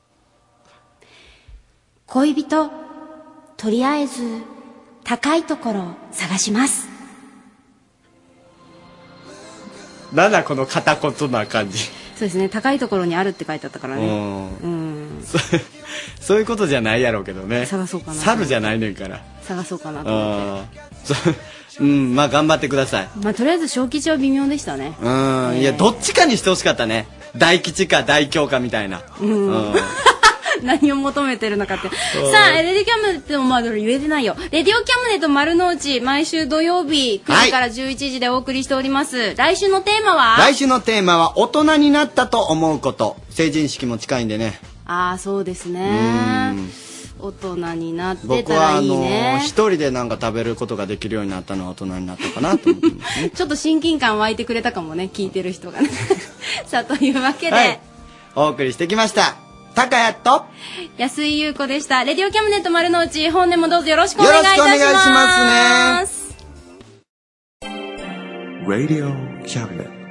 恋人、とりあえず、高いところを探します。 なんだこの片言な感じ。 そうですね、高いところにあるって書いてあったからね。 そういうことじゃないやろうけどね。 探そうかな。 猿じゃないねんから。 探そうかなと思って。 まあ頑張ってください。 とりあえず小吉は微妙でしたね。 いや、どっちかにしてほしかったね。大吉か大凶かみたいな。 何を求めてるのかって。さあ、レディオキャムネットもまだ言えてないよ。レディオキャムネット丸の内、毎週土曜日9時から11時でお送りしております。来週のテーマは？ 来週のテーマは、大人になったと思うこと。成人式も近いんでね。 ああ、そうですね。大人になってたらいいね。 一人でなんか食べることができるようになったのは大人になったかなと思ってますね。 ちょっと親近感湧いてくれたかもね、聞いてる人がね。さあ、というわけで、はい、 お送りしてきました。高谷と安井優子でした。レディオキャムネット丸の内、本年もどうぞよろしくお願いいたします。よろしくお願いしますね。 Radio Cabinet